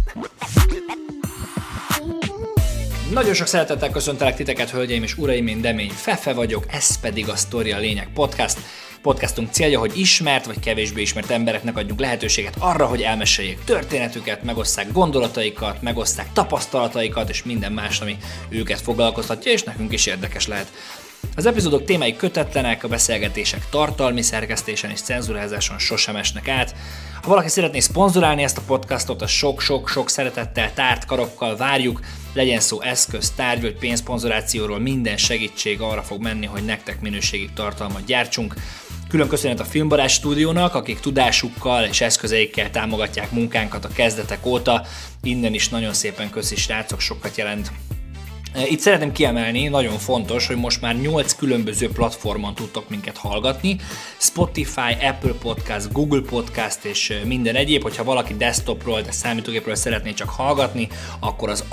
Nagyon sok szeretettel köszöntelek titeket, hölgyeim és uraim, én Demény Fefe vagyok, ez pedig a Sztori a Lényeg podcast. Podcastunk célja, hogy ismert vagy kevésbé ismert embereknek adjunk lehetőséget arra, hogy elmeséljék történetüket, megosszák gondolataikat, megosszák tapasztalataikat és minden más, ami őket foglalkoztatja, és nekünk is érdekes lehet. Az epizódok témái kötetlenek, a beszélgetések tartalmi szerkesztésen és cenzurázáson sosem esnek át. Ha valaki szeretné szponzorálni ezt a podcastot, az sok-sok szeretettel, tárt karokkal várjuk, legyen szó eszköz, tárgy vagy pénzszponzorációról, minden segítség arra fog menni, hogy nektek minőségi tartalmat gyártsunk. Külön köszönet a Filmbarát stúdiónak, akik tudásukkal és eszközeikkel támogatják munkánkat a kezdetek óta. Innen is nagyon szépen köszi, srácok, sokat jelent. Itt szeretném kiemelni, nagyon fontos, hogy most már 8 különböző platformon tudtok minket hallgatni. Spotify, Apple Podcast, Google Podcast és minden egyéb. Hogyha valaki desktopról, de számítógépről szeretné csak hallgatni, akkor az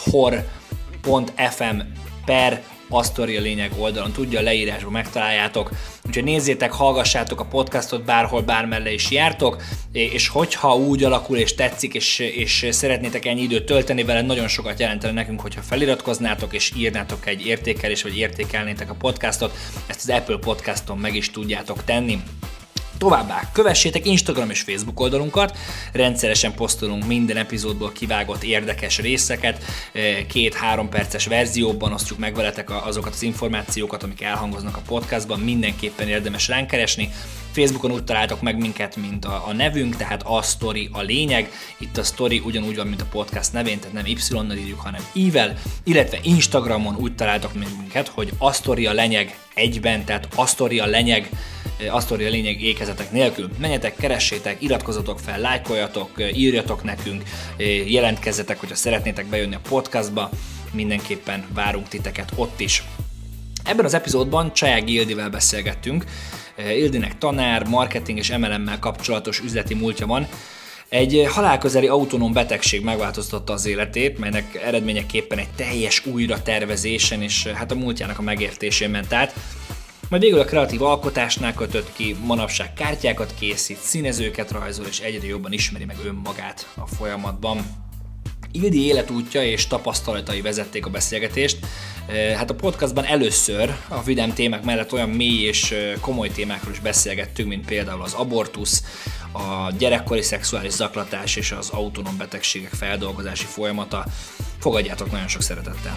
anchor.fm/. A Sztori a Lényeg oldalon tudja, a leírásban megtaláljátok. Úgyhogy nézzétek, hallgassátok a podcastot, bárhol, bármelle is jártok, és hogyha úgy alakul és tetszik, és szeretnétek ennyi időt tölteni vele, nagyon sokat jelentene nekünk, hogyha feliratkoznátok és írnátok egy értékelést, vagy értékelnétek a podcastot, ezt az Apple Podcaston meg is tudjátok tenni. Továbbá kövessétek Instagram és Facebook oldalunkat, rendszeresen posztolunk minden epizódból kivágott érdekes részeket, 2-3 perces verzióban osztjuk meg veletek azokat az információkat, amik elhangoznak a podcastban, mindenképpen érdemes ránk keresni. Facebookon úgy találtok meg minket, mint a nevünk, tehát a Sztori a Lényeg. Itt a Sztori ugyanúgy van, mint a podcast nevén, tehát nem Y-nal írjuk, hanem I-vel, illetve Instagramon úgy találtok meg minket, hogy a Sztori a Lényeg egyben, tehát a Sztori a Lényeg, a Sztori a Lényeg ékezetek nélkül. Menjetek, keressétek, iratkozzatok fel, lájkoljatok, írjatok nekünk, jelentkezzetek, hogyha szeretnétek bejönni a podcastba, mindenképpen várunk titeket ott is. Ebben az epizódban Csajági Ildivel beszélgettünk. Ildinek tanár, marketing és MLM-mel kapcsolatos üzleti múltja van. Egy halálközeli autonóm betegség megváltoztatta az életét, melynek eredményeképpen egy teljes újratervezésen és hát a múltjának a megértésén ment át. Majd végül a kreatív alkotásnál kötött ki, manapság kártyákat készít, színezőket rajzol és egyre jobban ismeri meg önmagát a folyamatban. Ildi életútja és tapasztalatai vezették a beszélgetést. Hát a podcastban először a vidám témák mellett olyan mély és komoly témákról is beszélgettünk, mint például az abortusz, a gyerekkori szexuális zaklatás és az autonóm betegségek feldolgozási folyamata. Fogadjátok nagyon sok szeretettel!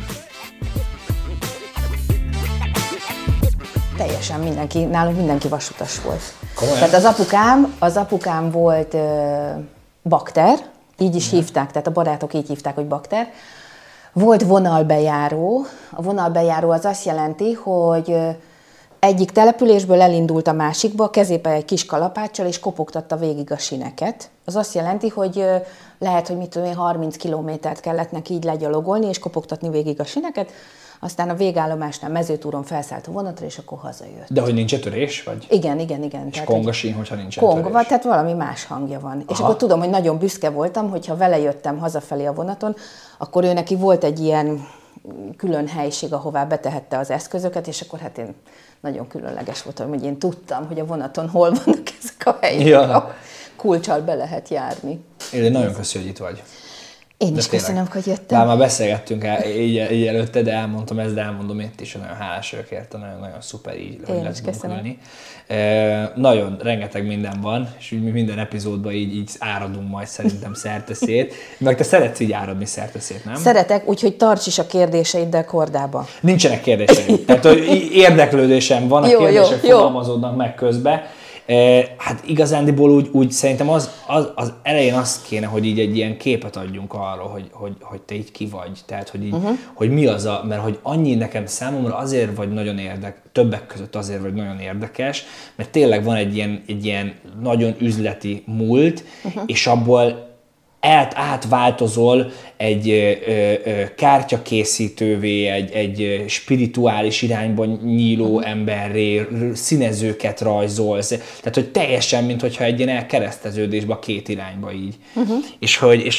Teljesen nálunk mindenki vasutas volt. Komolyan? Tehát az apukám volt bakter, így is hívták, tehát a barátok így hívták, hogy bakter. Volt vonalbejáró. A vonalbejáró az azt jelenti, hogy egyik településből elindult a másikba, kezébe egy kis kalapáccsal, és kopogtatta végig a sineket. Az azt jelenti, hogy lehet, hogy 30 kilométert kellett neki így legyalogolni, és kopogtatni végig a sineket. Aztán a végállomásnál Mezőtúron felszállt a vonatra, és akkor hazajött. De hogy nincs törés, vagy? Igen. És kongasín, hogyha nincs törés? Konga, tehát valami más hangja van. Aha. És akkor tudom, hogy nagyon büszke voltam, hogyha vele jöttem hazafelé a vonaton, akkor ő neki volt egy ilyen külön helység, ahová betehette az eszközöket, és akkor hát én nagyon különleges voltam, hogy én tudtam, hogy a vonaton hol vannak ezek a helyek. Ja. Kulccsal be lehet járni. Én nagyon köszönöm, hogy itt vagy. Én is köszönöm, hogy jöttem. Már beszélgettünk így előtte, de elmondtam ezt, de elmondom itt is, hogy nagyon hálás vagyok érte, nagyon szuper így, hogy lehet munkülni. Nagyon rengeteg minden van, és mi minden epizódban így áradunk majd szerintem szerteszét. Meg te szeretsz így áradni szerteszét, nem? Szeretek, úgyhogy tarts is a kérdéseiddel kordába. Nincsenek kérdéseim. Tehát érdeklődésem van, a kérdések fogalmazódnak meg közben. Hát igazándiból úgy szerintem az elején azt kéne, hogy így egy ilyen képet adjunk arról, hogy te így ki vagy. Tehát, hogy így, hogy mi az mert hogy annyi nekem számomra azért vagy nagyon többek között azért vagy nagyon érdekes, mert tényleg van egy ilyen nagyon üzleti múlt, és abból átváltozol egy kártyakészítővé, egy spirituális irányba nyíló emberré, színezőket rajzolsz. Tehát, hogy teljesen, mintha egy ilyen elkereszteződésbe a két irányba így. És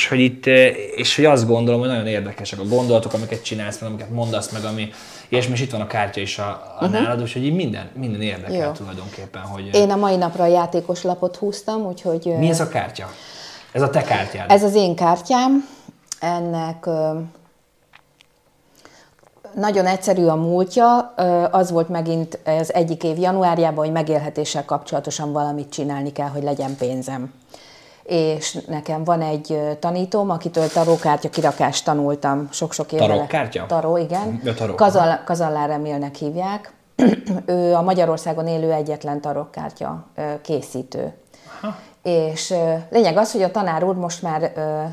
hogy azt gondolom, hogy nagyon érdekesek a gondolatok, amiket csinálsz, meg amiket mondasz, meg ami és itt van a kártya is a nálad, úgyhogy így minden érdekel tulajdonképpen. Hogy... Én a mai napra a játékos lapot húztam, úgyhogy... Mi ez a kártya? Ez a te kártyád? Ez az én kártyám. Ennek nagyon egyszerű a múltja. Az volt megint az egyik év januárjában, hogy megélhetéssel kapcsolatosan valamit csinálni kell, hogy legyen pénzem. És nekem van egy tanítóm, akitől tarókártya kirakást tanultam sok-sok évvel. Tarókártya? Taró, igen. Kazallár Emilnek hívják. Ő a Magyarországon élő egyetlen tarókártya készítő. Aha. És lényeg az, hogy a tanár úr most már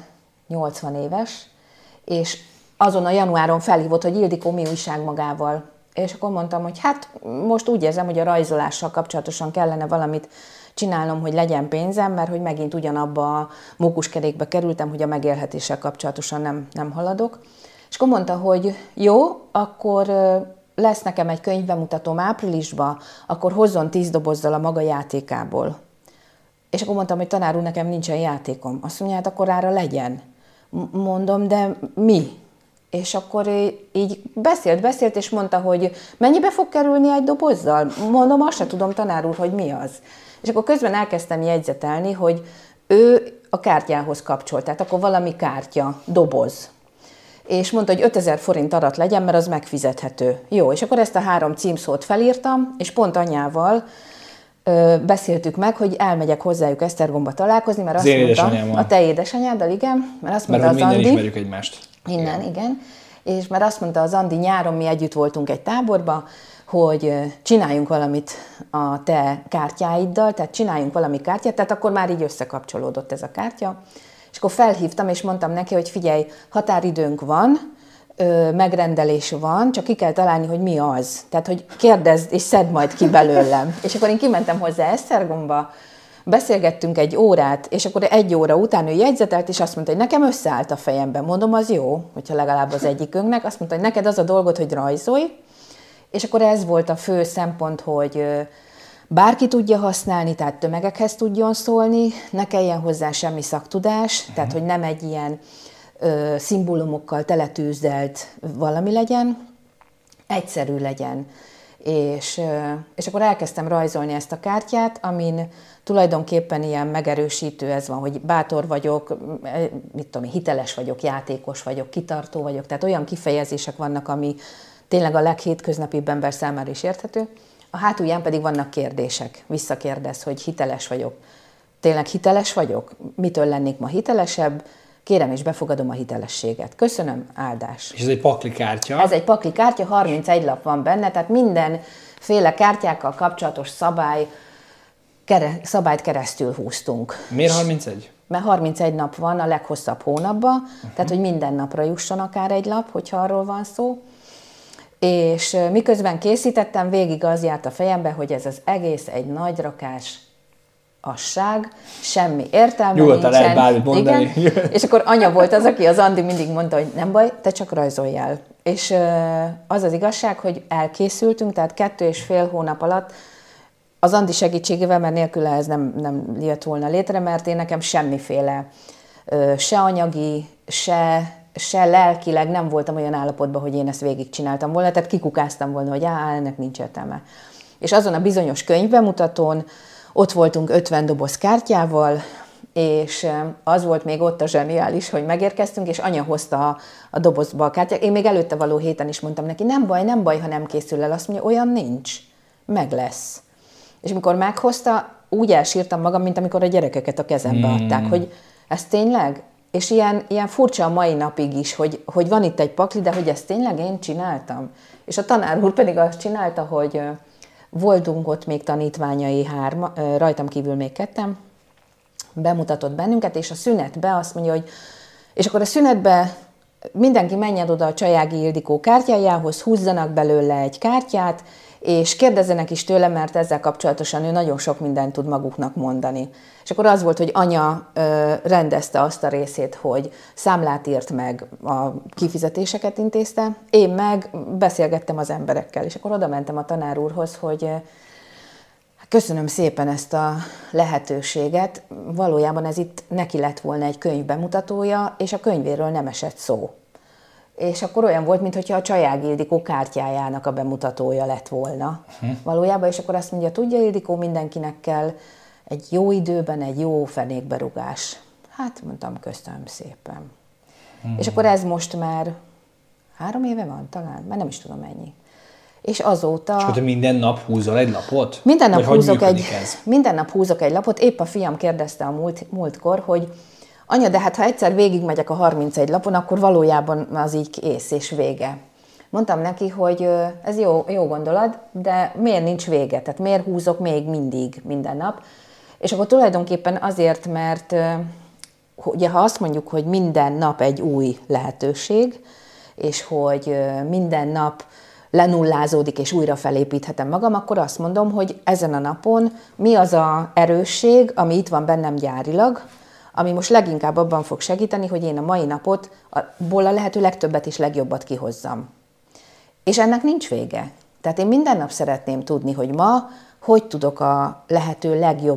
80 éves, és azon a januáron felhívott, hogy Ildikó, mi újság magával. És akkor mondtam, hogy hát most úgy érzem, hogy a rajzolással kapcsolatosan kellene valamit csinálnom, hogy legyen pénzem, mert hogy megint ugyanabba a mókuskerékbe kerültem, hogy a megélhetéssel kapcsolatosan nem haladok. És akkor mondta, hogy jó, akkor lesz nekem egy könyvbemutatóm áprilisban, akkor hozzon 10 dobozzal a maga játékából. És akkor mondtam, hogy tanár úr, nekem nincsen játékom. Azt mondja, hát akkor ára legyen. Mondom, de mi? És akkor így beszélt, és mondta, hogy mennyibe fog kerülni egy dobozzal? Mondom, azt se tudom, tanár úr, hogy mi az. És akkor közben elkezdtem jegyzetelni, hogy ő a kártyához kapcsolt, tehát akkor valami kártya, doboz. És mondta, hogy 5000 forint arat legyen, mert az megfizethető. Jó, és akkor ezt a 3 címszót felírtam, és pont anyával beszéltük meg, hogy elmegyek hozzájuk Esztergomba találkozni, mert azt mondta, a te édesanyáddal, igen, mert azt mondta az Andi. Ismerjük egymást. Innen, igen. És mert azt mondta az Andi, nyáron mi együtt voltunk egy táborba, hogy csináljunk valamit a te kártyáiddal, tehát csináljunk valami kártyát, tehát akkor már így összekapcsolódott ez a kártya. És akkor felhívtam, és mondtam neki, hogy figyelj, határidőnk van, megrendelés van, csak ki kell találni, hogy mi az. Tehát, hogy kérdezd, és szedd majd ki belőlem. És akkor én kimentem hozzá Esztergomba, beszélgettünk egy órát, és akkor 1 óra után ő jegyzetelt, és azt mondta, hogy nekem összeállt a fejemben. Mondom, az jó, hogyha legalább az egyikünknek. Azt mondta, hogy neked az a dolgod, hogy rajzolj. És akkor ez volt a fő szempont, hogy bárki tudja használni, tehát tömegekhez tudjon szólni, ne kelljen hozzá semmi szaktudás, tehát hogy nem egy ilyen szimbólumokkal teletűzdelt valami legyen, egyszerű legyen. És akkor elkezdtem rajzolni ezt a kártyát, amin tulajdonképpen ilyen megerősítő ez van, hogy bátor vagyok, mit tudom, hiteles vagyok, játékos vagyok, kitartó vagyok, tehát olyan kifejezések vannak, ami tényleg a leghétköznapibb ember számára is érthető. A hátulján pedig vannak kérdések. Visszakérdez, hogy hiteles vagyok. Tényleg hiteles vagyok? Mitől lennék ma hitelesebb? Kérem és befogadom a hitelességet. Köszönöm, áldás. És ez egy pakli kártya? Ez egy pakli kártya, 31 lap van benne, tehát mindenféle kártyákkal kapcsolatos szabályt keresztül húztunk. Miért 31? Mert 31 nap van a leghosszabb hónapban, tehát hogy minden napra jusson akár egy lap, hogyha arról van szó. És miközben készítettem, végig az járt a fejembe, hogy ez az egész egy nagy rakás asság, semmi értelme nyugodtan nincsen. Lehet bármit mondani. Igen. És akkor anya volt az, aki az Andi mindig mondta, hogy nem baj, te csak rajzoljál. És az az igazság, hogy elkészültünk, tehát 2,5 hónap alatt az Andi segítségével, mert nélküle ez nem jött volna létre, mert én nekem semmiféle se anyagi, se lelkileg nem voltam olyan állapotban, hogy én ezt végigcsináltam volna, tehát kikukáztam volna, hogy ennek nincs értelme. És azon a bizonyos könyvbemutatón ott voltunk 50 doboz kártyával, és az volt még ott a zseniális, hogy megérkeztünk, és anya hozta a dobozba a kártyát. Én még előtte való héten is mondtam neki, nem baj, ha nem készül el. Azt mondja, olyan nincs, meg lesz. És amikor meghozta, úgy elsírtam magam, mint amikor a gyerekeket a kezembe adták, hogy ez tényleg? És ilyen furcsa a mai napig is, hogy van itt egy pakli, de hogy ezt tényleg én csináltam. És a tanár úr pedig azt csinálta, hogy voltunk ott még tanítványai 3, rajtam kívül még 2, bemutatott bennünket, és a szünetbe azt mondja, hogy és akkor a szünetbe mindenki menjen oda a Csajági Ildikó kártyájához, húzzanak belőle egy kártyát, és kérdezzenek is tőle, mert ezzel kapcsolatosan ő nagyon sok mindent tud maguknak mondani. És akkor az volt, hogy anya rendezte azt a részét, hogy számlát írt meg, a kifizetéseket intézte, én meg beszélgettem az emberekkel, és akkor oda mentem a tanár úrhoz, hogy köszönöm szépen ezt a lehetőséget, valójában ez itt neki lett volna egy könyv bemutatója, és a könyvéről nem esett szó. És akkor olyan volt, mintha a Csajági Ildikó kártyájának a bemutatója lett volna valójában, és akkor azt mondja, tudja Ildikó, mindenkinek kell egy jó időben egy jó fenékberugás. Hát mondtam, köszönöm szépen. És akkor ez most már 3 éve van talán, már nem is tudom mennyi. És azóta... És akkor te minden nap húzol egy lapot? Minden nap húzok egy lapot. Épp a fiam kérdezte a múltkor, hogy anya, de hát ha egyszer végigmegyek a 31 lapon, akkor valójában az így kész és vége. Mondtam neki, hogy ez jó gondolat, de miért nincs vége? Tehát miért húzok még mindig, minden nap? És akkor tulajdonképpen azért, mert ugye, ha azt mondjuk, hogy minden nap egy új lehetőség, és hogy minden nap lenullázódik, és újra felépíthetem magam, akkor azt mondom, hogy ezen a napon mi az az erősség, ami itt van bennem gyárilag, ami most leginkább abban fog segíteni, hogy én a mai napotból a lehető legtöbbet és legjobbat kihozzam. És ennek nincs vége. Tehát én minden nap szeretném tudni, hogy ma hogy tudok a lehető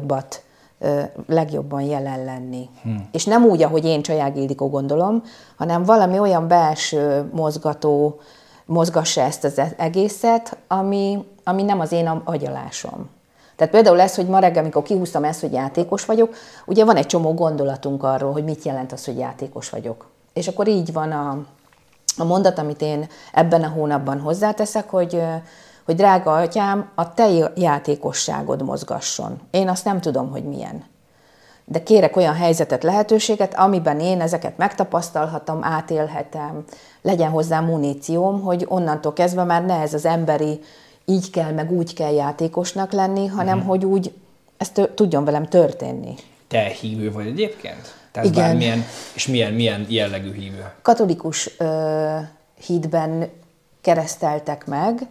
legjobban jelen lenni. És nem úgy, ahogy én Csaják Ildikó gondolom, hanem valami olyan belső mozgató mozgassa ezt az egészet, ami nem az én agyalásom. Tehát például ez, hogy ma reggel, amikor kihúztam ezt, hogy játékos vagyok, ugye van egy csomó gondolatunk arról, hogy mit jelent az, hogy játékos vagyok. És akkor így van a mondat, amit én ebben a hónapban hozzáteszek, hogy drága atyám, a te játékosságod mozgasson. Én azt nem tudom, hogy milyen. De kérek olyan helyzetet, lehetőséget, amiben én ezeket megtapasztalhatom, átélhetem, legyen hozzá munícióm, hogy onnantól kezdve már ne ez az emberi így kell, meg úgy kell játékosnak lenni, hanem hogy úgy ezt tudjon velem történni. Te hívő vagy egyébként? Tehát igen. Bármilyen, és milyen jellegű hívő? Katolikus hitben kereszteltek meg.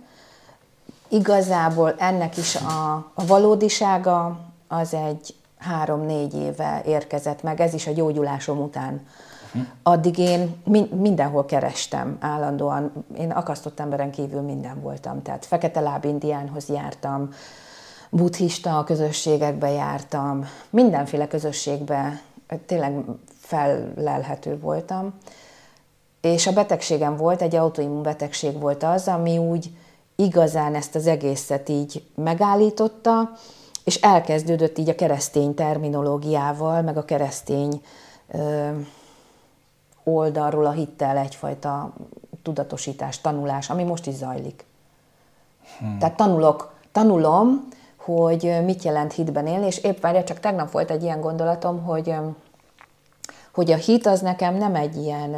Igazából ennek is a valódisága az egy 3-4 éve érkezett meg, ez is a gyógyulásom után. Addig én mindenhol kerestem állandóan, én akasztott emberen kívül minden voltam, tehát fekete láb indiánhoz jártam, buddhista közösségekbe jártam, mindenféle közösségbe tényleg fellelhető voltam, és a betegségem volt, egy autoimmun betegség volt az, ami úgy igazán ezt az egészet így megállította, és elkezdődött így a keresztény terminológiával, meg a keresztény oldalról a hittel egyfajta tudatosítás, tanulás, ami most is zajlik. Tehát tanulom, hogy mit jelent hitben élni, és épp várja, csak tegnap volt egy ilyen gondolatom, hogy a hit az nekem nem egy ilyen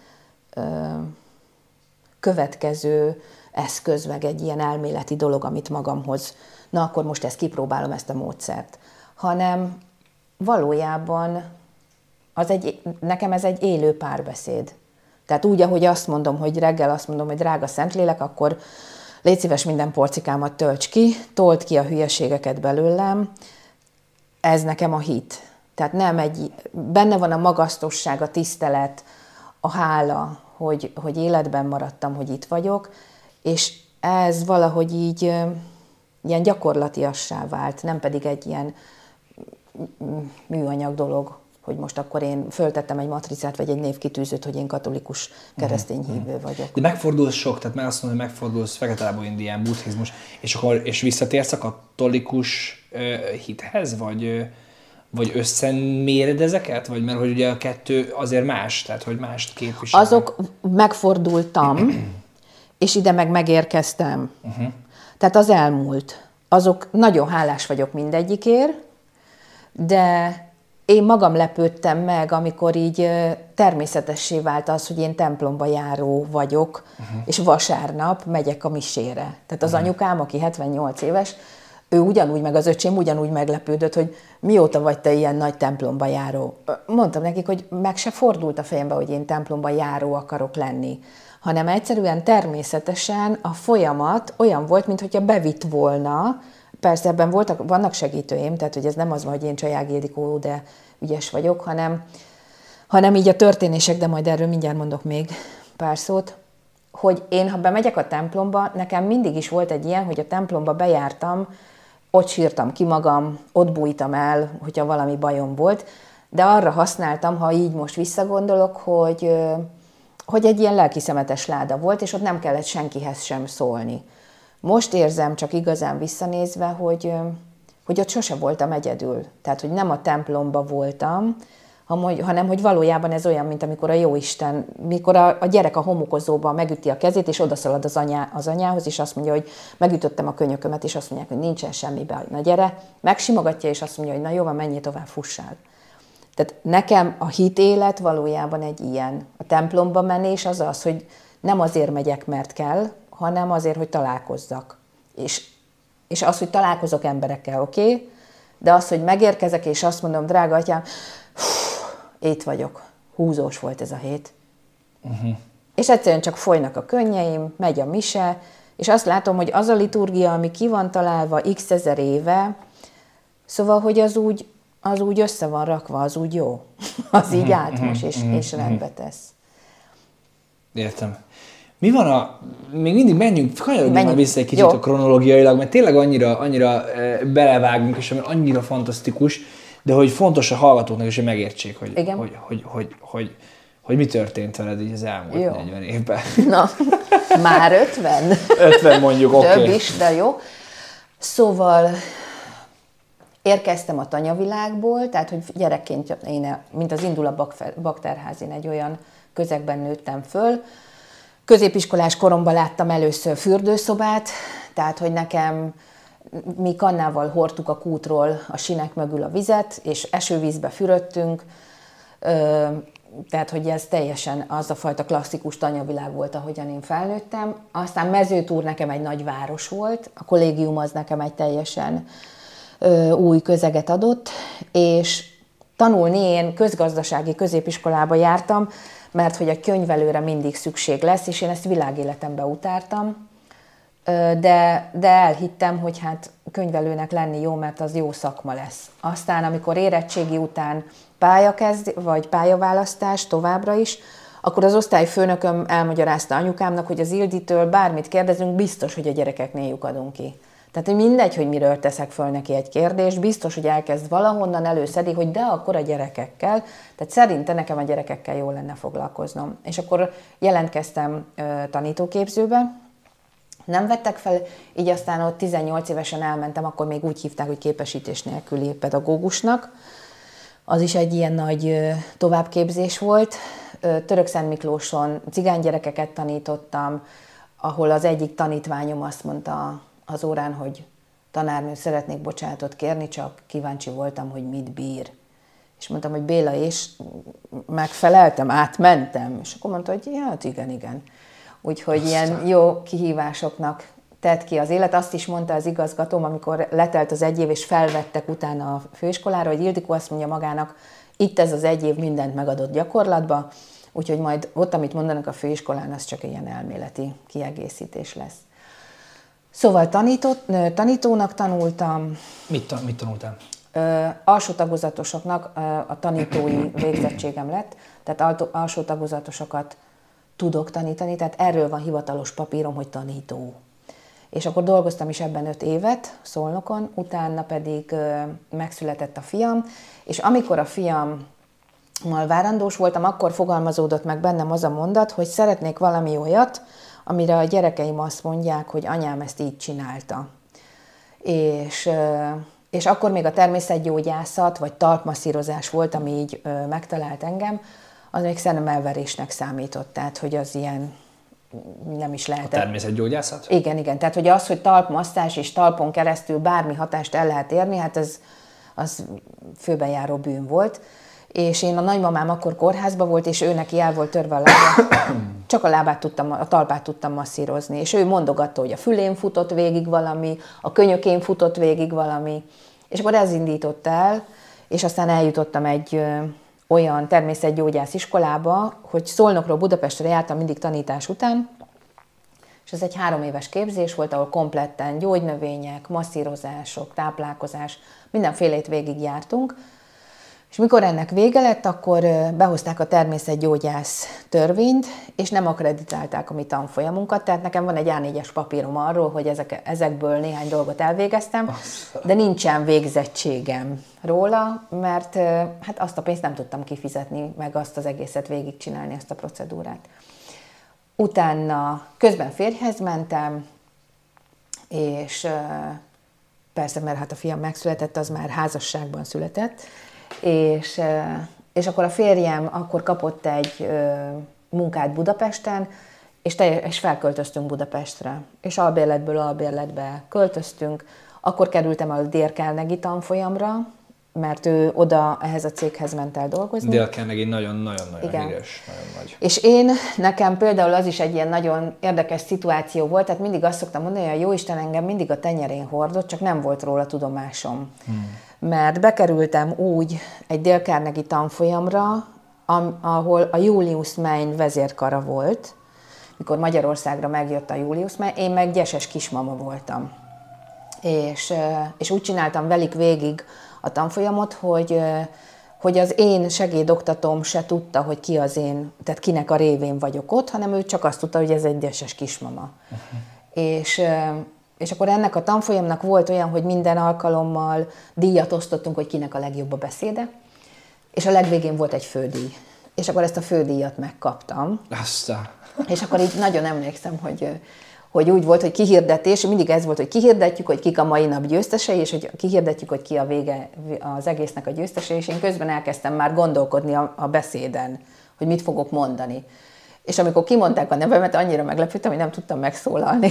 következő eszköz, meg egy ilyen elméleti dolog, amit magamhoz, na akkor most ezt kipróbálom, ezt a módszert, hanem valójában nekem ez egy élő párbeszéd. Tehát úgy, ahogy azt mondom, hogy reggel azt mondom, hogy drága Szentlélek, akkor légy szíves, minden porcikámat tölts ki, told ki a hülyeségeket belőlem, ez nekem a hit. Tehát benne van a magasztosság, a tisztelet, a hála, hogy életben maradtam, hogy itt vagyok, és ez valahogy így ilyen gyakorlatiassá vált, nem pedig egy ilyen műanyag dolog, hogy most akkor én föltettem egy matricát, vagy egy névkitűzőt, hogy én katolikus keresztény hívő vagyok. De megfordulsz sok, tehát már azt mondod, hogy megfordulsz fekete lábú indián, buddhizmus, és visszatérsz a katolikus hithez, vagy összeméred ezeket? Vagy mert hogy ugye a kettő azért más, tehát hogy mást képvisel. Azok megfordultam, és ide megérkeztem. Tehát az elmúlt. Azok nagyon hálás vagyok mindegyikért, de én magam lepődtem meg, amikor így természetessé vált az, hogy én templomba járó vagyok, és vasárnap megyek a misére. Tehát az anyukám, aki 78 éves, ő ugyanúgy, meg az öcsém ugyanúgy meglepődött, hogy mióta vagy te ilyen nagy templomba járó. Mondtam nekik, hogy meg se fordult a fejembe, hogy én templomba járó akarok lenni, hanem egyszerűen természetesen a folyamat olyan volt, mintha bevitt volna. Persze ebben vannak segítőim, tehát hogy ez nem az van, hogy én Csaják Ildikó, de ügyes vagyok, hanem így a történések, de majd erről mindjárt mondok még pár szót, hogy én, ha bemegyek a templomba, nekem mindig is volt egy ilyen, hogy a templomba bejártam, ott sírtam ki magam, ott bújtam el, hogyha valami bajom volt, de arra használtam, ha így most visszagondolok, hogy egy ilyen lelkiszemetes láda volt, és ott nem kellett senkihez sem szólni. Most érzem, csak igazán visszanézve, hogy ott sose voltam egyedül. Tehát, hogy nem a templomba voltam, hanem hogy valójában ez olyan, mint amikor a Jóisten, mikor a gyerek a homokozóban megüti a kezét, és odaszalad az anyához, és azt mondja, hogy megütöttem a könyökömet, és azt mondják, hogy nincsen semmi be, na gyere, megsimogatja, és azt mondja, hogy na jó, van, menjél tovább, fussál. Tehát nekem a hitélet valójában egy ilyen. A templomba menés az, hogy nem azért megyek, mert kell, hanem azért, hogy találkozzak. És az, hogy találkozok emberekkel, oké, de az, hogy megérkezek, és azt mondom, drága atyám, itt vagyok, húzós volt ez a hét. És egyszerűen csak folynak a könnyeim, megy a mise, és azt látom, hogy az a liturgia, ami ki van találva x ezer éve, szóval, hogy az úgy össze van rakva, az úgy jó. Az így átmos, és rendbe tesz. Értem. Mi van még mindig kanyarodjunk már vissza egy kicsit a kronológiailag, mert tényleg annyira belevágunk, és annyira fantasztikus, de hogy fontos a hallgatóknak is, hogy megértsék, hogy mi történt veled így az elmúlt 40 évben. Na, már 50? 50 mondjuk, oké. Több is, de jó. Szóval érkeztem a tanyavilágból, tehát hogy gyerekként én, mint az Indula Bakterházin egy olyan közegben nőttem föl. Középiskolás koromban láttam először fürdőszobát, tehát hogy nekem mi kannával hordtuk a kútról a sinek mögül a vizet, és esővízbe fürödtünk, tehát hogy ez teljesen az a fajta klasszikus tanyavilág volt, ahogyan én felnőttem. Aztán Mezőtúr nekem egy nagy város volt, a kollégium az nekem egy teljesen új közeget adott, és tanulni én közgazdasági középiskolába jártam, mert hogy a könyvelőre mindig szükség lesz, és én ezt világéletemben utáltam, de elhittem, hogy hát könyvelőnek lenni jó, mert az jó szakma lesz. Aztán, amikor érettségi után pályaválasztás továbbra is, akkor az osztályfőnököm elmagyarázta anyukámnak, hogy az Ilditől bármit kérdezünk, biztos, hogy a gyerekeknél lyukadunk ki. Tehát, hogy mindegy, hogy miről teszek föl neki egy kérdést, biztos, hogy elkezd valahonnan előszedi, hogy de akkor a gyerekekkel. Tehát szerinte nekem a gyerekekkel jól lenne foglalkoznom. És akkor jelentkeztem tanítóképzőbe, nem vettek fel, így aztán ott 18 évesen elmentem, akkor még úgy hívták, hogy képesítés nélküli pedagógusnak. Az is egy ilyen nagy továbbképzés volt. Törökszentmiklóson cigánygyerekeket tanítottam, ahol az egyik tanítványom azt mondta az órán, hogy tanárnő, szeretnék bocsánatot kérni, csak kíváncsi voltam, hogy mit bír. És mondtam, hogy Béla, és megfeleltem, átmentem. És akkor mondta, hogy hát igen. Úgyhogy ilyen jó kihívásoknak tett ki az élet. Azt is mondta az igazgatóm, amikor letelt az egy év, és felvettek utána a főiskolára, hogy Ildikó azt mondja magának, itt ez az egy év mindent megadott gyakorlatba, úgyhogy majd ott, amit mondanak a főiskolán, az csak ilyen elméleti kiegészítés lesz. Szóval tanítónak tanultam. Mit tanultál? Alsó tagozatosoknak a tanítói végzettségem lett, tehát alsó tagozatosokat tudok tanítani, tehát erről van hivatalos papírom, hogy tanító. És akkor dolgoztam is ebben 5 évet Szolnokon, utána pedig megszületett a fiam, és amikor a fiammal várandós voltam, akkor fogalmazódott meg bennem az a mondat, hogy szeretnék valami olyat, amire a gyerekeim azt mondják, hogy anyám ezt így csinálta. És akkor még a természetgyógyászat, vagy talpmasszírozás volt, ami így megtalált engem, az még szemmelverésnek számított, tehát hogy az ilyen nem is lehetett. A természetgyógyászat? Igen, tehát hogy az, hogy talpmasszázs és talpon keresztül bármi hatást el lehet érni, hát az főben járó bűn volt. És én a nagymamám akkor kórházban volt, és ő neki el volt törve a lába, csak a talpát tudtam masszírozni. És ő mondogatta, hogy a fülén futott végig valami, a könyökén futott végig valami. És akkor ez indított el, és aztán eljutottam egy olyan természetgyógyász iskolába, hogy Szolnokról Budapestre jártam mindig tanítás után, és ez egy 3 éves képzés volt, ahol kompletten gyógynövények, masszírozások, táplálkozás, mindenfélét végig jártunk. És mikor ennek vége lett, akkor behozták a természetgyógyász törvényt, és nem akkreditálták a mi tanfolyamunkat, tehát nekem van egy A4-es papírom arról, hogy ezekből néhány dolgot elvégeztem, de nincsen végzettségem róla, mert hát azt a pénzt nem tudtam kifizetni, meg azt az egészet végigcsinálni, ezt a procedúrát. Utána közben férjhez mentem, és és persze, mert hát a fiam megszületett, az már házasságban született, és és akkor a férjem akkor kapott egy munkát Budapesten, és felköltöztünk Budapestre. És albérletből albérletbe költöztünk. Akkor kerültem a Dale Carnegie tanfolyamra, mert ő oda ehhez a céghez ment el dolgozni. Dale Carnegie nagyon-nagyon híres, nagyon nagy. És nekem például az is egy ilyen nagyon érdekes szituáció volt, tehát mindig azt szoktam mondani, hogy a jóisten engem mindig a tenyerén hordott, csak nem volt róla tudomásom. Mert bekerültem úgy egy Dale Carnegie tanfolyamra, ahol a Julius Mein vezérkara volt, mikor Magyarországra megjött a Julius Mein, én meg gyeses kismama voltam. És úgy csináltam velük végig a tanfolyamot, hogy az én segédoktatóm se tudta, hogy ki az én, tehát kinek a révén vagyok ott, hanem ő csak azt tudta, hogy ez egy gyeses kismama. És akkor ennek a tanfolyamnak volt olyan, hogy minden alkalommal díjat osztottunk, hogy kinek a legjobb a beszéde, és a legvégén volt egy fődíj. És akkor ezt a fődíjat megkaptam. Aztán. És akkor így nagyon emlékszem, hogy úgy volt, hogy kihirdetés, mindig ez volt, hogy kihirdetjük, hogy kik a mai nap győztesei, és hogy kihirdetjük, hogy ki a vége az egésznek a győztese, és én közben elkezdtem már gondolkodni a beszéden, hogy mit fogok mondani. És amikor kimondták a nevemet, annyira meglepődtem, hogy nem tudtam megszólalni.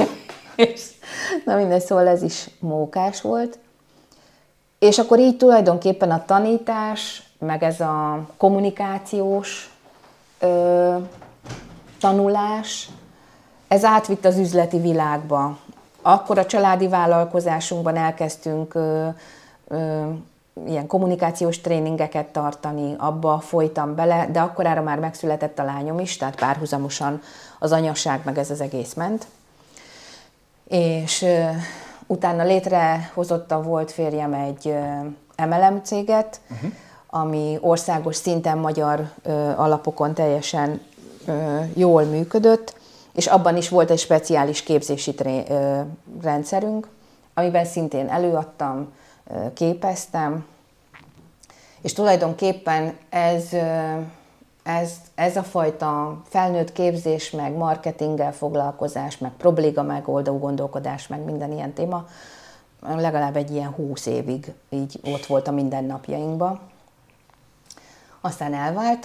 Na mindegy, szóval ez is mókás volt. És akkor így tulajdonképpen a tanítás, meg ez a kommunikációs tanulás, ez átvitt az üzleti világba. Akkor a családi vállalkozásunkban elkezdtünk ilyen kommunikációs tréningeket tartani, abba folytam bele, de akkorára már megszületett a lányom is, tehát párhuzamosan az anyaság meg ez az egész ment. És utána létrehozott a volt férjem egy MLM céget, ami országos szinten magyar alapokon teljesen jól működött, és abban is volt egy speciális képzési rendszerünk, amiben szintén előadtam, képeztem, és tulajdonképpen ez a fajta felnőtt képzés, meg marketinggel foglalkozás, meg probléma megoldó gondolkodás, meg minden ilyen téma, legalább egy ilyen 20 évig így ott volt a mindennapjainkban. Aztán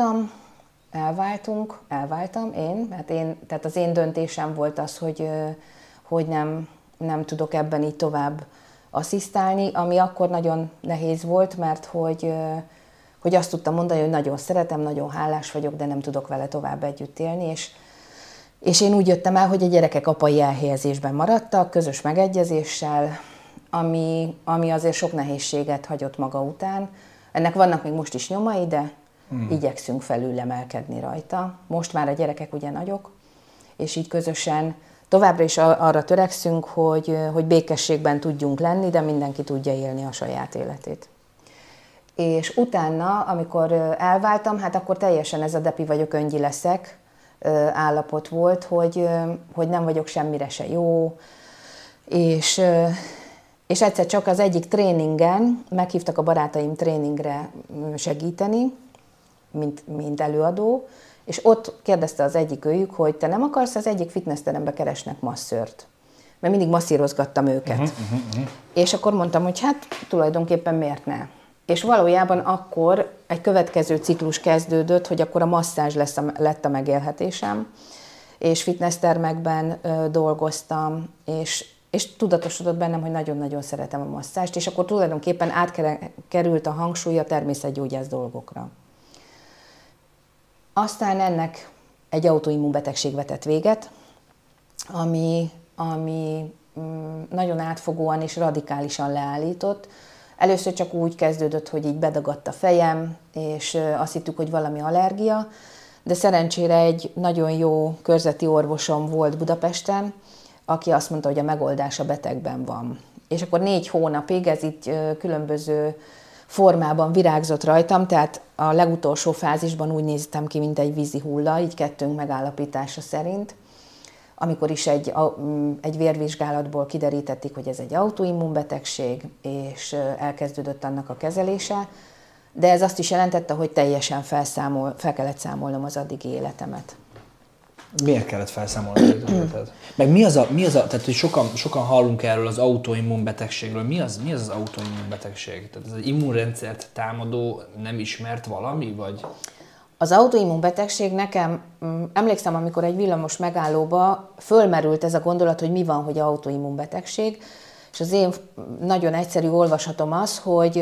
elváltam én, tehát az én döntésem volt az, hogy nem tudok ebben így tovább asszisztálni, ami akkor nagyon nehéz volt, mert hogy azt tudtam mondani, hogy nagyon szeretem, nagyon hálás vagyok, de nem tudok vele tovább együtt élni, és én úgy jöttem el, hogy a gyerekek apai elhelyezésben maradtak, közös megegyezéssel, ami azért sok nehézséget hagyott maga után. Ennek vannak még most is nyomai, de igyekszünk felülemelkedni rajta. Most már a gyerekek ugye nagyok, és így közösen továbbra is arra törekszünk, hogy békességben tudjunk lenni, de mindenki tudja élni a saját életét. És utána, amikor elváltam, hát akkor teljesen ez a depi vagyok, öngyi leszek állapot volt, hogy nem vagyok semmire se jó, és egyszer csak az egyik tréningen meghívtak a barátaim tréningre segíteni, mint előadó, és ott kérdezte az egyik őjük, hogy te nem akarsz, az egyik fitnessterembe keresnek masszört. Mert mindig masszírozgattam őket. És akkor mondtam, hogy hát tulajdonképpen miért ne. És valójában akkor egy következő ciklus kezdődött, hogy akkor a masszázs lett a megélhetésem, és fitnesstermekben dolgoztam, és tudatosodott bennem, hogy nagyon-nagyon szeretem a masszást, és akkor tulajdonképpen átkerült a hangsúly a természetgyógyász dolgokra. Aztán ennek egy autoimmunbetegség vetett véget, ami nagyon átfogóan és radikálisan leállított. Először csak úgy kezdődött, hogy így bedagadt a fejem, és azt hittük, hogy valami allergia, de szerencsére egy nagyon jó körzeti orvosom volt Budapesten, aki azt mondta, hogy a megoldás a betegben van. És akkor 4 hónapig ez így különböző formában virágzott rajtam, tehát a legutolsó fázisban úgy néztem ki, mint egy vízi hulla, így kettőnk megállapítása szerint, amikor is egy vérvizsgálatból kiderítették, hogy ez egy autoimmunbetegség, és elkezdődött annak a kezelése, de ez azt is jelentette, hogy teljesen fel kellett számolnom az addigi életemet. Miért kellett felszámolni az életet? Meg mi az a, tehát hogy sokan hallunk erről az autoimmunbetegségről, mi az az autoimmunbetegség? Tehát ez az immunrendszert támadó, nem ismert valami, vagy? Az autoimmunbetegség nekem, emlékszem, amikor egy villamos megállóba fölmerült ez a gondolat, hogy mi van, hogy autoimmunbetegség, és az én nagyon egyszerű olvasatom az,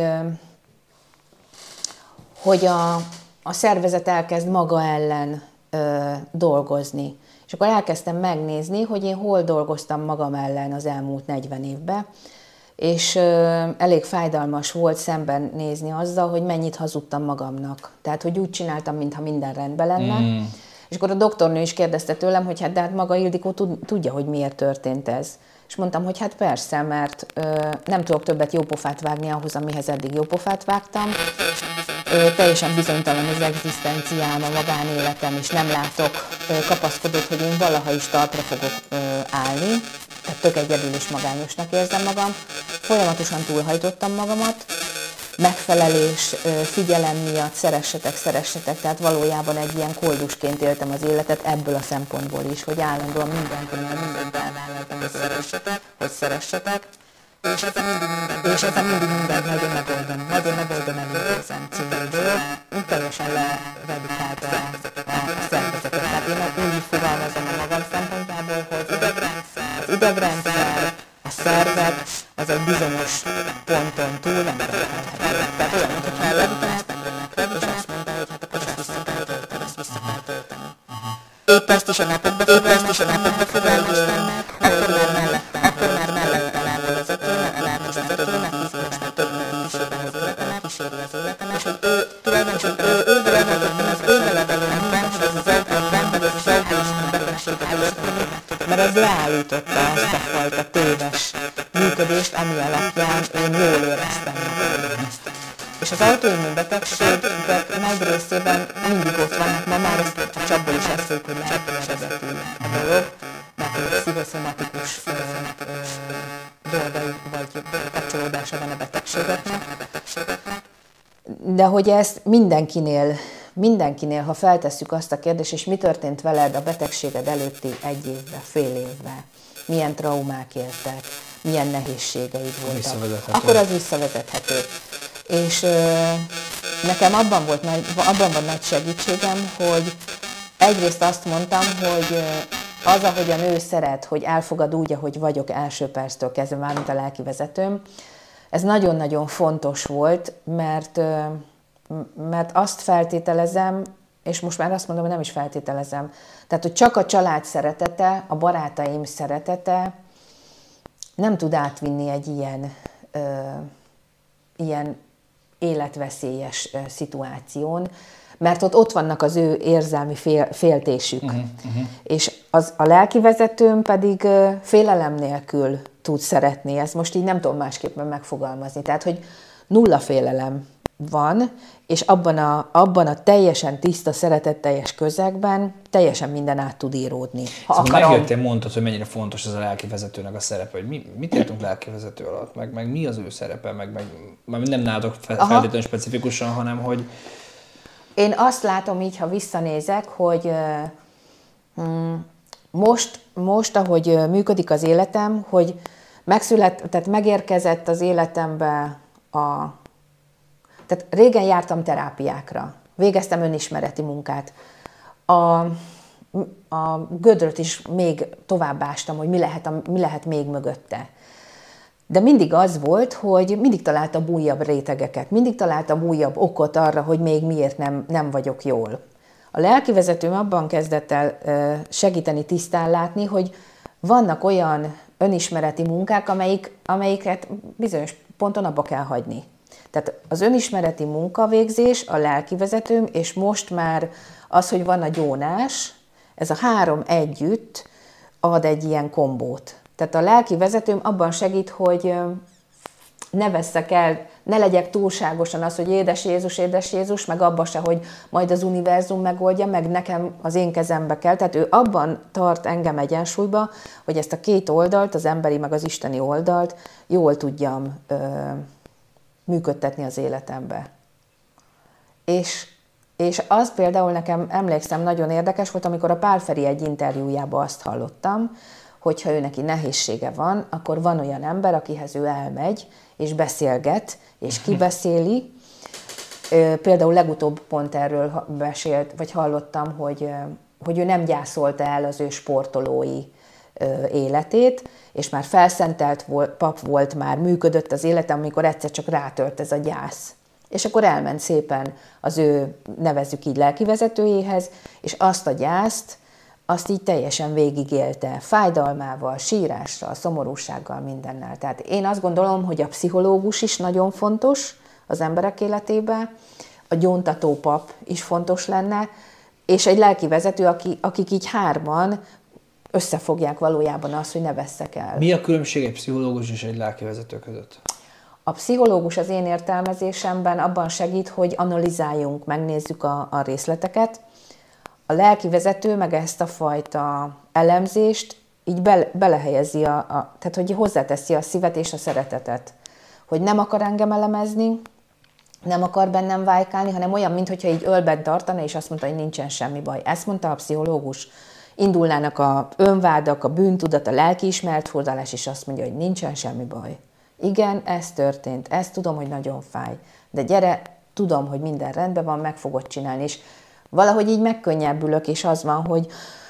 hogy a szervezet elkezd maga ellen dolgozni. És akkor elkezdtem megnézni, hogy én hol dolgoztam magam ellen az elmúlt 40 évben, és elég fájdalmas volt szemben nézni azzal, hogy mennyit hazudtam magamnak. Tehát, hogy úgy csináltam, mintha minden rendben lenne. És akkor a doktornő is kérdezte tőlem, hogy hát, de hát maga Ildikó tudja, hogy miért történt ez. És mondtam, hogy hát persze, mert nem tudok többet jópofát vágni ahhoz, amihez eddig jópofát vágtam. Teljesen bizonytalan az egzisztenciám, a magánéletem, és nem látok kapaszkodót, hogy én valaha is talpra fogok állni. Tehát tök egyedül és magányosnak érzem magam. Folyamatosan túlhajtottam magamat. Megfelelés, figyelem miatt szeressetek, tehát valójában egy ilyen koldusként éltem az életet ebből a szempontból is, hogy állandóan mindent elvállaltam, hogy szeressetek, és ezen mindig mindent nagyon megoldom elintézem című dolog, teljesen leredukálta a szervezetet. Tehát én úgy fogalmazom a magam szempontjából, hogy az idegrendszer, a szervek, az egy bizonyos ponton túl nem követhető. Tehát olyan, mintha felledítenek, és azt mondta, hogy hát akkor ezt vissza kell tölteni. Épp ezt is a napokba fogalmaztam, akkor már mellette látod az ötőmet, hiszen több kíséri az életemet, és hogy ő tulajdonképpen az ő levelőnkben, hogy az az elhelyismerő betegséget, mert ez leállította azt a fajta téves működést, ami alapján én jól éreztem. És az autoimmunbetegségek nagy részében mindig ott vannak, ma már ezt a csapból is eszünk, hogy lehet eredetű a dolog, mert pszichoszomatikus dolgai vagy kapcsolódása van a betegségeknek. De hogy ezt mindenkinél, ha feltesszük azt a kérdést, és mi történt veled a betegséged előtti 1 évben, fél évben, milyen traumák éltek, milyen nehézségeid voltak, akkor az visszavezethető. És nekem abban van nagy segítségem, hogy egyrészt azt mondtam, hogy az, ahogy a nő szeret, hogy elfogad úgy, ahogy vagyok első perctől kezdve, mármint a lelkivezetőm, ez nagyon-nagyon fontos volt, mert azt feltételezem, és most már azt mondom, hogy nem is feltételezem, tehát, hogy csak a család szeretete, a barátaim szeretete nem tud átvinni egy ilyen életveszélyes szituáción, mert ott vannak az ő érzelmi féltésük. És a lelkivezetőm pedig félelem nélkül tud szeretni. Ezt most így nem tudom másképpen megfogalmazni. Tehát, hogy nulla félelem van, és abban a teljesen tiszta, szeretetteljes közegben teljesen minden át tud íródni. Szóval megjöttél, mondtad, hogy mennyire fontos ez a lelkivezetőnek a szerepe, hogy mit értünk lelkivezető alatt, meg mi az ő szerepe, meg nem nálatok feltétlenül specifikusan, hanem hogy... Én azt látom így, ha visszanézek, hogy most, ahogy működik az életem, hogy tehát megérkezett az életembe tehát régen jártam terápiákra, végeztem önismereti munkát. A gödröt is még tovább ástam, hogy mi lehet még mögötte. De mindig az volt, hogy mindig találtam újabb rétegeket, mindig találtam újabb okot arra, hogy még miért nem vagyok jól. A lelkivezetőm abban kezdett el segíteni, tisztán látni, hogy vannak olyan önismereti munkák, amelyiket bizonyos ponton abba kell hagyni. Tehát az önismereti munkavégzés, a lelkivezetőm, és most már az, hogy van a gyónás, ez a 3 együtt ad egy ilyen kombót. Tehát a lelkivezetőm abban segít, hogy ne vesszek el, ne legyek túlságosan az, hogy édes Jézus, meg abban se, hogy majd az univerzum megoldja, meg nekem az én kezembe kell. Tehát ő abban tart engem egyensúlyba, hogy ezt a 2 oldalt, az emberi meg az isteni oldalt jól tudjam működtetni az életembe. És És az például nekem, emlékszem, nagyon érdekes volt, amikor a Pál Feri egy interjújában azt hallottam, hogy ha ő neki nehézsége van, akkor van olyan ember, akihez ő elmegy, és beszélget, és kibeszéli. Például legutóbb pont erről beszélt, vagy hallottam, hogy ő nem gyászolta el az ő sportolói életét, és már felszentelt pap volt, már működött az élete, amikor egyszer csak rátört ez a gyász. És akkor elment szépen az ő, nevezzük így, lelkivezetőjéhez, és azt a gyászt, azt így teljesen végigélte, fájdalmával, sírással, szomorúsággal, mindennel. Tehát én azt gondolom, hogy a pszichológus is nagyon fontos az emberek életében, a gyóntató pap is fontos lenne, és egy lelkivezető, akik így hárman összefogják valójában azt, hogy ne vesszek el. Mi a különbség egy pszichológus és egy lelkivezető között? A pszichológus az én értelmezésemben abban segít, hogy analizáljunk, megnézzük a részleteket. A lelkivezető meg ezt a fajta elemzést így belehelyezi, tehát hogy hozzáteszi a szívet és a szeretetet. Hogy nem akar engem elemezni, nem akar bennem vájkálni, hanem olyan, mintha így ölben tartana, és azt mondta, hogy nincsen semmi baj. Ezt mondta a pszichológus. Indulnának a önvádak, a bűntudat, a lelkiismeretfordulás, és azt mondja, hogy nincsen semmi baj. Igen, ez történt, ezt tudom, hogy nagyon fáj, de gyere, tudom, hogy minden rendben van, meg fogod csinálni, és valahogy így megkönnyebbülök, és az van, hogy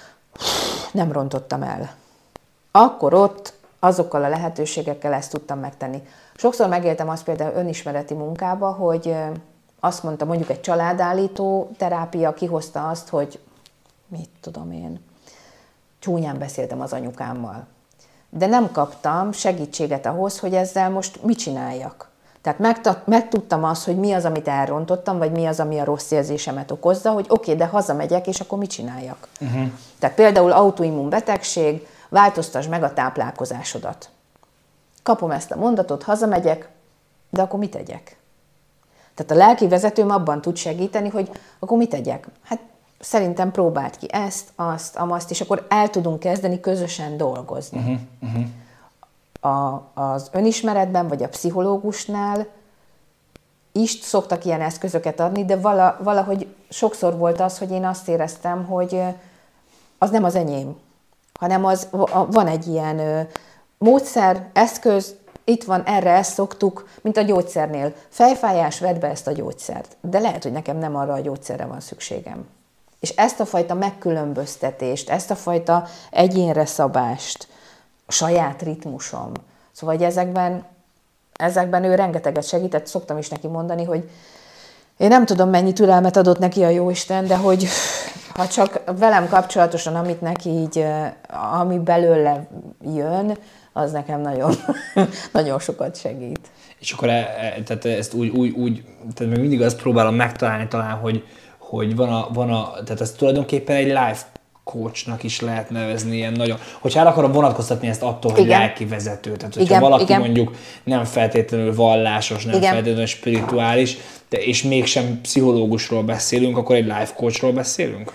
nem rontottam el. Akkor ott azokkal a lehetőségekkel ezt tudtam megtenni. Sokszor megéltem azt például önismereti munkába, hogy azt mondta, mondjuk egy családállító terápia kihozta azt, hogy mit tudom én, csúnyán beszéltem az anyukámmal. De nem kaptam segítséget ahhoz, hogy ezzel most mit csináljak. Tehát megtudtam azt, hogy mi az, amit elrontottam, vagy mi az, ami a rossz érzésemet okozza, hogy oké, de hazamegyek, és akkor mit csináljak. Tehát például autoimmun betegség, változtasd meg a táplálkozásodat. Kapom ezt a mondatot, hazamegyek, de akkor mit tegyek? Tehát a lelki vezetőm abban tud segíteni, hogy akkor mit tegyek? Hát szerintem próbáld ki ezt, azt, amazt, és akkor el tudunk kezdeni közösen dolgozni. Az önismeretben, vagy a pszichológusnál is szoktak ilyen eszközöket adni, de valahogy sokszor volt az, hogy én azt éreztem, hogy az nem az enyém, hanem van egy ilyen módszer, eszköz, itt van, erre ezt szoktuk, mint a gyógyszernél. Fejfájás, vedd be ezt a gyógyszert. De lehet, hogy nekem nem arra a gyógyszerre van szükségem. És ezt a fajta megkülönböztetést, ezt a fajta egyénre szabást, a saját ritmusom. Szóval ezekben ő rengeteget segített, szoktam is neki mondani, hogy én nem tudom, mennyi türelmet adott neki a Jóisten, de hogy ha csak velem kapcsolatosan, amit neki így, ami belőle jön, az nekem nagyon, nagyon sokat segít. És akkor tehát ezt úgy tehát még mindig azt próbálom megtalálni talán, hogy tehát ezt tulajdonképpen egy life coachnak is lehet nevezni ilyen nagyon, hogyha el akarom vonatkoztatni ezt attól, hogy lelkivezető, tehát hogyha valaki mondjuk nem feltétlenül vallásos, nem feltétlenül spirituális, és mégsem pszichológusról beszélünk, akkor egy life coachról beszélünk?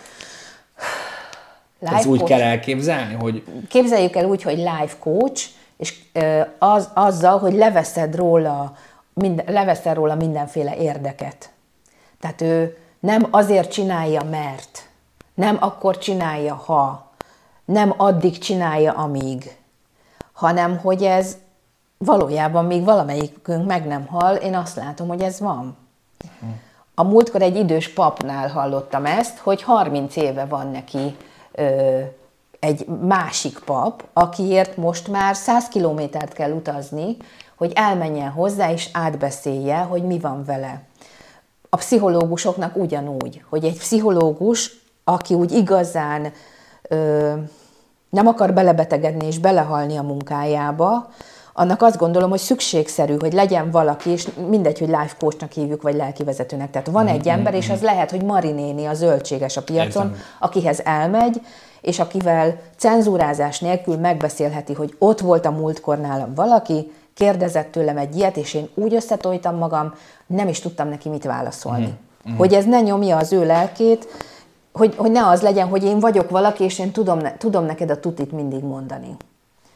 Ez úgy kell elképzelni, hogy... Képzeljük el úgy, hogy life coach, és azzal, hogy leveszed róla mindenféle érdeket. Tehát ő nem azért csinálja, mert, nem akkor csinálja, ha, nem addig csinálja, amíg, hanem hogy ez valójában még valamelyikünk meg nem hall, én azt látom, hogy ez van. A múltkor egy idős papnál hallottam ezt, hogy 30 éve van neki egy másik pap, akiért most már 100 kilométert kell utazni, hogy elmenjen hozzá és átbeszélje, hogy mi van vele. A pszichológusoknak ugyanúgy, hogy egy pszichológus, aki úgy igazán nem akar belebetegedni és belehalni a munkájába, annak azt gondolom, hogy szükségszerű, hogy legyen valaki, és mindegy, hogy life coachnak hívjuk, vagy lelkivezetőnek. Tehát van egy ember, és az lehet, hogy Mari néni a zöldséges a piacon, akihez elmegy, és akivel cenzúrázás nélkül megbeszélheti, hogy ott volt a múltkor nálam valaki, kérdezett tőlem egy ilyet, és én úgy összetoltam magam, nem is tudtam neki mit válaszolni. Hogy ez ne nyomja az ő lelkét, hogy ne az legyen, hogy én vagyok valaki, és én tudom neked a tutit mindig mondani.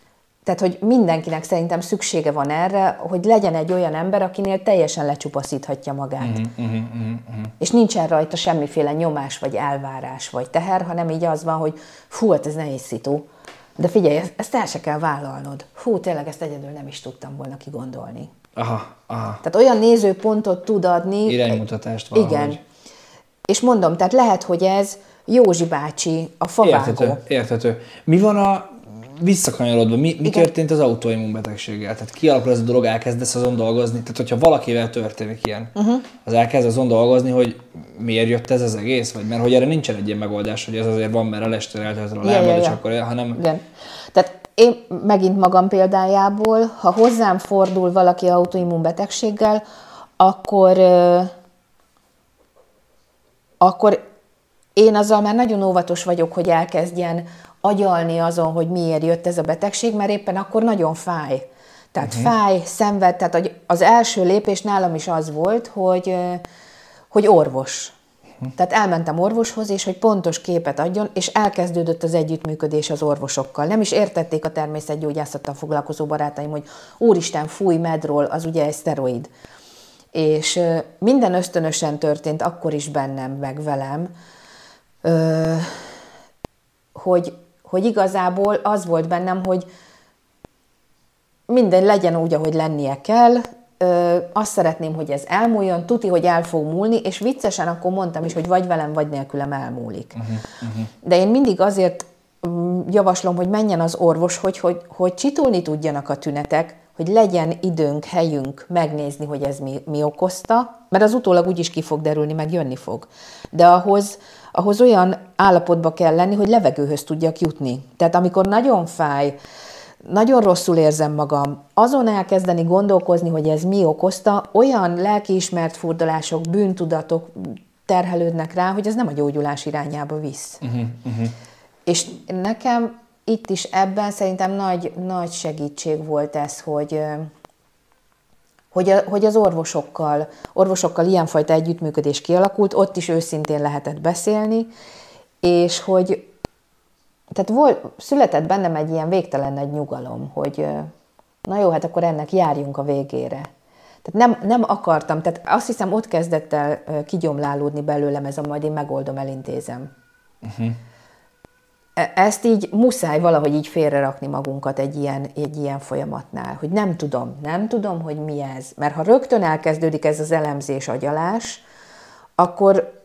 Tehát, hogy mindenkinek szerintem szüksége van erre, hogy legyen egy olyan ember, akinél teljesen lecsupaszíthatja magát. És nincsen rajta semmiféle nyomás, vagy elvárás, vagy teher, hanem így az van, hogy fú, hát ez nehéz szitu. De figyelj, ezt el se kell vállalnod. Fú, tényleg ezt egyedül nem is tudtam volna kigondolni. Aha. Tehát olyan nézőpontot tud adni. Iránymutatást valahogy. Igen. És mondom, tehát lehet, hogy ez Józsi bácsi, a favágó. Érthető. Mi van visszakanyarodva, mi történt az autoimmunbetegséggel? Tehát kialakul ez a dolog, elkezdesz azon dolgozni? Tehát, hogyha valakivel történik ilyen, az elkezd azon dolgozni, hogy miért jött ez az egész? Vagy mert hogy erre nincsen egy ilyen megoldás, hogy ez azért van, mert a lestér eltöltöd a lábad, és akkor, hanem... Igen. Tehát én megint magam példájából, ha hozzám fordul valaki autoimmunbetegséggel, akkor én azzal már nagyon óvatos vagyok, hogy elkezdjen agyalni azon, hogy miért jött ez a betegség, mert éppen akkor nagyon fáj. Tehát fáj, szenved, tehát az első lépés nálam is az volt, hogy orvos. Tehát elmentem orvoshoz, és hogy pontos képet adjon, és elkezdődött az együttműködés az orvosokkal. Nem is értették a természetgyógyászattal foglalkozó barátaim, hogy úristen, fúj, medrol, az ugye egy szteroid. És minden ösztönösen történt, akkor is bennem, meg velem, hogy igazából az volt bennem, hogy minden legyen úgy, ahogy lennie kell, azt szeretném, hogy ez elmúljon, tuti, hogy el fog múlni, és viccesen akkor mondtam is, hogy vagy velem, vagy nélkülem elmúlik. De én mindig azért javaslom, hogy menjen az orvos, hogy csitulni tudjanak a tünetek, hogy legyen időnk, helyünk megnézni, hogy ez mi okozta, mert az utólag úgyis ki fog derülni, meg jönni fog. De ahhoz olyan állapotba kell lenni, hogy levegőhöz tudjak jutni. Tehát amikor nagyon fáj, nagyon rosszul érzem magam, azon elkezdeni gondolkozni, hogy ez mi okozta, olyan lelkiismert furdalások, bűntudatok terhelődnek rá, hogy ez nem a gyógyulás irányába visz. És nekem itt is ebben szerintem nagy segítség volt ez, hogy az orvosokkal ilyenfajta együttműködés kialakult, ott is őszintén lehetett beszélni, és hogy tehát született bennem egy ilyen végtelen nagy nyugalom, hogy na jó, hát akkor ennek járjunk a végére. Tehát nem akartam, tehát azt hiszem ott kezdett el kigyomlálódni belőlem ez a majd én megoldom, elintézem. Ezt így muszáj valahogy így félrerakni magunkat egy ilyen folyamatnál, hogy nem tudom, hogy mi ez. Mert ha rögtön elkezdődik ez az elemzés, agyalás, akkor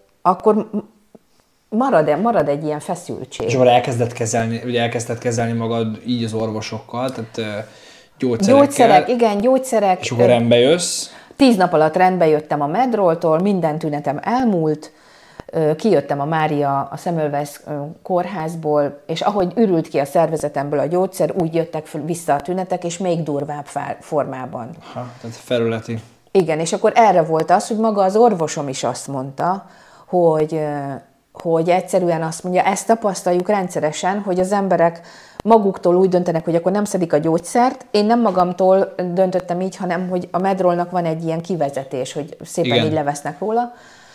marad egy ilyen feszültség. És akkor elkezdted kezelni magad így az orvosokkal, tehát gyógyszerekkel. Gyógyszerek. És akkor rendbe jössz. 10 nap alatt rendbe jöttem a Medroltól, minden tünetem elmúlt, kijöttem a Mária a Semmelweis kórházból, és ahogy ürült ki a szervezetemből a gyógyszer, úgy jöttek vissza a tünetek, és még durvább formában. Tehát felületi. Igen, és akkor erre volt az, hogy maga az orvosom is azt mondta, hogy egyszerűen azt mondja, ezt tapasztaljuk rendszeresen, hogy az emberek maguktól úgy döntenek, hogy akkor nem szedik a gyógyszert. Én nem magamtól döntöttem így, hanem hogy a Medrolnak van egy ilyen kivezetés, hogy szépen így levesznek róla,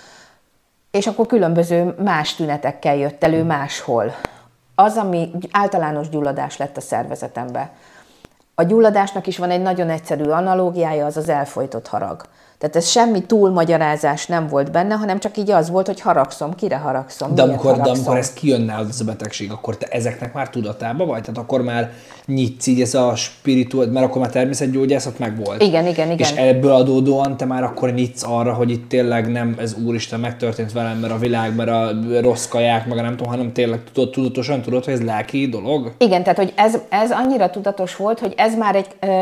és akkor különböző más tünetekkel jött elő máshol. Az, ami általános gyulladás lett a szervezetembe. A gyulladásnak is van egy nagyon egyszerű analógiája, az az elfojtott harag. Tehát ez semmi túlmagyarázás nem volt benne, hanem csak így az volt, hogy haragszom, kire haragszom, de amikor ez kijön nálad, ez a betegség, akkor te ezeknek már tudatában vagy? Tehát akkor már nyitsz így ez a spirituál, mert akkor már természetgyógyászat megvolt. Igen. És ebből adódóan te már akkor nyitsz arra, hogy itt tényleg nem ez úristen megtörtént velem, mert a világ, mert a rossz kaják, meg a nem tudom, hanem tényleg tudatosan tudod, hogy ez lelki dolog? Igen, tehát hogy ez annyira tudatos volt, hogy ez már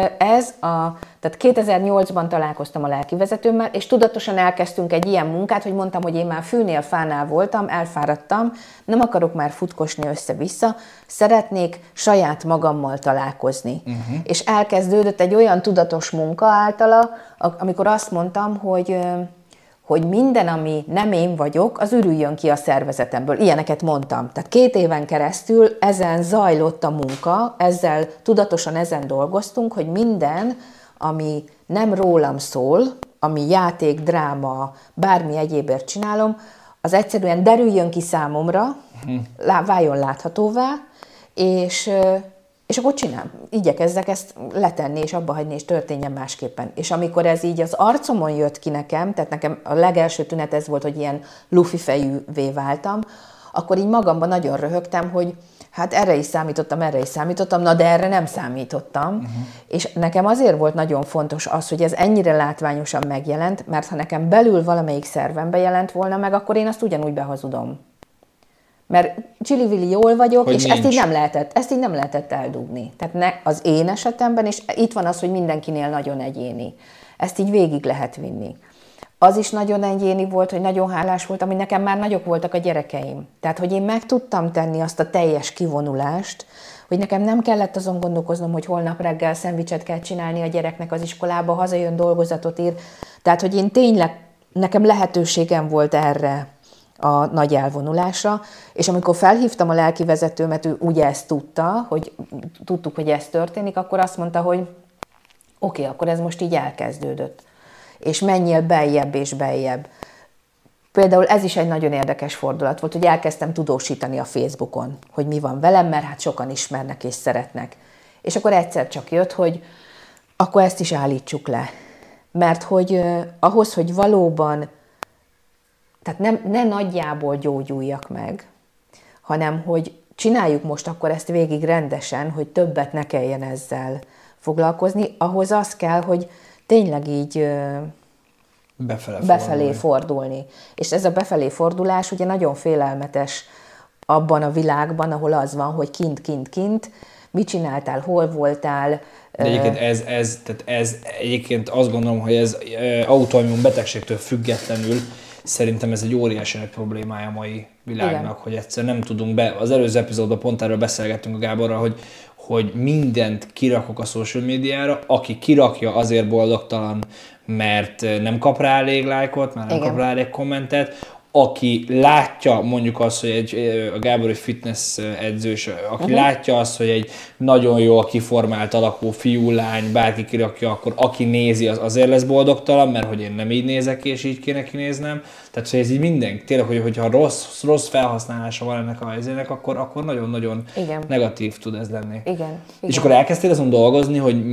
tehát 2008-ban találkoztam a lelkivezetőmmel, és tudatosan elkezdtünk egy ilyen munkát, hogy mondtam, hogy én már fűnél, fánál voltam, elfáradtam, nem akarok már futkosni össze-vissza, szeretnék saját magammal találkozni. És elkezdődött egy olyan tudatos munka általa, amikor azt mondtam, hogy minden, ami nem én vagyok, az ürüljön ki a szervezetemből. Ilyeneket mondtam. Tehát 2 éven keresztül ezen zajlott a munka, tudatosan ezen dolgoztunk, hogy minden, ami nem rólam szól, ami játék, dráma, bármi egyébért csinálom, az egyszerűen derüljön ki számomra, váljon láthatóvá, és És akkor igyekezzek ezt letenni, és abba hagyni, és történjen másképpen. És amikor ez így az arcomon jött ki nekem, tehát nekem a legelső tünet ez volt, hogy ilyen lufi fejűvé váltam, akkor így magamban nagyon röhögtem, hogy hát erre is számítottam, na de erre nem számítottam. És nekem azért volt nagyon fontos az, hogy ez ennyire látványosan megjelent, mert ha nekem belül valamelyik szervembe jelent volna meg, akkor én azt ugyanúgy behazudom. Mert csili-vili jól vagyok, hogy és ezt így nem lehetett eldugni. Tehát az én esetemben, és itt van az, hogy mindenkinél nagyon egyéni. Ezt így végig lehet vinni. Az is nagyon egyéni volt, hogy nagyon hálás voltam, hogy nekem már nagyok voltak a gyerekeim. Tehát, hogy én meg tudtam tenni azt a teljes kivonulást, hogy nekem nem kellett azon gondolkoznom, hogy holnap reggel szendvicset kell csinálni a gyereknek az iskolába, hazajön, dolgozatot ír. Tehát, hogy én tényleg, nekem lehetőségem volt erre a nagy elvonulásra, és amikor felhívtam a lelkivezetőmet, ő ugye ezt tudtuk, hogy ez történik, akkor azt mondta, hogy oké, akkor ez most így elkezdődött. És menjél beljebb és beljebb. Például ez is egy nagyon érdekes fordulat volt, hogy elkezdtem tudósítani a Facebookon, hogy mi van velem, mert hát sokan ismernek és szeretnek. És akkor egyszer csak jött, hogy akkor ezt is állítsuk le. Mert hogy ahhoz, hogy valóban, tehát ne nagyjából gyógyuljak meg, hanem hogy csináljuk most akkor ezt végig rendesen, hogy többet ne kelljen ezzel foglalkozni, ahhoz az kell, hogy tényleg így befelé fordulni. És ez a befelé fordulás ugye nagyon félelmetes abban a világban, ahol az van, hogy kint, mit csináltál, hol voltál. De egyébként ez egyébként azt gondolom, hogy ez autoimmun betegségtől függetlenül szerintem ez egy óriási nagy problémája a mai világnak, igen. Hogy egyszer nem tudunk az előző epizódban pont erről beszélgettünk a Gáborral, hogy mindent kirakok a social médiára, aki kirakja azért boldogtalan, mert nem kap rá elég lájkot, mert nem kap rá elég kommentet, aki látja mondjuk azt, hogy a Gábor egy fitness edzős, aki látja azt, hogy egy nagyon jól kiformált alakú fiú, lány, bárki kirakja, akkor aki nézi, az azért lesz boldogtalan, mert hogy én nem így nézek, és így kéne kinéznem. Tehát, hogy ez így minden, tényleg, hogyha rossz felhasználása van ennek a helyzének, akkor nagyon-nagyon negatív tud ez lenni. Igen. És akkor elkezdtél azon dolgozni, hogy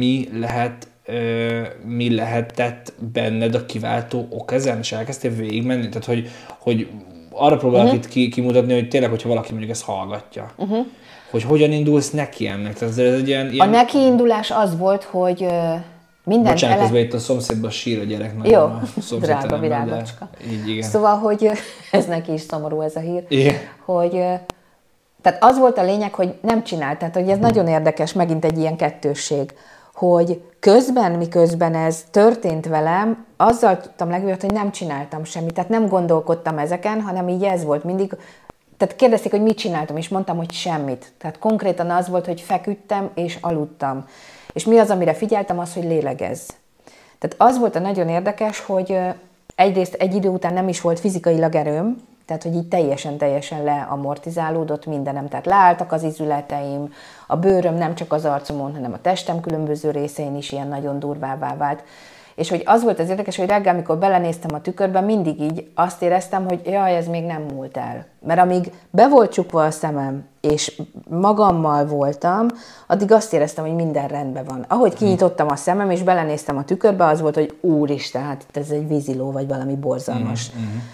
mi lehetett benned a kiváltó ok ezen, és elkezdtél végigmenni? Tehát, hogy arra próbálok itt kimutatni, hogy tényleg, hogyha valaki mondjuk ezt hallgatja, hogy hogyan indulsz neki ennek? Tehát ez egy ilyen... A nekiindulás az volt, hogy minden... Bocsánat, közben itt a szomszédban sír a gyerek. Nagyon jó, drága virágocska. Így, igen. Szóval, hogy ez neki is szomorú ez a hír, igen. Hogy... Tehát az volt a lényeg, hogy nem csinált. Tehát, hogy ez nagyon érdekes, megint egy ilyen kettősség, hogy miközben ez történt velem, azzal tudtam legjobbat, hogy nem csináltam semmit. Tehát nem gondolkodtam ezeken, hanem így ez volt mindig. Tehát kérdezték, hogy mit csináltam, és mondtam, hogy semmit. Tehát konkrétan az volt, hogy feküdtem és aludtam. És mi az, amire figyeltem, az, hogy lélegezz. Tehát az volt a nagyon érdekes, hogy egyrészt egy idő után nem is volt fizikailag erőm, tehát, hogy így teljesen leamortizálódott mindenem. Tehát leálltak az izületeim, a bőröm nem csak az arcomon, hanem a testem különböző részein is ilyen nagyon durvává vált. És hogy az volt az érdekes, hogy reggel, amikor belenéztem a tükörbe, mindig így azt éreztem, hogy jaj, ez még nem múlt el. Mert amíg be volt csukva a szemem, és magammal voltam, addig azt éreztem, hogy minden rendben van. Ahogy kinyitottam a szemem, és belenéztem a tükörbe, az volt, hogy úristen, hát ez egy víziló, vagy valami borzalmas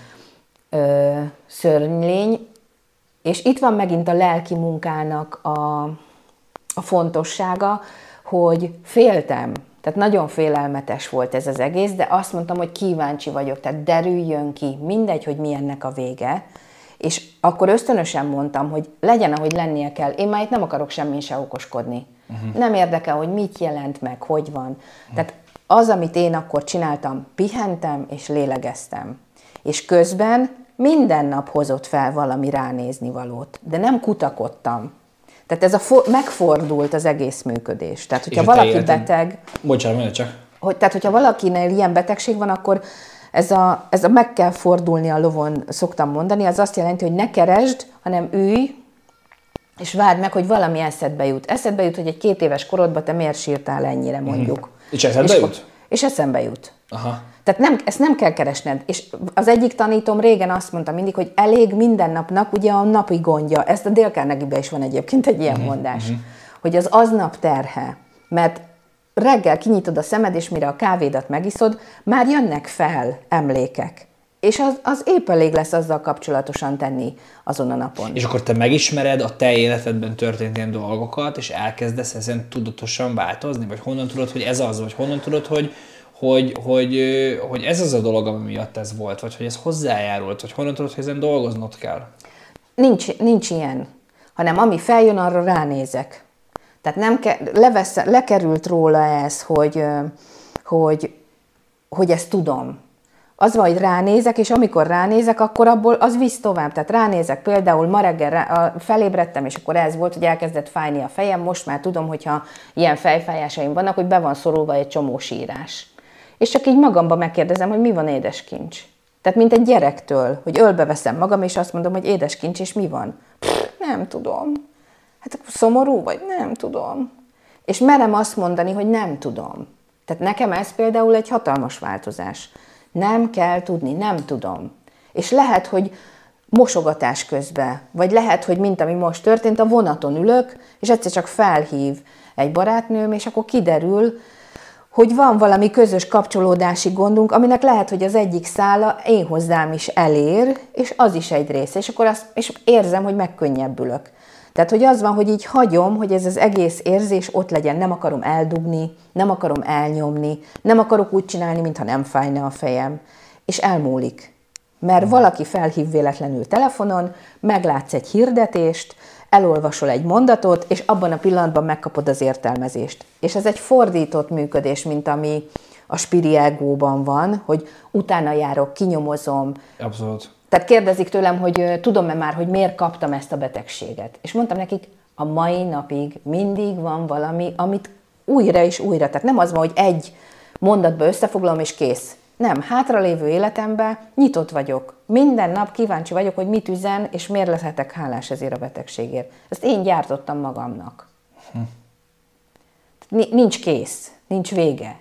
szörnylény. És itt van megint a lelki munkának a fontossága, hogy féltem. Tehát nagyon félelmetes volt ez az egész, de azt mondtam, hogy kíváncsi vagyok, tehát derüljön ki, mindegy, hogy mi ennek a vége. És akkor ösztönösen mondtam, hogy legyen, ahogy lennie kell. Én már itt nem akarok semmin se okoskodni. Nem érdekel, hogy mit jelent meg, hogy van. Tehát az, amit én akkor csináltam, pihentem és lélegeztem. És közben minden nap hozott fel valami ránézni valót, de nem kutakodtam. Tehát ez megfordult az egész működés. Tehát, hogyha valaki beteg... Bocsánat, mondja csak. Tehát, hogyha valakinél ilyen betegség van, akkor ez a meg kell fordulni a lovon, szoktam mondani, az azt jelenti, hogy ne keresd, hanem ülj, és várd meg, hogy valami eszedbe jut. Eszedbe jut, hogy egy 2 éves korodban te miért sírtál ennyire, mondjuk. És eszedbe jut? És eszembe jut. Aha. Tehát ezt nem kell keresned. És az egyik tanítom régen azt mondta mindig, hogy elég minden napnak ugye a napi gondja. Ezt a Dale Carnegie-ben is van egyébként egy ilyen mondás. hogy az aznap terhe, mert reggel kinyitod a szemed, és mire a kávédat megiszod, már jönnek fel emlékek. És az épp elég lesz azzal kapcsolatosan tenni azon a napon. És akkor te megismered a te életedben történt ilyen dolgokat, és elkezdesz ezen tudatosan változni? Vagy honnan tudod, hogy ez az? Vagy honnan tudod, hogy ez az a dolog, ami miatt ez volt? Vagy hogy ez hozzájárult? Vagy honnan tudod, hogy ezen dolgoznod kell? Nincs ilyen, hanem ami feljön, arra ránézek. Tehát nem lekerült róla ez, hogy ezt tudom. Az van, hogy ránézek, és amikor ránézek, akkor abból az visz tovább. Tehát ránézek, például ma reggel felébredtem, és akkor ez volt, hogy elkezdett fájni a fejem. Most már tudom, hogyha ilyen fejfájásaim vannak, hogy be van szorulva egy csomó sírás. És csak így magamba megkérdezem, hogy mi van, édeskincs. Tehát mint egy gyerektől, hogy ölbe veszem magam, és azt mondom, hogy édeskincs, és mi van? Nem tudom. Hát akkor szomorú vagy? Nem tudom. És merem azt mondani, hogy nem tudom. Tehát nekem ez például egy hatalmas változás. Nem kell tudni, nem tudom. És lehet, hogy mosogatás közben, vagy lehet, hogy mint ami most történt, a vonaton ülök, és egyszer csak felhív egy barátnőm, és akkor kiderül, hogy van valami közös kapcsolódási gondunk, aminek lehet, hogy az egyik szála én hozzám is elér, és az is egy része, és akkor és érzem, hogy megkönnyebbülök. Tehát, hogy az van, hogy így hagyom, hogy ez az egész érzés ott legyen, nem akarom eldugni, nem akarom elnyomni, nem akarok úgy csinálni, mintha nem fájna a fejem, és elmúlik. Mert valaki felhív véletlenül telefonon, meglátsz egy hirdetést, elolvasol egy mondatot, és abban a pillanatban megkapod az értelmezést. És ez egy fordított működés, mint ami a spiri egóban van, hogy utána járok, kinyomozom. Abszolút. Tehát kérdezik tőlem, hogy tudom-e már, hogy miért kaptam ezt a betegséget. És mondtam nekik, a mai napig mindig van valami, amit újra és újra. Tehát nem az van, hogy egy mondatba összefoglalom és kész. Nem, hátralévő életemben nyitott vagyok. Minden nap kíváncsi vagyok, hogy mit üzen, és miért lehetek hálás ezért a betegségért. Ezt én gyártottam magamnak. Nincs kész, nincs vége.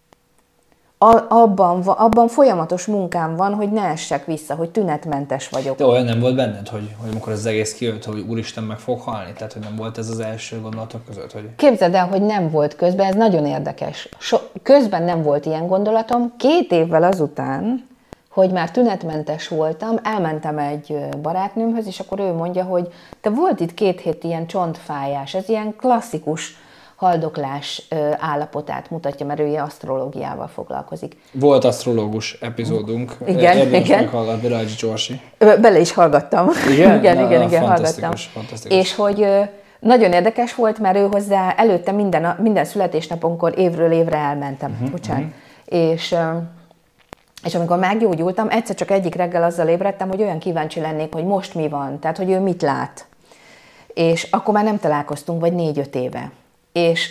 Abban folyamatos munkám van, hogy ne essek vissza, hogy tünetmentes vagyok. De olyan nem volt benned, hogy amikor az egész kijött, hogy úristen meg fog halni? Tehát, hogy nem volt ez az első gondolatok között? Hogy... Képzeld el, hogy nem volt közben, ez nagyon érdekes. Közben nem volt ilyen gondolatom. 2 évvel azután, hogy már tünetmentes voltam, elmentem egy barátnőmhöz, és akkor ő mondja, hogy te volt itt 2 hét ilyen csontfájás, ez ilyen klasszikus haldoklás állapotát mutatja, mert ő ilyen asztrológiával foglalkozik. Volt asztrológus epizódunk. Igen. Meghallgatni Rajcsi Csorsi. Bele is hallgattam. Igen, igen, fantasztikus, hallgattam. Fantasztikus. És hogy nagyon érdekes volt, mert ő hozzá előtte minden születésnaponkor évről évre elmentem. Bocsánat. És amikor meggyógyultam, egyszer csak egyik reggel azzal ébredtem, hogy olyan kíváncsi lennék, hogy most mi van, tehát hogy ő mit lát. És akkor már nem találkoztunk, vagy 4-5 éve. És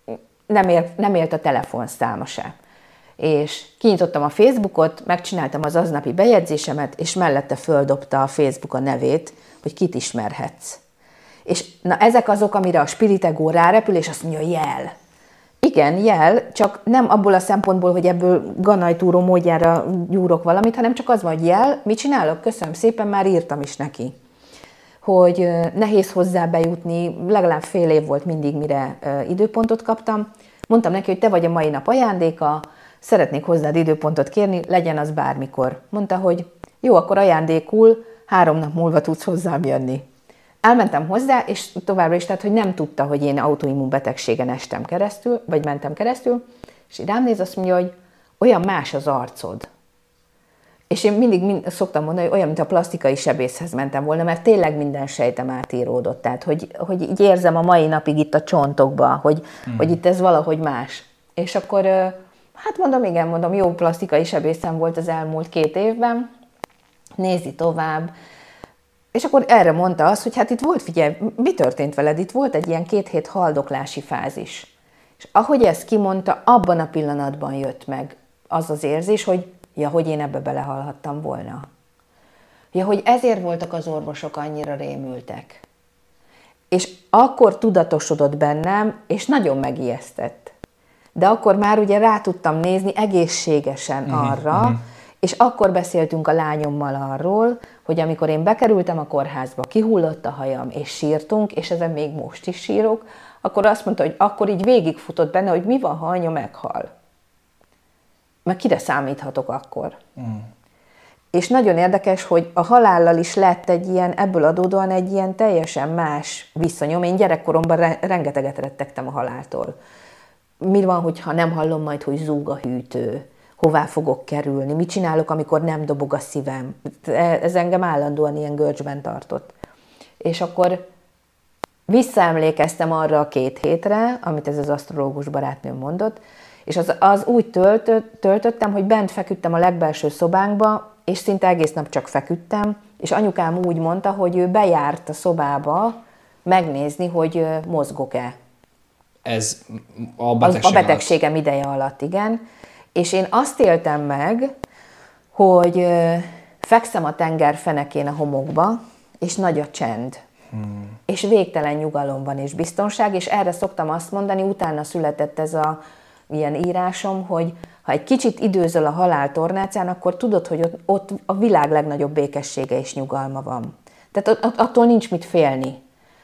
nem élt a telefonszáma se. És kinyitottam a Facebookot, megcsináltam az aznapi bejegyzésemet, és mellette földobta a Facebook a nevét, hogy kit ismerhetsz. És na ezek azok, amire a spiritegó rárepül, és azt mondja, jel. Igen, jel, csak nem abból a szempontból, hogy ebből ganajtúró módjára gyúrok valamit, hanem csak az van, hogy jel, mit csinálok? Köszönöm szépen, már írtam is neki. Hogy nehéz hozzá bejutni, legalább fél év volt mindig, mire időpontot kaptam. Mondtam neki, hogy te vagy a mai nap ajándéka, szeretnék hozzád időpontot kérni, legyen az bármikor. Mondta, hogy jó, akkor ajándékul 3 nap múlva tudsz hozzám jönni. Elmentem hozzá, és továbbra is, tehát, hogy nem tudta, hogy én autoimmun betegségen estem keresztül, vagy mentem keresztül, és rám néz, azt mondja, hogy olyan más az arcod. És én mindig szoktam mondani, hogy olyan, mint a plastikai sebészhez mentem volna, mert tényleg minden sejtem átíródott. Tehát, hogy így érzem a mai napig itt a csontokba, hogy itt ez valahogy más. És akkor, hát mondom, jó plastikai sebészem volt az elmúlt 2 évben, nézi tovább. És akkor erre mondta azt, hogy hát itt volt, figyelj, mi történt veled? Itt volt egy ilyen 2 hét haldoklási fázis. És ahogy ezt kimondta, abban a pillanatban jött meg az az érzés, hogy ja, hogy én ebbe belehalhattam volna. Ja, hogy ezért voltak az orvosok annyira rémültek. És akkor tudatosodott bennem, és nagyon megijesztett. De akkor már ugye rá tudtam nézni egészségesen arra, és akkor beszéltünk a lányommal arról, hogy amikor én bekerültem a kórházba, kihullott a hajam, és sírtunk, és ezen még most is sírok, akkor azt mondta, hogy akkor így végigfutott benne, hogy mi van, ha anya meghal. Mert kire számíthatok akkor? És nagyon érdekes, hogy a halállal is lett egy ilyen, ebből adódóan egy ilyen teljesen más viszonyom. Én gyerekkoromban rengeteget rettegtem a haláltól. Mi van, hogyha nem hallom majd, hogy zúg a hűtő? Hová fogok kerülni? Mit csinálok, amikor nem dobog a szívem? Ez engem állandóan ilyen görcsben tartott. És akkor visszaemlékeztem arra a 2 hétre, amit ez az asztrológus barátnőm mondott, és az úgy töltöttem, hogy bent feküdtem a legbelső szobánkba, és szinte egész nap csak feküdtem, és anyukám úgy mondta, hogy ő bejárt a szobába megnézni, hogy mozgok-e. Ez a betegség A betegségem ideje alatt, igen. És én azt éltem meg, hogy fekszem a tenger fenekén a homokba, és nagy a csend. És végtelen nyugalom van és biztonság, és erre szoktam azt mondani, utána született ez a ilyen írásom, hogy ha egy kicsit időzöl a halál tornácán, akkor tudod, hogy ott a világ legnagyobb békessége és nyugalma van. Tehát attól nincs mit félni.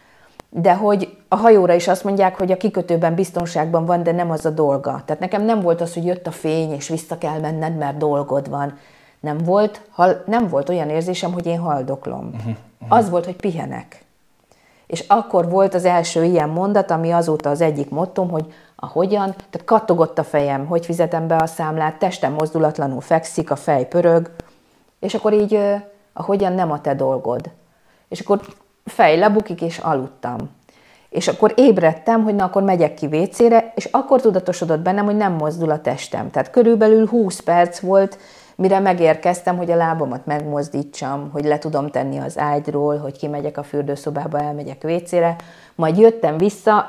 De hogy a hajóra is azt mondják, hogy a kikötőben biztonságban van, de nem az a dolga. Tehát nekem nem volt az, hogy jött a fény, és vissza kell menned, mert dolgod van. Nem volt olyan érzésem, hogy én haldoklom. Az volt, hogy pihenek. És akkor volt az első ilyen mondat, ami azóta az egyik mottom, hogy ahogyan, tehát kattogott a fejem, hogy fizetem be a számlát, testem mozdulatlanul fekszik, a fej pörög, és akkor így, ahogyan nem a te dolgod. És akkor fej lebukik, és aludtam. És akkor ébredtem, hogy na akkor megyek ki vécére, és akkor tudatosodott bennem, hogy nem mozdul a testem. Tehát körülbelül 20 perc volt, mire megérkeztem, hogy a lábamat megmozdítsam, hogy le tudom tenni az ágyról, hogy kimegyek a fürdőszobába, elmegyek vécére. Majd jöttem vissza,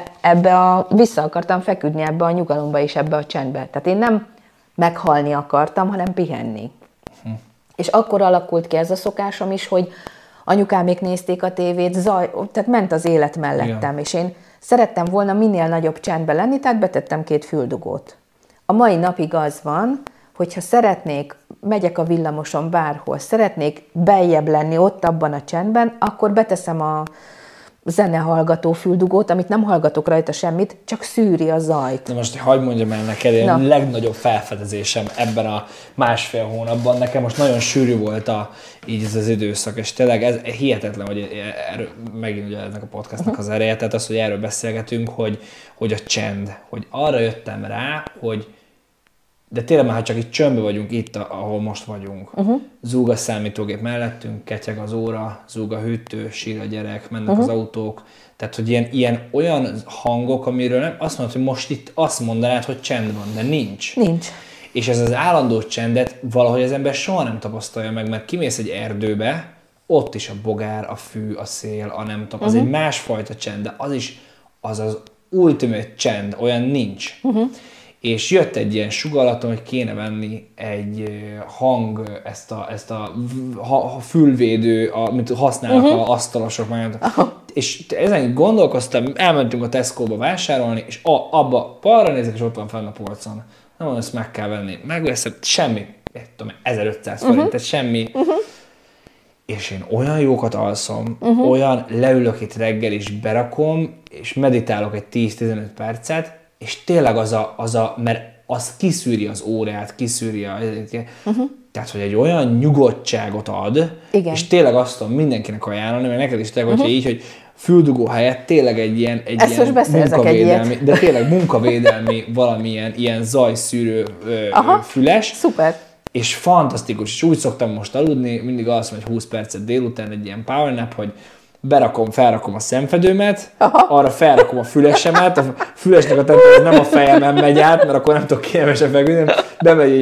vissza akartam feküdni ebbe a nyugalomba és ebbe a csendbe. Tehát én nem meghalni akartam, hanem pihenni. És akkor alakult ki ez a szokásom is, hogy anyukámék nézték a tévét, tehát ment az élet mellettem, ja. És én szerettem volna minél nagyobb csendben lenni, tehát betettem 2 füldugót. A mai napig az van, hogyha szeretnék, megyek a villamoson bárhol, szeretnék beljebb lenni ott abban a csendben, akkor beteszem a zenehallgató füldugót, amit nem hallgatok rajta semmit, csak szűri a zajt. Na most hagyd mondjam el neked, én a legnagyobb felfedezésem ebben a 1,5 hónapban, nekem most nagyon sűrű volt így ez az időszak, és tényleg ez hihetetlen, hogy erről, megint ugye ennek a podcastnak az ereje, tehát az, hogy erről beszélgetünk, hogy a csend, hogy arra jöttem rá, hogy de tényleg már, ha csak itt csöndben vagyunk, itt, ahol most vagyunk, zúg a számítógép mellettünk, ketyeg az óra, zúg a hűtő, sír a gyerek, mennek az autók, tehát, hogy ilyen olyan hangok, amiről nem azt mondod, hogy most itt azt mondanád, hogy csend van, de nincs. Nincs. És ez az állandó csendet valahogy az ember soha nem tapasztalja meg, mert kimész egy erdőbe, ott is a bogár, a fű, a szél, a nem tudom, az egy másfajta csend, de az is az ultimate csend, olyan nincs. És jött egy ilyen sugallatom, hogy kéne venni egy ezt a fülvédő, amit használnak az asztalosok. És ezen gondolkoztam, elmentünk a Tesco-ba vásárolni, és abba balra nézek, és ott van fenn a polcon. Nem, ezt meg kell venni. Megveszem, semmi, 1500 forint, tehát semmi. És én olyan jókat alszom, olyan leülök itt reggel, és berakom, és meditálok egy 10-15 percet, és tényleg mert az kiszűri az órát, kiszűri tehát, hogy egy olyan nyugodtságot ad, igen. És tényleg azt tudom mindenkinek ajánlani, mert neked is tényleg, hogyha így, hogy füldugó helyett tényleg egy ilyen munkavédelmi, de tényleg munkavédelmi valamilyen ilyen zajszűrő füles. Szuper. És fantasztikus, és úgy szoktam most aludni, mindig alszom egy 20 percet délután, egy ilyen power nap, hogy felrakom a szemfedőmet, arra felrakom a fülesemet, a fülesnek a tetője nem a fejemen megy át, mert akkor nem tudok kényelmesen feküdni, bemegy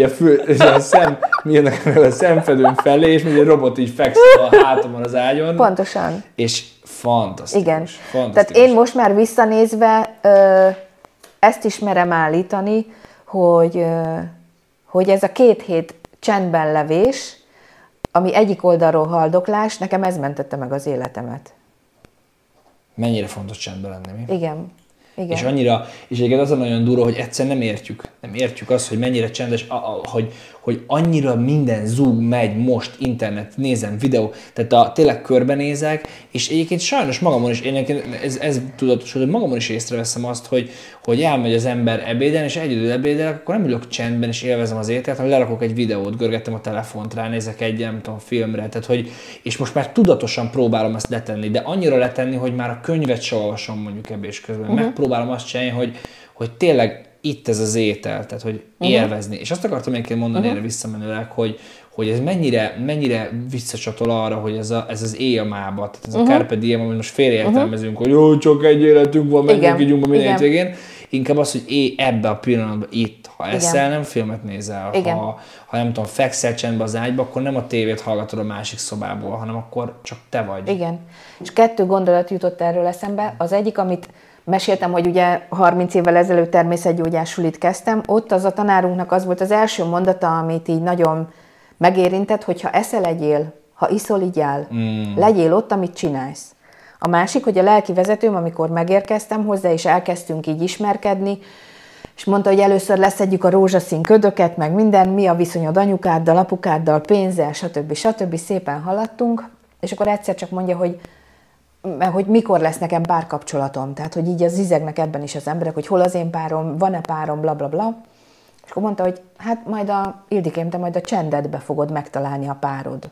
a szemfedőm felé, és egy robot így fekszik a hátamon az ágyon. Pontosan. És fantasztikus. Igen. Fantasztikus. Tehát én most már visszanézve ezt is merem állítani, hogy ez a 2 hét csendben levés, ami egyik oldalról haldoklás, nekem ez mentette meg az életemet. Mennyire fontos csendben lenni, mi? Igen. Igen. És egyébként az a nagyon durva, hogy egyszer nem értjük. Nem értjük azt, hogy mennyire csendes, hogy annyira minden zúg, megy most, internet, nézem, videó, tehát tényleg körbenézek, és egyébként sajnos magamon is, ez tudatos, hogy magamon is észreveszem azt, hogy elmegy az ember ebédelni, és egyedül ebédelek, akkor nem ülök csendben, és élvezem az ételt, hanem lerakok egy videót, görgettem a telefont, ránézek egy, nem tudom, filmre, tehát hogy, és most már tudatosan próbálom ezt letenni, de annyira letenni, hogy már a könyvet se olvasom mondjuk ebéd közben. Megpróbálom azt csinálni, hogy tényleg itt ez az étel, tehát hogy élvezni. És azt akartam egyébként mondani erre visszamenőleg, hogy ez mennyire visszacsatol arra, hogy ez az éjjelmába, tehát ez a carpe diem, amit most félreértelmezünk, hogy jó, csak egy életünk van, menjünk, ígyunk be minden hétvégén. Inkább az, hogy ebbe a pillanatban itt, ha eszel, nem filmet nézel, ha nem tudom, fekszel csendbe az ágyba, akkor nem a tévét hallgatod a másik szobából, hanem akkor csak te vagy. Igen. És 2 gondolat jutott erről eszembe. Az egyik, amit meséltem, hogy ugye 30 évvel ezelőtt természetgyógyás sulit kezdtem, ott az a tanárunknak az volt az első mondata, amit így nagyon megérintett, hogy ha eszel, legyél, ha iszol, igyál, legyél ott, amit csinálsz. A másik, hogy a lelki vezetőm, amikor megérkeztem hozzá, és elkezdtünk így ismerkedni, és mondta, hogy először leszedjük a rózsaszín ködöket, meg minden, mi a viszonyod anyukáddal, apukáddal, pénzzel, stb. Szépen haladtunk, és akkor egyszer csak mondja, hogy mikor lesz nekem párkapcsolatom, tehát hogy így zizegnek ebben is az emberek, hogy hol az én párom, van-e párom, bla bla bla. És akkor mondta, hogy hát majd Ildikém, te majd a csendedbe fogod megtalálni a párod.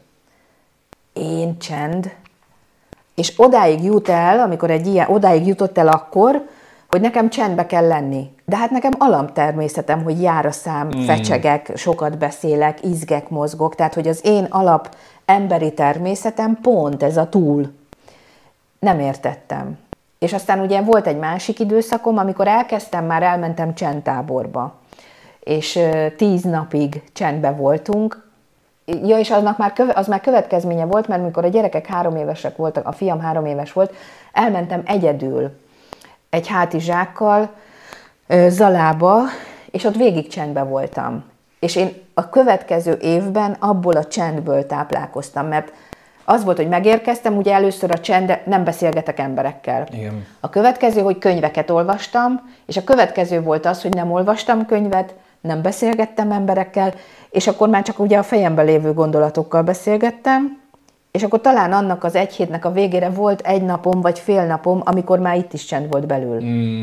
Én csend? És odáig jut el, amikor odáig jutott el akkor, hogy nekem csendbe kell lenni. De hát nekem alaptermészetem, hogy jár a szám, fecsegek, sokat beszélek, izgek, mozgok, tehát hogy az én alap emberi természetem pont ez a túl. Nem értettem. És aztán ugye volt egy másik időszakom, amikor elmentem csendtáborba. És 10 napig csendbe voltunk. Ja, és az már következménye volt, mert mikor a gyerekek 3 évesek voltak, a fiam 3 éves volt, elmentem egyedül egy hátizsákkal Zalába, és ott végig csendbe voltam. És én a következő évben abból a csendből táplálkoztam, mert az volt, hogy megérkeztem, ugye először a csend, nem beszélgetek emberekkel. Igen. A következő, hogy könyveket olvastam, és a következő volt az, hogy nem olvastam könyvet, nem beszélgettem emberekkel, és akkor már csak ugye a fejemben lévő gondolatokkal beszélgettem, és akkor talán annak az egy hétnek a végére volt egy napom, vagy fél napom, amikor már itt is csend volt belül.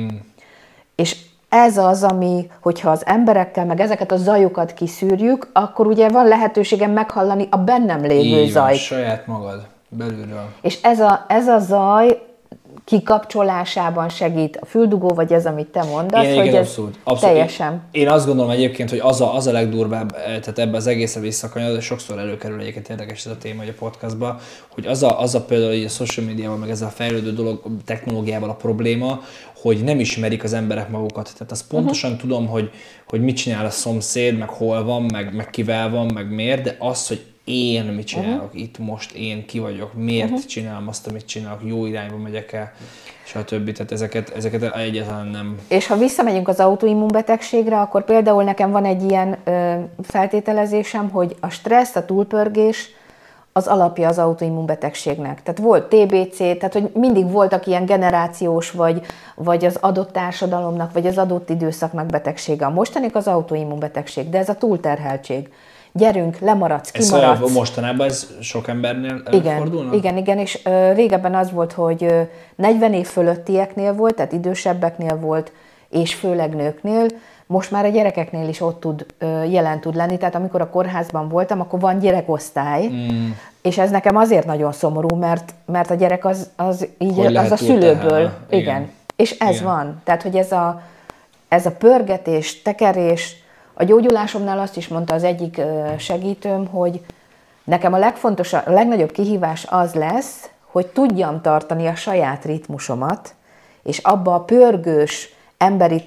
És ez az, ami, hogyha az emberekkel, meg ezeket a zajokat kiszűrjük, akkor ugye van lehetőségem meghallani a bennem lévő zajt. Saját magad belülről. És ez a zaj kikapcsolásában segít a füldugó, vagy ez, amit te mondasz, igen, hogy igen, ez abszolút. teljesen. Én azt gondolom egyébként, hogy az a legdurvább, tehát ebbe az egészen visszakanyar, de sokszor előkerül egyébként érdekes ez a téma a podcastban, hogy az a például a social médiával, meg ezzel a fejlődő dolog, technológiával a probléma, hogy nem ismerik az emberek magukat. Tehát azt pontosan tudom, hogy mit csinál a szomszéd, meg hol van, meg kivel van, meg miért, de az, hogy én mit csinálok itt most, én ki vagyok, miért csinálom azt, amit csinálok, jó irányba megyek el, és a többi, tehát ezeket egyáltalán nem. És ha visszamegyünk az autoimmunbetegségre, akkor például nekem van egy ilyen feltételezésem, hogy a stressz, a túlpörgés az alapja az autoimmunbetegségnek. Tehát volt TBC, tehát hogy mindig voltak ilyen generációs, vagy az adott társadalomnak, vagy az adott időszaknak betegsége. A mostanik az autoimmunbetegség, de ez a túlterheltség. Gyerünk, lemaradsz, kimaradsz. Ez mostanában ez sok embernél előfordulnak? Igen, és régebben az volt, hogy 40 év fölöttieknél volt, tehát idősebbeknél volt, és főleg nőknél, most már a gyerekeknél is ott jelen tud lenni, tehát amikor a kórházban voltam, akkor van gyerekosztály, és ez nekem azért nagyon szomorú, mert a gyerek az a szülőből. Igen. És ez van. Tehát, hogy ez a pörgetés, tekerés. A gyógyulásomnál azt is mondta az egyik segítőm, hogy nekem a legnagyobb kihívás az lesz, hogy tudjam tartani a saját ritmusomat, és abba a pörgős emberi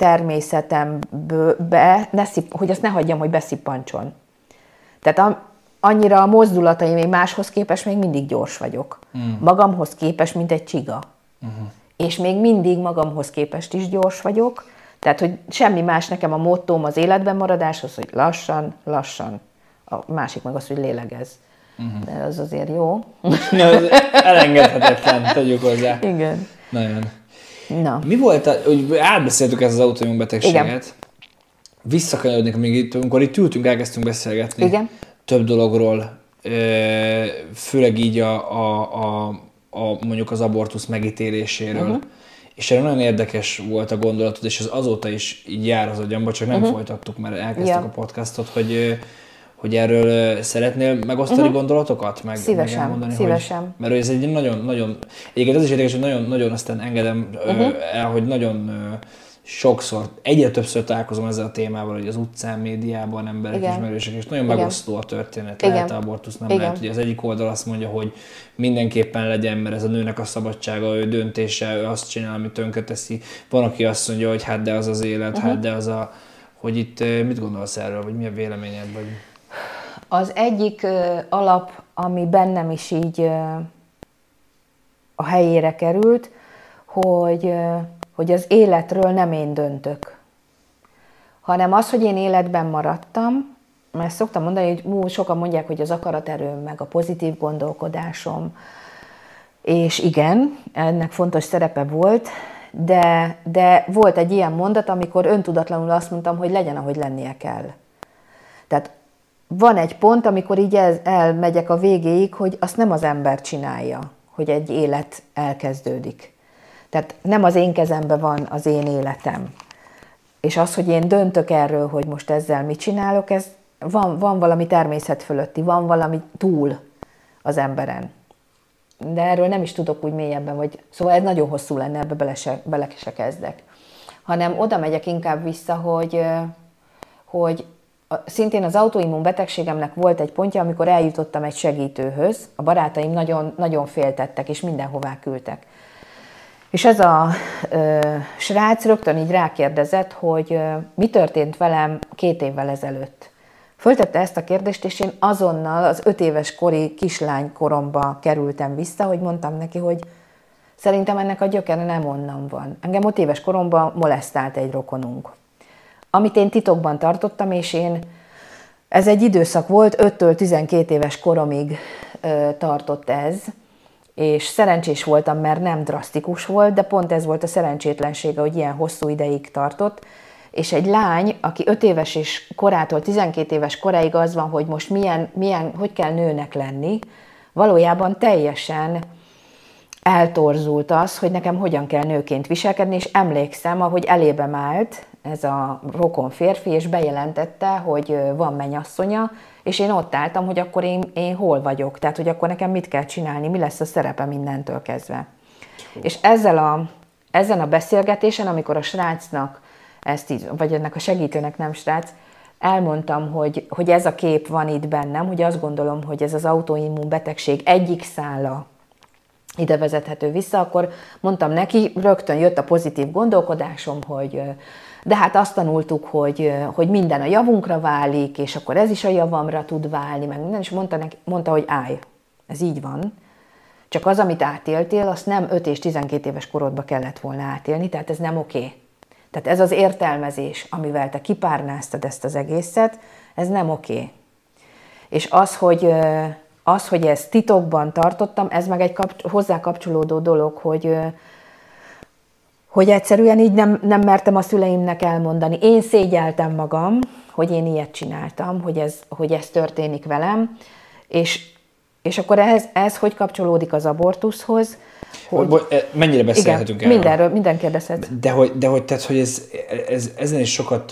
természetembe, hogy azt ne hagyjam, hogy beszippancson. Tehát annyira a mozdulataim még máshoz képest még mindig gyors vagyok. Magamhoz képest, mint egy csiga. És még mindig magamhoz képest is gyors vagyok. Tehát, hogy semmi más nekem a mottóm az életben maradáshoz, hogy lassan, lassan. A másik meg az, hogy lélegez. De az azért jó. Elengedhetetlen, tegyük hozzá. Igen. Nagyon. Na. Mi volt, hogy átbeszéltük ezt az autoimmunbetegséget, visszakanyarodnék még itt, amikor itt ültünk, elkezdtünk beszélgetni. Igen. Több dologról, főleg így mondjuk az abortusz megítéléséről. És erre nagyon érdekes volt a gondolatod, és ez azóta is így jár az agyamba, csak nem folytattuk, mert elkezdtük a podcastot, hogy erről szeretnél megosztani gondolatokat? Szívesen, meg elmondani, szívesen. Mert ez egy nagyon, egyébként az is érdekes, hogy nagyon aztán engedem el, hogy nagyon sokszor, egyre többször találkozom ezzel a témával, hogy az utcán, médiában emberek ismerősök, és nagyon megosztó a történet. Lehet abortusz, nem lehet. Ugye az egyik oldal azt mondja, hogy mindenképpen legyen, mert ez a nőnek a szabadsága, ő döntése, ő azt csinál, amit tönkreteszi. Van, aki azt mondja, hogy hát de az az élet, hát de az a... Hogy itt mit gondolsz erről, vagy mi a véleményed? Vagy... Az egyik alap, ami bennem is így a helyére került, hogy az életről nem én döntök, hanem az, hogy én életben maradtam, mert szoktam mondani, hogy sokan mondják, hogy az akaraterőm, meg a pozitív gondolkodásom, és igen, ennek fontos szerepe volt, de volt egy ilyen mondat, amikor öntudatlanul azt mondtam, hogy legyen, ahogy lennie kell. Tehát van egy pont, amikor így elmegyek a végéig, hogy azt nem az ember csinálja, hogy egy élet elkezdődik. Tehát nem az én kezemben van az én életem. És az, hogy én döntök erről, hogy most ezzel mit csinálok, ez van valami természet fölötti, van valami túl az emberen. De erről nem is tudok úgy mélyebben, szóval ez nagyon hosszú lenne, ebbe bele se kezdek. Hanem oda megyek inkább vissza, hogy szintén az autoimmun betegségemnek volt egy pontja, amikor eljutottam egy segítőhöz. A barátaim nagyon, nagyon féltettek, és mindenhová küldtek. És ez a srác rögtön így rákérdezett, hogy mi történt velem 2 évvel ezelőtt. Föltette ezt a kérdést, és én azonnal az 5 éves kori kislánykoromba kerültem vissza, hogy mondtam neki, hogy szerintem ennek a gyökere nem onnan van. Engem 5 éves koromban molesztált egy rokonunk. Amit én titokban tartottam, és ez egy időszak volt, 5-től 12 éves koromig tartott ez, és szerencsés voltam, mert nem drasztikus volt, de pont ez volt a szerencsétlensége, hogy ilyen hosszú ideig tartott, és egy lány, aki 5 éves és korától 12 éves koráig az van, hogy most hogy kell nőnek lenni, valójában teljesen eltorzult az, hogy nekem hogyan kell nőként viselkedni, és emlékszem, ahogy elében állt ez a rokon férfi, és bejelentette, hogy van mennyasszonya, és én ott álltam, hogy akkor én hol vagyok, tehát hogy akkor nekem mit kell csinálni, mi lesz a szerepe mindentől kezdve. És ezen a beszélgetésen, amikor a srácnak, vagy ennek a segítőnek, nem srác, elmondtam, hogy ez a kép van itt bennem, hogy azt gondolom, hogy ez az autoimmun betegség egyik szála ide vezethető vissza, akkor mondtam neki, rögtön jött a pozitív gondolkodásom, hogy de hát azt tanultuk, hogy minden a javunkra válik, és akkor ez is a javamra tud válni, meg minden, és mondta, hogy állj, ez így van, csak az, amit átéltél, azt nem 5 és 12 éves korodba kellett volna átélni, tehát ez nem oké. Tehát ez az értelmezés, amivel te kipárnáztad ezt az egészet, ez nem oké. És az, hogy ezt titokban tartottam, ez meg egy hozzá kapcsolódó dolog, hogy egyszerűen így nem mertem a szüleimnek elmondani. Én szégyeltem magam, hogy én ilyet csináltam, hogy ez történik velem, és akkor ez hogy kapcsolódik az abortuszhoz? Mennyire beszélhetünk erről? Mindenről, minden kérdezhet. De hogy ezen is sokat...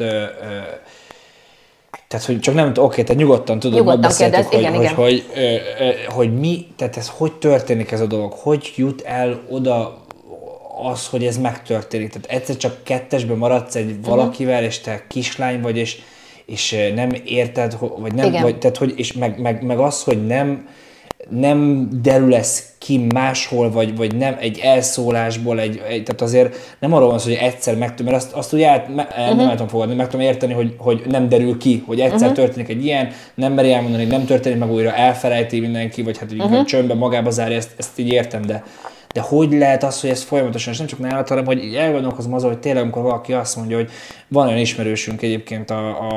Tehát, hogy csak nem, tehát nyugodtan tudod, megbeszéltük, hogy mi, tehát ez hogy történik ez a dolog, hogy jut el oda az, hogy ez megtörténik. Tehát egyszer csak 2-esben maradsz egy valakivel, és te kislány vagy, és nem érted, vagy nem, vagy, tehát, hogy, és meg az, hogy nem derül-ez ki máshol, vagy nem egy elszólásból, tehát azért nem arról van szó, hogy egyszer megtörténik, mert azt ugye nem tudom fogadni, meg tudom érteni, hogy nem derül ki, hogy egyszer történik egy ilyen, nem meri elmondani, hogy nem történik meg újra, elfelejti mindenki, vagy hát hogy csöndben magába zárja, ezt így értem, de hogy lehet az, hogy ez folyamatosan, és nem csak nálad, hanem hogy elgondolkozom azon, hogy tényleg, amikor valaki azt mondja, hogy van olyan ismerősünk egyébként,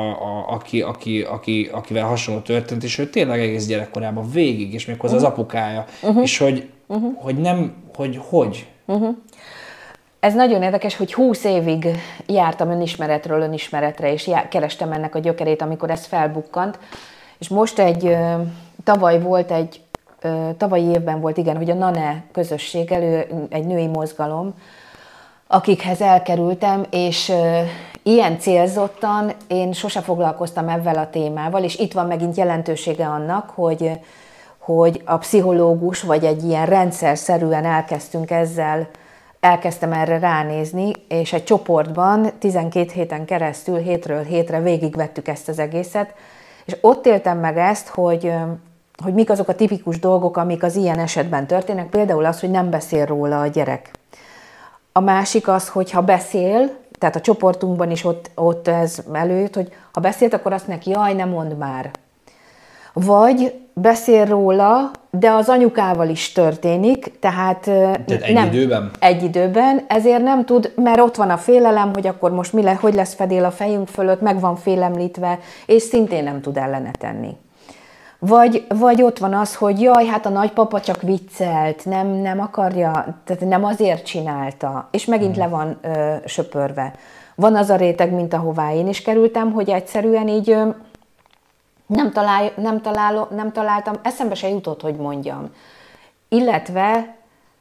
akivel hasonló történt, és ő tényleg egész gyerekkorában végig, és méghozzá az apukája, és hogy nem, hogy. Ez nagyon érdekes, hogy 20 évig jártam önismeretről önismeretre, és kerestem ennek a gyökerét, amikor ez felbukkant. És most tavalyi évben volt, igen, hogy a NANE közösség, egy női mozgalom, akikhez elkerültem, és ilyen célzottan én sose foglalkoztam ezzel a témával, és itt van megint jelentősége annak, hogy a pszichológus, vagy egy ilyen rendszerszerűen elkezdtem erre ránézni, és egy csoportban 12 héten keresztül, hétről hétre végigvettük ezt az egészet, és ott éltem meg ezt, hogy mik azok a tipikus dolgok, amik az ilyen esetben történnek, például az, hogy nem beszél róla a gyerek. A másik az, hogy ha beszél, tehát a csoportunkban is ott ez előjött, hogy ha beszélt, akkor azt neki, jaj, ne mondd már. Vagy beszél róla, de az anyukával is történik, tehát egy időben, ezért nem tud, mert ott van a félelem, hogy akkor most hogy lesz fedél a fejünk fölött, meg van félemlítve, és szintén nem tud ellene tenni. Vagy ott van az, hogy jaj, hát a nagypapa csak viccelt, nem akarja, tehát nem azért csinálta, és megint le van söpörve. Van az a réteg, mint ahová én is kerültem, hogy egyszerűen így nem találtam, eszembe se jutott, hogy mondjam. Illetve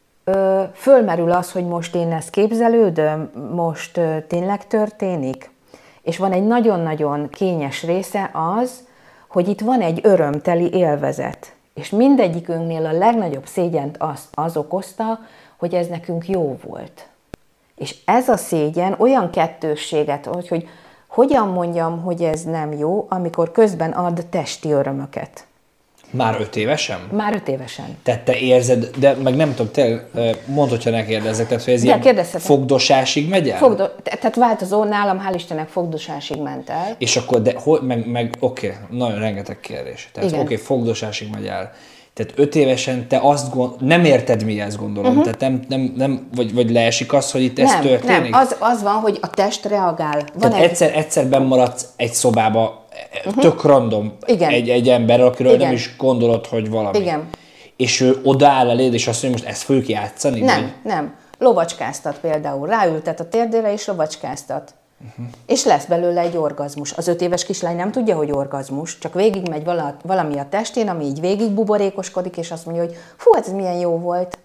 fölmerül az, hogy most én ezt képzelődöm, most tényleg történik. És van egy nagyon-nagyon kényes része az, hogy itt van egy örömteli élvezet. És mindegyikünknél a legnagyobb szégyent az okozta, hogy ez nekünk jó volt. És ez a szégyen olyan kettősséget, hogy hogyan mondjam, hogy ez nem jó, amikor közben ad testi örömöket. Már 5 évesen? Már 5 évesen. Tehát te érzed, de meg nem tudom, te mondd, hogyha ne kérdezzek, tehát hogy ez ilyen fogdosásig megy el? Tehát változó, nálam hál' Istennek fogdosásig ment el. És akkor, de oké, nagyon rengeteg kérdés. Tehát fogdosásig megy el. Tehát 5 évesen te nem érted, mi ezt gondolom. Tehát nem vagy leesik az, hogy itt ez történik? Nem, az van, hogy a test reagál. Tehát egyszer bennmaradsz egy szobába, tök random egy emberrel, akiről nem is gondolod, hogy valami. Igen. És ő odaáll eléd, és azt mondja, most ezt fogjuk játszani? Nem. Lovacskáztat például. Ráültet a térdére, és lovacskáztat. És lesz belőle egy orgazmus. Az 5 éves kislány nem tudja, hogy orgazmus, csak végigmegy valami a testén, ami így végig buborékoskodik, és azt mondja, hogy fú, ez milyen jó volt.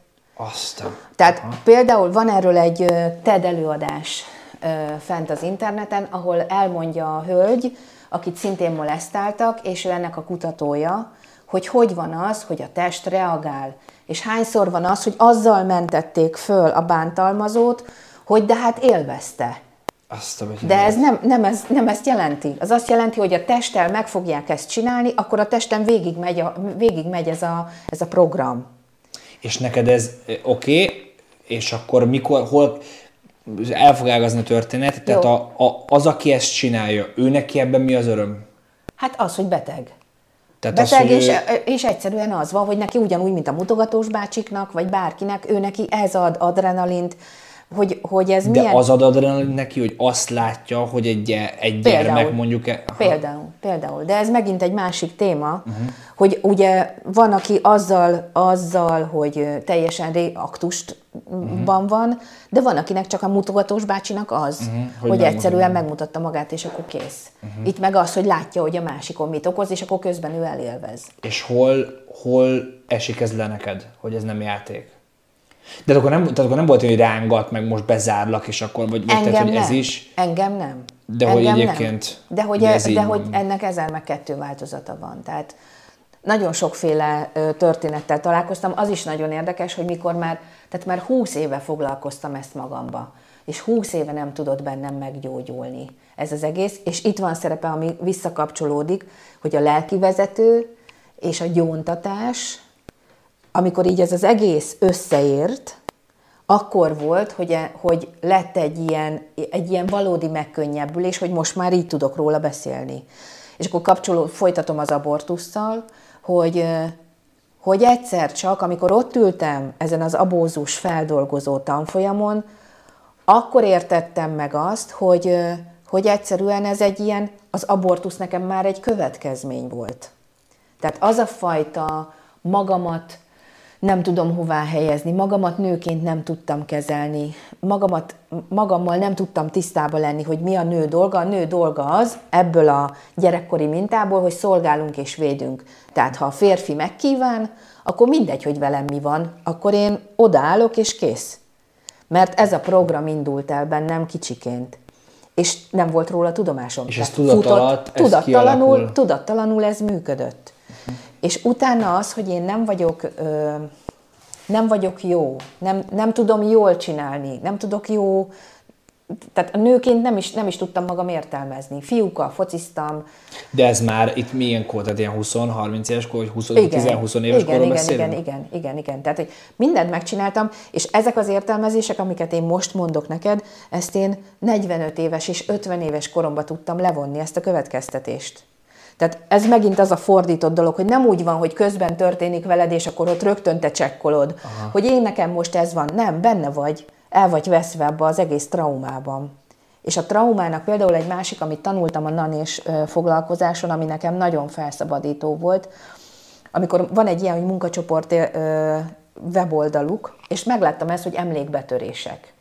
Tehát például van erről egy TED előadás fent az interneten, ahol elmondja a hölgy, akit szintén molesztáltak, és ő ennek a kutatója, hogy van az, hogy a test reagál. És hányszor van az, hogy azzal mentették föl a bántalmazót, hogy de hát élvezte. De ez nem ezt jelenti. Az azt jelenti, hogy a testtel meg fogják ezt csinálni, akkor a testen végigmegy ez a program. És neked ez oké, és akkor hol el fog ágazni a történet, tehát az, aki ezt csinálja, ő neki ebben mi az öröm? Hát az, hogy beteg. Tehát beteg, és egyszerűen az van, hogy neki ugyanúgy, mint a mutogatós bácsiknak, vagy bárkinek, ő neki ez ad adrenalint, hogy ez de milyen... az ad adrenalin neki, hogy azt látja, hogy egy gyermek mondjuk... Például. De ez megint egy másik téma, hogy ugye van, aki azzal hogy teljesen aktusban van, de van, akinek csak a mutogatós bácsinak az, hogy egyszerűen megmutatta magát, és akkor kész. Itt meg az, hogy látja, hogy a másikon mit okoz, és akkor közben ő elélvez. És hol esik ez le neked, hogy ez nem játék? De akkor nem volt, hogy rángat, meg most bezárlak, és akkor, vagy engem tehát, hogy nem. Ez is... Engem nem. De hogy egyébként... De hogy ennek 1000-2 változata van. Tehát nagyon sokféle történettel találkoztam. Az is nagyon érdekes, hogy mikor már 20 éve foglalkoztam ezt magamba. És 20 éve nem tudott bennem meggyógyulni ez az egész. És itt van szerepe, ami visszakapcsolódik, hogy a lelkivezető és a gyóntatás, amikor így ez az egész összeért, akkor volt, hogy lett egy ilyen valódi megkönnyebbülés, hogy most már így tudok róla beszélni. És akkor folytatom az abortusszal, hogy egyszer csak, amikor ott ültem ezen az abózus feldolgozó tanfolyamon, akkor értettem meg azt, hogy egyszerűen ez az abortusz nekem már egy következmény volt. Tehát az a fajta magamat nem tudom hová helyezni, magamat nőként nem tudtam kezelni, magammal nem tudtam tisztába lenni, hogy mi a nő dolga. A nő dolga az, ebből a gyerekkori mintából, hogy szolgálunk és védünk. Tehát ha a férfi megkíván, akkor mindegy, hogy velem mi van, akkor én odaállok és kész. Mert ez a program indult el bennem kicsiként. És nem volt róla tudomásom. És ez tudattalanul ez működött. És utána az, hogy én nem vagyok jó, nem tudom jól csinálni, nem tudok jó, tehát a nőként nem is tudtam magam értelmezni. Fiúkkal fociztam. De ez már itt milyen kor? Tehát ilyen 20-30 éves kor, vagy 10-20 éves korról beszélünk? Igen. Tehát, hogy mindent megcsináltam, és ezek az értelmezések, amiket én most mondok neked, ezt én 45 éves és 50 éves koromban tudtam levonni ezt a következtetést. Tehát ez megint az a fordított dolog, hogy nem úgy van, hogy közben történik veled, és akkor ott rögtön te csekkolod, hogy én nekem most ez van. Nem, benne vagy, el vagy veszve abba az egész traumában. És a traumának például egy másik, amit tanultam a nanés foglalkozáson, ami nekem nagyon felszabadító volt, amikor van egy ilyen, hogy munkacsoport weboldaluk, és megláttam ezt, hogy emlékbetörések.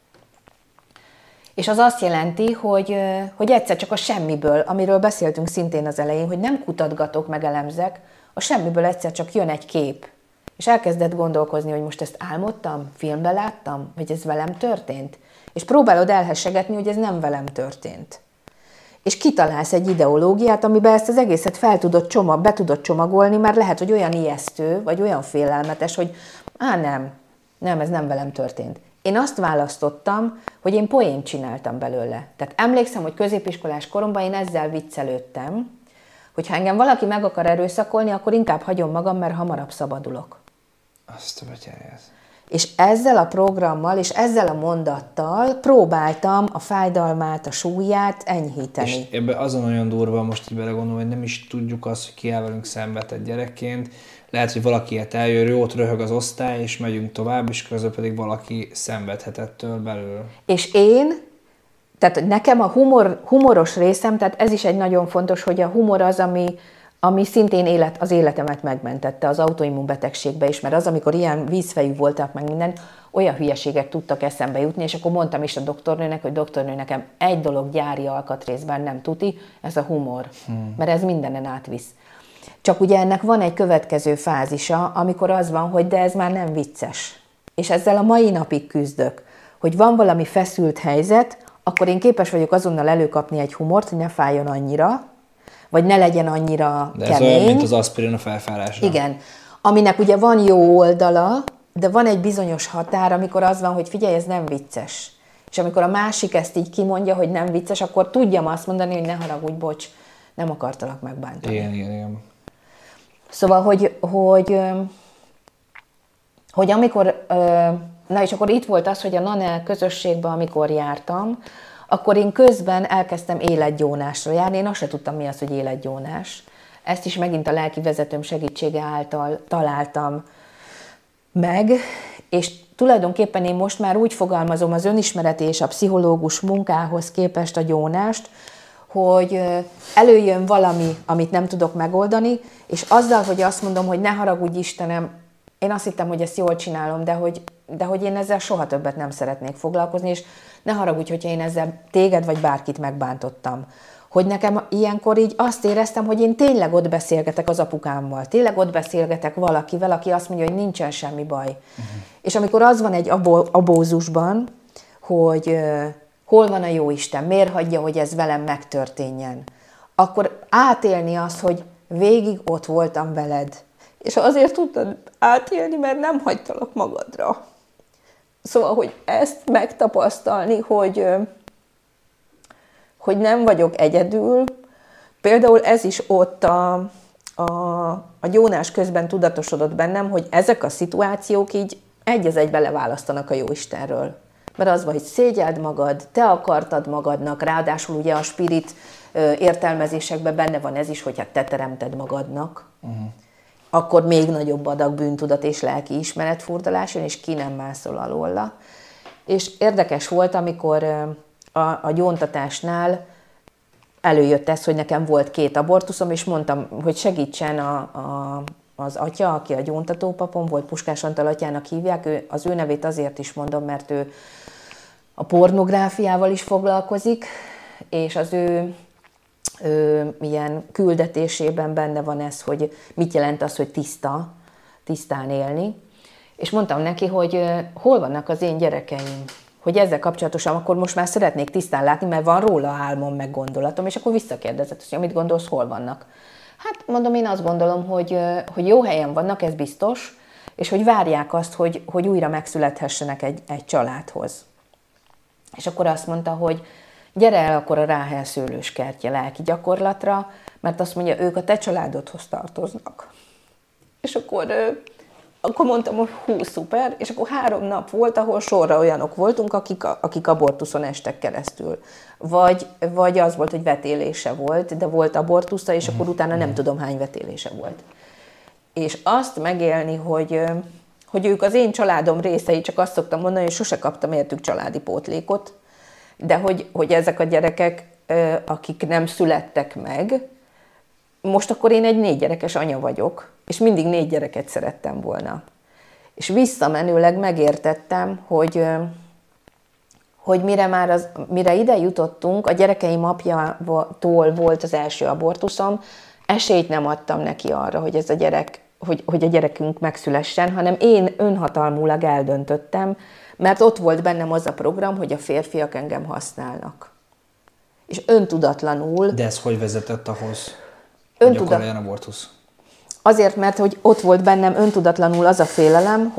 És az azt jelenti, hogy egyszer csak a semmiből, amiről beszéltünk szintén az elején, hogy nem kutatgatok, megelemzek, a semmiből egyszer csak jön egy kép. És elkezdett gondolkozni, hogy most ezt álmodtam, filmben láttam, vagy ez velem történt. És próbálod elhessegetni, hogy ez nem velem történt. És kitalálsz egy ideológiát, amiben ezt az egészet be tudod csomagolni, már lehet, hogy olyan ijesztő, vagy olyan félelmetes, hogy nem, ez nem velem történt. Én azt választottam, hogy én poént csináltam belőle. Tehát emlékszem, hogy középiskolás koromban én ezzel viccelődtem, hogy ha engem valaki meg akar erőszakolni, akkor inkább hagyom magam, mert hamarabb szabadulok. Azt a betyárját. És ezzel a programmal, és ezzel a mondattal próbáltam a fájdalmát, a súlyát enyhíteni. És ebben azon olyan durva, most így belegondolom, hogy nem is tudjuk azt, hogy ki áll velünk szembe egy gyerekként. Lehet, hogy valaki ilyet eljön, ott röhög az osztály, és megyünk tovább, és közben pedig valaki szenvedhet ettől belül. És tehát nekem a humoros részem, tehát ez is egy nagyon fontos, hogy a humor az, ami szintén az életemet megmentette az autoimmunbetegségbe is, mert az, amikor ilyen vízfejű voltak meg minden, olyan hülyeségek tudtak eszembe jutni, és akkor mondtam is a doktornőnek, hogy doktornő, nekem egy dolog gyári alkatrészben nem tuti, ez a humor, mert ez mindenen átvisz. Csak ugye ennek van egy következő fázisa, amikor az van, hogy de ez már nem vicces. És ezzel a mai napig küzdök, hogy van valami feszült helyzet, akkor én képes vagyok azonnal előkapni egy humort, hogy ne fájjon annyira, vagy ne legyen annyira de kemény. Ez olyan, mint az aspirin a felfárásra. Igen. Aminek ugye van jó oldala, de van egy bizonyos határ, amikor az van, hogy figyelj, ez nem vicces. És amikor a másik ezt így kimondja, hogy nem vicces, akkor tudjam azt mondani, hogy ne haragudj, bocs, nem akartalak megbántani. Igen. Szóval, hogy amikor, na és akkor itt volt az, hogy a NANE közösségben, amikor jártam, akkor én közben elkezdtem életgyónásra járni. Én azt se tudtam, mi az, hogy életgyónás. Ezt is megint a lelki vezetőm segítsége által találtam meg, és tulajdonképpen én most már úgy fogalmazom az önismereti és a pszichológus munkához képest a gyónást, hogy előjön valami, amit nem tudok megoldani, és azzal, hogy azt mondom, hogy ne haragudj Istenem, én azt hittem, hogy ezt jól csinálom, de hogy én ezzel soha többet nem szeretnék foglalkozni, és ne haragudj, hogyha én ezzel téged vagy bárkit megbántottam. Hogy nekem ilyenkor így azt éreztem, hogy én tényleg ott beszélgetek az apukámmal, tényleg ott beszélgetek valakivel, aki azt mondja, hogy nincsen semmi baj. És amikor az van egy abózusban, hogy hol van a Jóisten, miért hagyja, hogy ez velem megtörténjen, akkor átélni azt, hogy végig ott voltam veled, és azért tudtad átélni, mert nem hagytalak magadra. Szóval, hogy ezt megtapasztalni, hogy nem vagyok egyedül. Például ez is ott a gyónás közben tudatosodott bennem, hogy ezek a szituációk így egy az egybe leválasztanak a Jóistenről. Mert az van, hogy szégyeld magad, te akartad magadnak, ráadásul ugye a spirit értelmezésekben benne van ez is, hogy hát te teremted magadnak. Akkor még nagyobb adag bűntudat és lelki ismeretfurdalás jön, és ki nem mászol alóla. És érdekes volt, amikor a gyóntatásnál előjött ez, hogy nekem volt 2 abortuszom, és mondtam, hogy segítsen az atya, aki a gyóntatópapom volt, Puskás Antal atyának hívják, az ő nevét azért is mondom, mert ő a pornográfiával is foglalkozik, és az ő ilyen küldetésében benne van ez, hogy mit jelent az, hogy tisztán élni. És mondtam neki, hogy hol vannak az én gyerekeim, hogy ezzel kapcsolatosan akkor most már szeretnék tisztán látni, mert van róla álmom, meg gondolatom, és akkor visszakérdezett, hogy amit gondolsz, hol vannak. Hát mondom, én azt gondolom, hogy jó helyen vannak, ez biztos, és hogy várják azt, hogy újra megszülethessenek egy családhoz. És akkor azt mondta, hogy gyere el akkor a Ráhel szőlőskertje lelki gyakorlatra, mert azt mondja, ők a te családodhoz tartoznak. És akkor mondtam, hogy hú, szuper, és akkor 3 nap volt, ahol sorra olyanok voltunk, akik abortuszon estek keresztül. Vagy az volt, hogy vetélése volt, de volt abortusza, és akkor utána nem tudom hány vetélése volt. És azt megélni, hogy ők az én családom részei, csak azt szoktam mondani, hogy sose kaptam értük családi pótlékot, de hogy ezek a gyerekek, akik nem születtek meg, most akkor én egy 4 gyerekes anya vagyok, és mindig 4 gyereket szerettem volna. És visszamenőleg megértettem, hogy mire ide jutottunk, a gyerekeim apjától volt az első abortuszom, esélyt nem adtam neki arra, hogy ez a gyerek, hogy a gyerekünk megszülessen, hanem én önhatalmulag eldöntöttem, mert ott volt bennem az a program, hogy a férfiak engem használnak. És öntudatlanul... De ez hogy vezetett ahhoz, hogy akkor legyen abortusz? Azért, mert hogy ott volt bennem öntudatlanul az a félelem,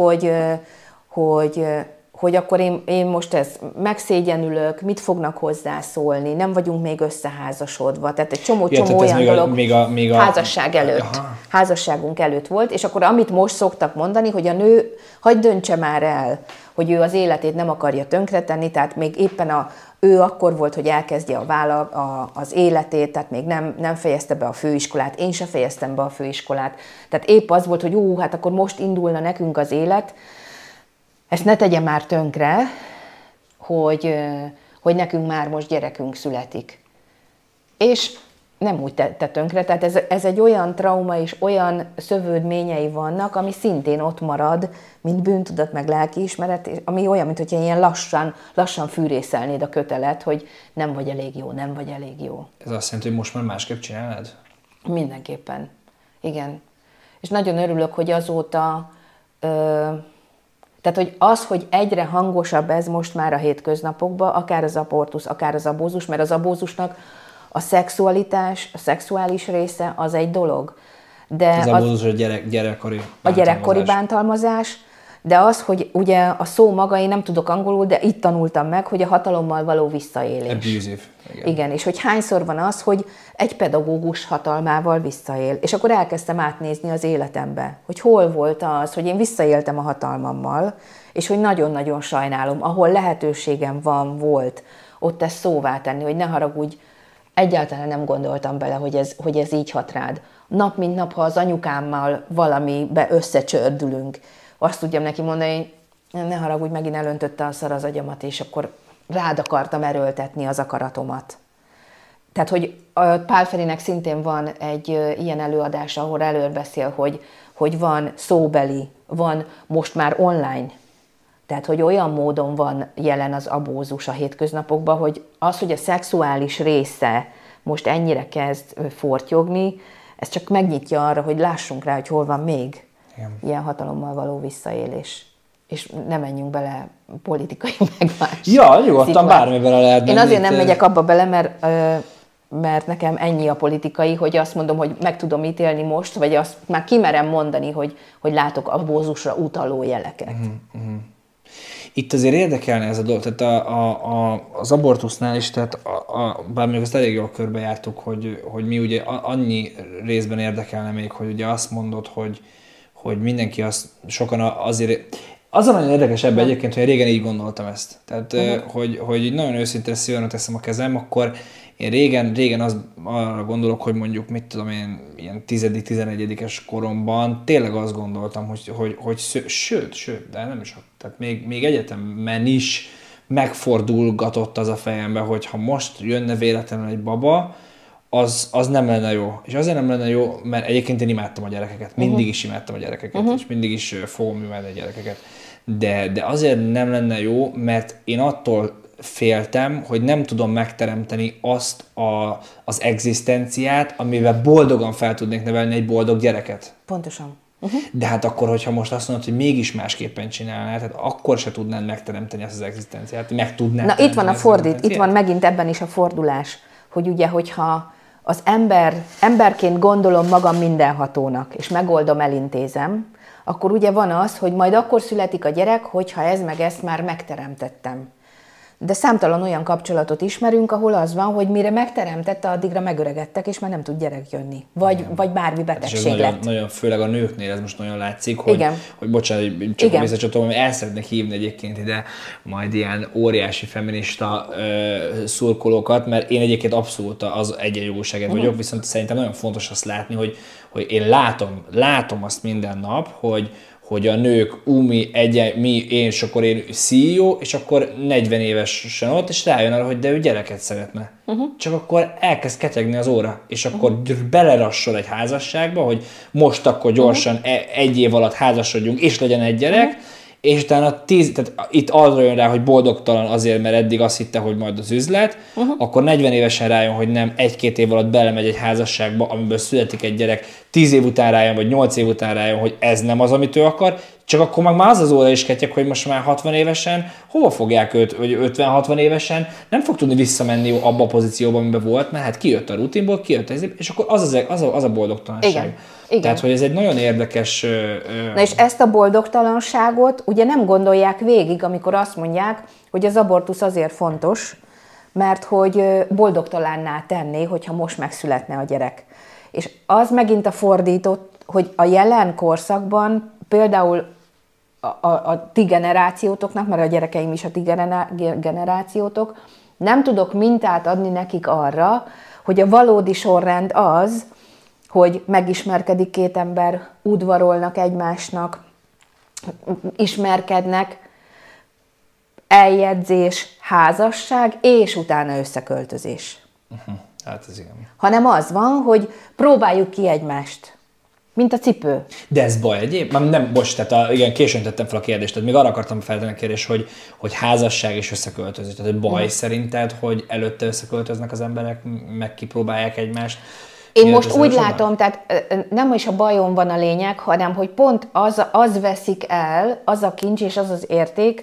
hogy akkor én most ezt megszégyenülök, mit fognak hozzászólni, nem vagyunk még összeházasodva, tehát egy csomó olyan dolog még a házasság előtt, házasságunk előtt volt, és akkor amit most szoktak mondani, hogy a nő hagyd döntse már el, hogy ő az életét nem akarja tönkretenni, tehát még éppen ő akkor volt, hogy elkezdje az életét, tehát még nem fejezte be a főiskolát, én se fejeztem be a főiskolát, tehát épp az volt, hogy hát akkor most indulna nekünk az élet, ezt ne tegye már tönkre, hogy nekünk már most gyerekünk születik. És nem úgy tette tönkre, tehát ez egy olyan trauma és olyan szövődményei vannak, ami szintén ott marad, mint bűntudat meg lelkiismeret, ami olyan, mint hogyha ilyen lassan fűrészelnéd a kötelet, hogy nem vagy elég jó, nem vagy elég jó. Ez azt jelenti, hogy most már másképp csinálnád? Mindenképpen. Igen. És nagyon örülök, hogy azóta... Tehát, hogy az, hogy egyre hangosabb ez most már a hétköznapokban, akár az abortusz, akár az abózus, mert az abózusnak a szexualitás, a szexuális része az egy dolog. De az abózus a gyerekkori bántalmazás, de az, hogy ugye a szó maga, én nem tudok angolul, de itt tanultam meg, hogy a hatalommal való visszaélés. Abusive. Igen, és hogy hányszor van az, hogy egy pedagógus hatalmával visszaél. És akkor elkezdtem átnézni az életembe, hogy hol volt az, hogy én visszaéltem a hatalmammal, és hogy nagyon-nagyon sajnálom, ahol lehetőségem volt ott ezt szóvá tenni, hogy ne haragudj, egyáltalán nem gondoltam bele, hogy ez így hat rád. Nap mint nap, ha az anyukámmal valamibe összecsördülünk, azt tudjam neki mondani, hogy ne haragudj, megint elöntötte a szar az agyamat, és akkor rád akartam erőltetni az akaratomat. Tehát, hogy Pál Ferinek szintén van egy ilyen előadása, ahol előbb beszél, hogy van szóbeli, van most már online. Tehát, hogy olyan módon van jelen az abózus a hétköznapokban, hogy az, hogy a szexuális része most ennyire kezd fortyogni, ez csak megnyitja arra, hogy lássunk rá, hogy hol van még ilyen hatalommal való visszaélés. És ne menjünk bele politikai megváltásba. Ja, nyugodtan bármi bele lehet menni. Én azért nem megyek abba bele, mert nekem ennyi a politikai, hogy azt mondom, hogy meg tudom ítélni most, vagy azt már kimerem mondani, hogy látok abózusra utaló jeleket. Itt azért érdekelne ez a dolog, tehát az abortusznál is, tehát bár még azt elég jól körbejártuk, hogy mi ugye annyi részben érdekelne még, hogy ugye azt mondod, hogy mindenki sokan azért... Az a nagyon érdekes ebben egyébként, hogy régen így gondoltam ezt. Tehát, hogy nagyon őszintén szívesen teszem a kezem, akkor én régen arra gondolok, hogy mondjuk, mit tudom én, ilyen 10.-11-es koromban tényleg azt gondoltam, hogy sőt, de nem is, tehát még egyetemen is megfordulgatott az a fejembe, hogy ha most jönne véletlenül egy baba, az nem lenne jó. És azért nem lenne jó, mert egyébként én imádtam a gyerekeket. Mindig is imádtam a gyerekeket, és mindig is fogom imádni a gyerekeket. De azért nem lenne jó, mert én attól féltem, hogy nem tudom megteremteni azt az egzisztenciát, amivel boldogan fel tudnék nevelni egy boldog gyereket. Pontosan. De hát akkor, hogyha most azt mondod, hogy mégis másképpen csinálnál, tehát akkor se tudnád megteremteni ezt az egzisztenciát, meg tudnád. Na itt van a fordít, itt van megint ebben is a fordulás, hogy ugye, hogyha az emberként gondolom magam mindenhatónak, és megoldom, elintézem, akkor ugye van az, hogy majd akkor születik a gyerek, hogyha ez meg ezt már megteremtettem. De számtalan olyan kapcsolatot ismerünk, ahol az van, hogy mire megteremtette, addigra megöregedtek, és már nem tud gyerek jönni. Vagy bármi betegség lett. Nagyon, főleg a nőknél ez most nagyon látszik, hogy bocsánat, csak visszacsatolom, el szeretnék hívni egyébként ide majd ilyen óriási feminista szurkolókat, mert én egyébként abszolút az egyenjogúságért vagyok, viszont szerintem nagyon fontos azt látni, hogy én látom azt minden nap, hogy a nők, én, és akkor én CEO, és akkor 40 évesen ott, és rájön arra, hogy de ő gyereket szeretne. Csak akkor elkezd ketyegni az óra, és akkor belerassol egy házasságba, hogy most akkor gyorsan egy év alatt házasodjunk, és legyen egy gyerek, és utána tehát itt arra jön rá, hogy boldogtalan azért, mert eddig azt hitte, hogy majd az üzlet, akkor 40 évesen rájön, hogy nem, 1-2 év alatt belemegy egy házasságba, amiből születik egy gyerek, 10 év után rájön, vagy 8 év után rájön, hogy ez nem az, amit ő akar, csak akkor meg már az óra is ketyeg, hogy most már 60 évesen hova fogják őt, vagy 50-60 évesen nem fog tudni visszamenni abba a pozícióba, amiben volt, mert hát kijött a rutinból, kijött ez, és akkor az a boldogtalanság. Igen. Tehát, hogy ez egy nagyon érdekes... Na és ezt a boldogtalanságot ugye nem gondolják végig, amikor azt mondják, hogy az abortusz azért fontos, mert hogy boldogtalanná tenné, hogyha most megszületne a gyerek. És az megint a fordított, hogy a jelen korszakban például a ti generációtoknak, mert a gyerekeim is a ti generációtok, nem tudok mintát adni nekik arra, hogy a valódi sorrend az, hogy megismerkedik két ember, udvarolnak egymásnak, ismerkednek, eljegyzés, házasság, és utána összeköltözés. Hát ez igen. Hanem az van, hogy próbáljuk ki egymást, mint a cipő. De ez baj egyébként? Nem, tehát igen, későn tettem fel a kérdést, tehát még arra akartam feltenni a kérdést, hogy házasság és összeköltözés. Tehát hogy baj szerinted, hogy előtte összeköltöznek az emberek, meg kipróbálják egymást? Én most úgy látom, tehát nem is a bajom van a lényeg, hanem hogy pont az veszik el, az a kincs és az az érték,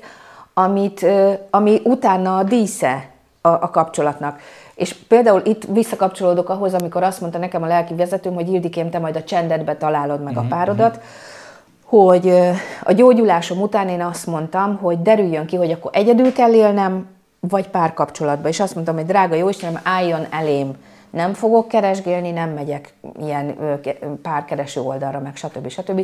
ami utána a dísze a kapcsolatnak. És például itt visszakapcsolódok ahhoz, amikor azt mondta nekem a lelki vezetőm, hogy Ildikém, te majd a csendedbe találod meg a párodat, hogy a gyógyulásom után én azt mondtam, hogy derüljön ki, hogy akkor egyedül kell élnem, vagy párkapcsolatban. És azt mondtam, hogy drága Jóistenem, álljon elém. Nem fogok keresgélni, nem megyek ilyen párkereső oldalra, meg stb.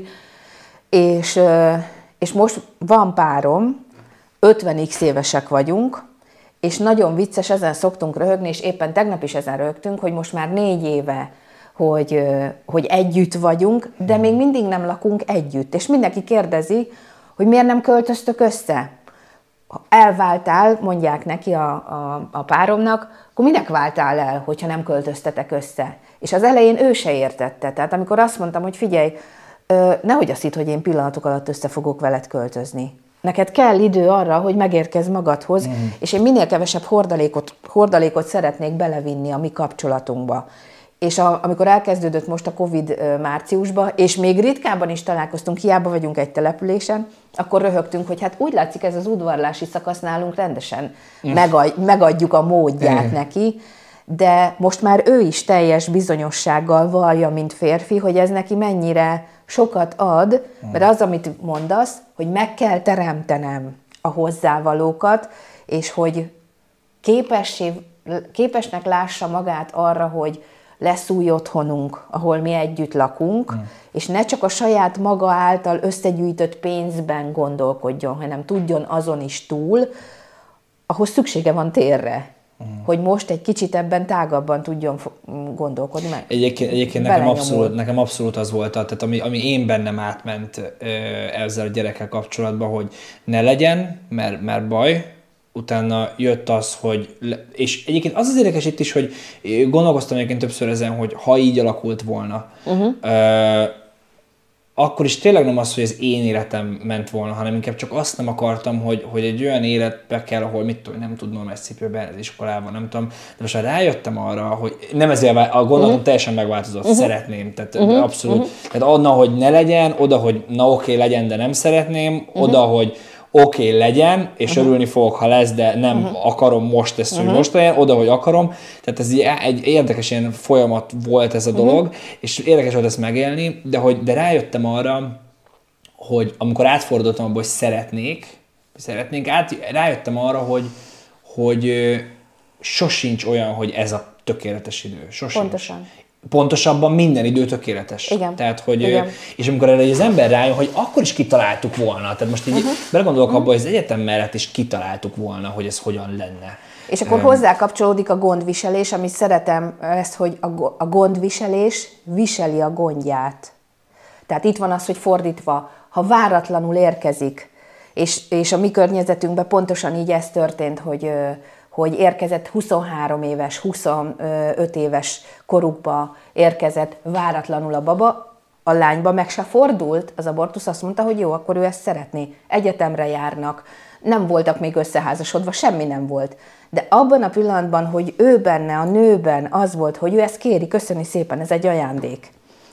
És most van párom, 50x évesek vagyunk, és nagyon vicces, ezen szoktunk röhögni, és éppen tegnap is ezen röhögtünk, hogy most már 4 éve, hogy együtt vagyunk, de még mindig nem lakunk együtt. És mindenki kérdezi, hogy miért nem költöztök össze? Ha elváltál, mondják neki a páromnak, akkor minek váltál el, hogyha nem költöztetek össze? És az elején ő se értette. Tehát amikor azt mondtam, hogy figyelj, nehogy azt hidd, hogy én pillanatok alatt össze fogok veled költözni. Neked kell idő arra, hogy megérkezz magadhoz, és én minél kevesebb hordalékot szeretnék belevinni a mi kapcsolatunkba. És amikor elkezdődött most a Covid márciusban, és még ritkábban is találkoztunk, hiába vagyunk egy településen, akkor röhögtünk, hogy hát úgy látszik, ez az udvarlási szakasz nálunk rendesen megadjuk a módját neki, de most már ő is teljes bizonyossággal vallja, mint férfi, hogy ez neki mennyire sokat ad, mert az, amit mondasz, hogy meg kell teremtenem a hozzávalókat, és hogy képesnek lássa magát arra, hogy lesz új otthonunk, ahol mi együtt lakunk, és ne csak a saját maga által összegyűjtött pénzben gondolkodjon, hanem tudjon azon is túl, ahhoz szüksége van térre, hogy most egy kicsit ebben tágabban tudjon gondolkodni meg. Egyébként nekem abszolút az volt, tehát ami én bennem átment ezzel a gyerekkel kapcsolatban, hogy ne legyen, mert baj, utána jött az, hogy, és egyébként az érdekes itt is, hogy gondolkoztam egyébként többször ezen, hogy ha így alakult volna, akkor is tényleg nem az, hogy az én életem ment volna, hanem inkább csak azt nem akartam, hogy egy olyan életbe kell, ahol mit tudom, nem tudnom ezt cipőben, az iskolában, nem tudom, de most már rájöttem arra, hogy nem ezért a gondolatom teljesen megváltozott, szeretném, tehát abszolút, tehát onnan, hogy ne legyen, oda, hogy na oké, legyen, de nem szeretném, oda, hogy oké, legyen, és örülni fogok, ha lesz, de nem akarom most ezt, hogy most legyen, oda, hogy akarom. Tehát ez egy érdekes ilyen folyamat volt ez a dolog, és érdekes volt ezt megélni, de rájöttem arra, hogy amikor átfordultam abba, hogy szeretnénk, rájöttem arra, hogy sosincs olyan, hogy ez a tökéletes idő. Sosincs. Pontosan. Pontosabban minden idő tökéletes. Igen. Tehát, hogy, Igen. És amikor erre az ember rájön, hogy akkor is kitaláltuk volna, tehát most így belegondolok abba, hogy az egyetem mellett is kitaláltuk volna, hogy ez hogyan lenne. És akkor hozzá kapcsolódik a gondviselés, amit szeretem ezt, hogy a gondviselés viseli a gondját. Tehát itt van az, hogy fordítva, ha váratlanul érkezik, és a mi környezetünkben pontosan így ez történt, hogy érkezett 23 éves, 25 éves korukba érkezett váratlanul a baba, a lányba meg se fordult, az abortusz azt mondta, hogy jó, akkor ő ezt szeretné. Egyetemre járnak, nem voltak még összeházasodva, semmi nem volt. De abban a pillanatban, hogy ő benne, a nőben az volt, hogy ő ezt kéri, köszöni szépen, ez egy ajándék.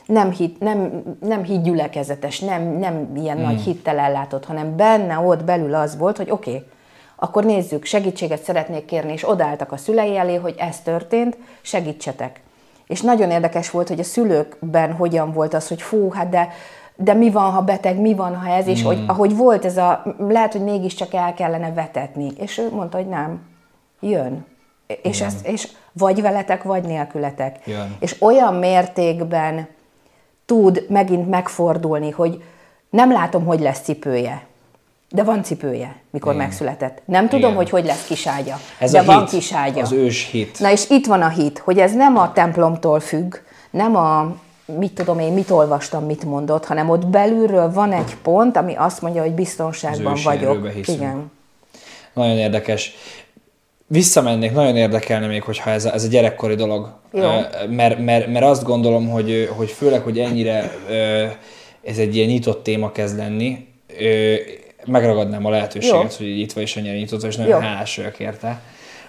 Nem hídgyülekezetes, nem ilyen nagy hittel ellátott, hanem benne ott belül az volt, hogy oké, akkor nézzük, segítséget szeretnék kérni, és odaálltak a szülei elé, hogy ez történt, segítsetek. És nagyon érdekes volt, hogy a szülőkben hogyan volt az, hogy fú, hát de mi van, ha beteg, mi van, ha ez, és hogy, ahogy volt ez lehet, hogy mégiscsak el kellene vetetni. És ő mondta, hogy nem, jön. És vagy veletek, vagy nélkületek. Jön. És olyan mértékben tud megint megfordulni, hogy nem látom, hogy lesz cipője. De van cipője, mikor megszületett. Nem tudom, hogy lesz kiságya, de van kiságya. Az ős hit. Na és itt van a hit, hogy ez nem a templomtól függ, nem a mit tudom én, mit olvastam, mit mondott, hanem ott belülről van egy pont, ami azt mondja, hogy biztonságban vagyok. Igen. Nagyon érdekes. Visszamennék, nagyon érdekelne még, hogyha ez a gyerekkori dolog. Mert azt gondolom, hogy főleg, hogy ennyire ez egy ilyen nyitott téma kezd lenni, megragadnám a lehetőséget, hogy itt vagy is annyira nyitott, és nagyon hálás vagyok érte,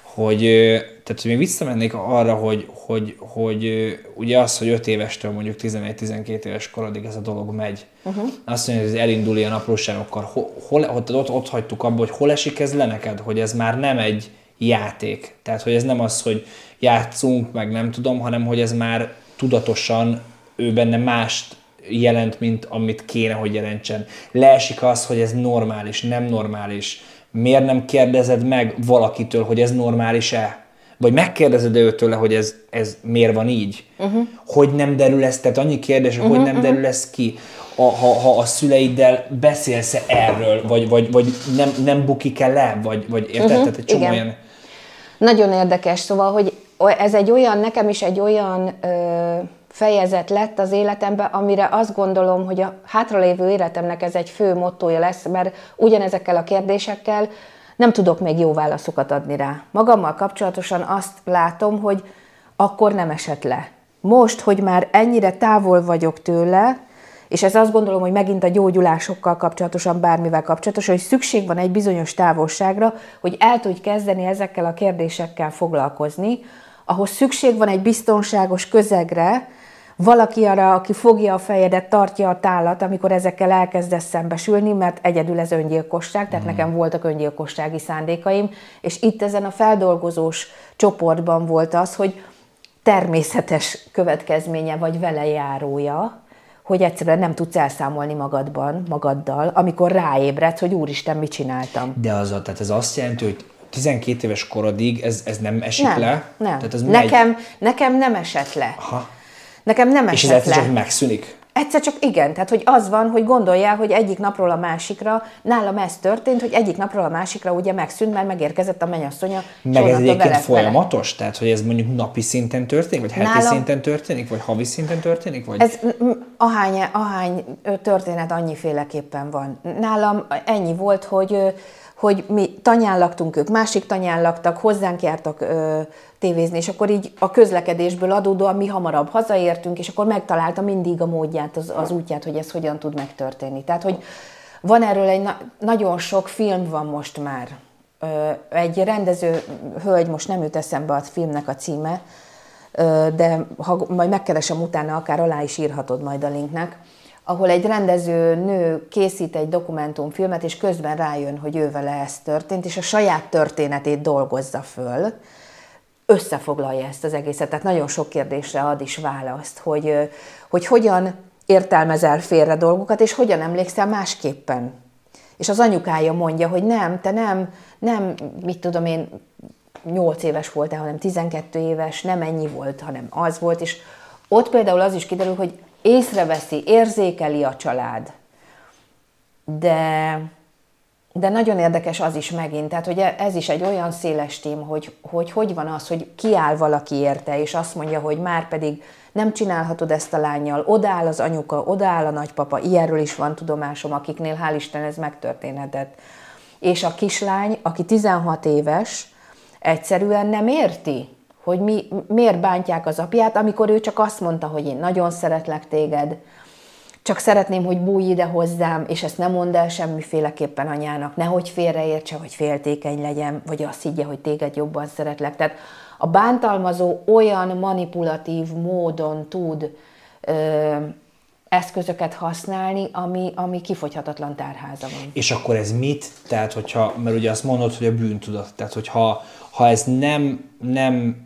tehát még visszamennék arra, hogy ugye az, hogy 5 évestől mondjuk 11-12 éves korodig ez a dolog megy. Azt mondja, hogy ez elindul ilyen apróságokkal. Ott hagytuk abba, hogy hol esik ez le neked, hogy ez már nem egy játék. Tehát, hogy ez nem az, hogy játszunk, meg nem tudom, hanem hogy ez már tudatosan ő benne mást jelent, mint amit kéne, hogy jelentsen. Leesik az, hogy ez normális, nem normális. Miért nem kérdezed meg valakitől, hogy ez normális-e? Vagy megkérdezed őtől, hogy ez miért van így? Hogy nem derül ez? Tehát annyi kérdés, hogy nem derül ez ki? Ha a szüleiddel beszélsz erről, vagy nem bukik-e le? Vagy érted? Tehát egy csomó olyan... Nagyon érdekes, szóval, hogy ez egy olyan, nekem is egy olyan fejezet lett az életemben, amire azt gondolom, hogy a hátralévő életemnek ez egy fő mottója lesz, mert ugyanezekkel a kérdésekkel nem tudok még jó válaszokat adni rá. Magammal kapcsolatosan azt látom, hogy akkor nem esett le. Most, hogy már ennyire távol vagyok tőle, és ez azt gondolom, hogy megint a gyógyulásokkal kapcsolatosan, bármivel kapcsolatosan, hogy szükség van egy bizonyos távolságra, hogy el tudj kezdeni ezekkel a kérdésekkel foglalkozni, ahhoz szükség van egy biztonságos közegre, valaki arra, aki fogja a fejedet, tartja a tálat, amikor ezekkel elkezdesz szembesülni, mert egyedül ez öngyilkosság, tehát nekem voltak öngyilkossági szándékaim, és itt ezen a feldolgozós csoportban volt az, hogy természetes következménye vagy velejárója, hogy egyszerűen nem tudsz elszámolni magaddal, amikor ráébredsz, hogy úristen, mit csináltam. De tehát ez azt jelenti, hogy 12 éves korodig ez nem esik le? Nem, Tehát ez nekem nem esett le. Aha. Nekem nem esett le. És ez egyszer csak megszűnik? Egyszer csak igen, tehát hogy az van, hogy gondoljál, hogy egyik napról a másikra, nálam ez történt, hogy egyik napról a másikra ugye megszűnt, mert megérkezett a mennyasszonya. Meg ez egyébként folyamatos? Tehát, hogy ez mondjuk napi szinten történik, vagy heti szinten történik, vagy havi szinten történik? Vagy... Ez ahány történet annyiféleképpen van. Nálam ennyi volt, hogy mi tanyán laktunk, ők másik tanyán laktak, hozzánk jártak tévézni, és akkor így a közlekedésből adódóan mi hamarabb hazaértünk, és akkor megtalálta mindig a módját, az útját, hogy ez hogyan tud megtörténni. Tehát, hogy van erről nagyon sok film van most már. Egy rendező hölgy, most nem jut eszembe a filmnek a címe, de ha majd megkeresem utána, akár alá is írhatod majd a linknek, ahol egy rendező nő készít egy dokumentumfilmet, és közben rájön, hogy ő vele ez történt, és a saját történetét dolgozza föl, összefoglalja ezt az egészet. Tehát nagyon sok kérdésre ad is választ, hogy hogyan értelmezel félre dolgokat, és hogyan emlékszel másképpen. És az anyukája mondja, hogy nem, te nem, mit tudom én, 8 éves voltál, hanem 12 éves, nem ennyi volt, hanem az volt, és ott például az is kiderül, hogy észreveszi, érzékeli a család. De nagyon érdekes az is megint, tehát hogy ez is egy olyan széles tím, hogy van az, hogy kiáll valaki érte, és azt mondja, hogy már pedig nem csinálhatod ezt a lánnyal, odaáll az anyuka, odaáll a nagypapa, ilyenről is van tudomásom, akiknél hál' Isten ez megtörténhetett. És a kislány, aki 16 éves, egyszerűen nem érti, hogy miért bántják az apját, amikor ő csak azt mondta, hogy én nagyon szeretlek téged, csak szeretném, hogy bújj ide hozzám, és ezt nem mondd el semmiféleképpen anyának, nehogy félreértse, vagy féltékeny legyen, vagy azt higgye, hogy téged jobban szeretlek. Tehát a bántalmazó olyan manipulatív módon tud eszközöket használni, ami kifogyhatatlan tárháza van. És akkor ez mit? Tehát, mert ugye azt mondod, hogy a bűntudat, tehát hogyha ez nem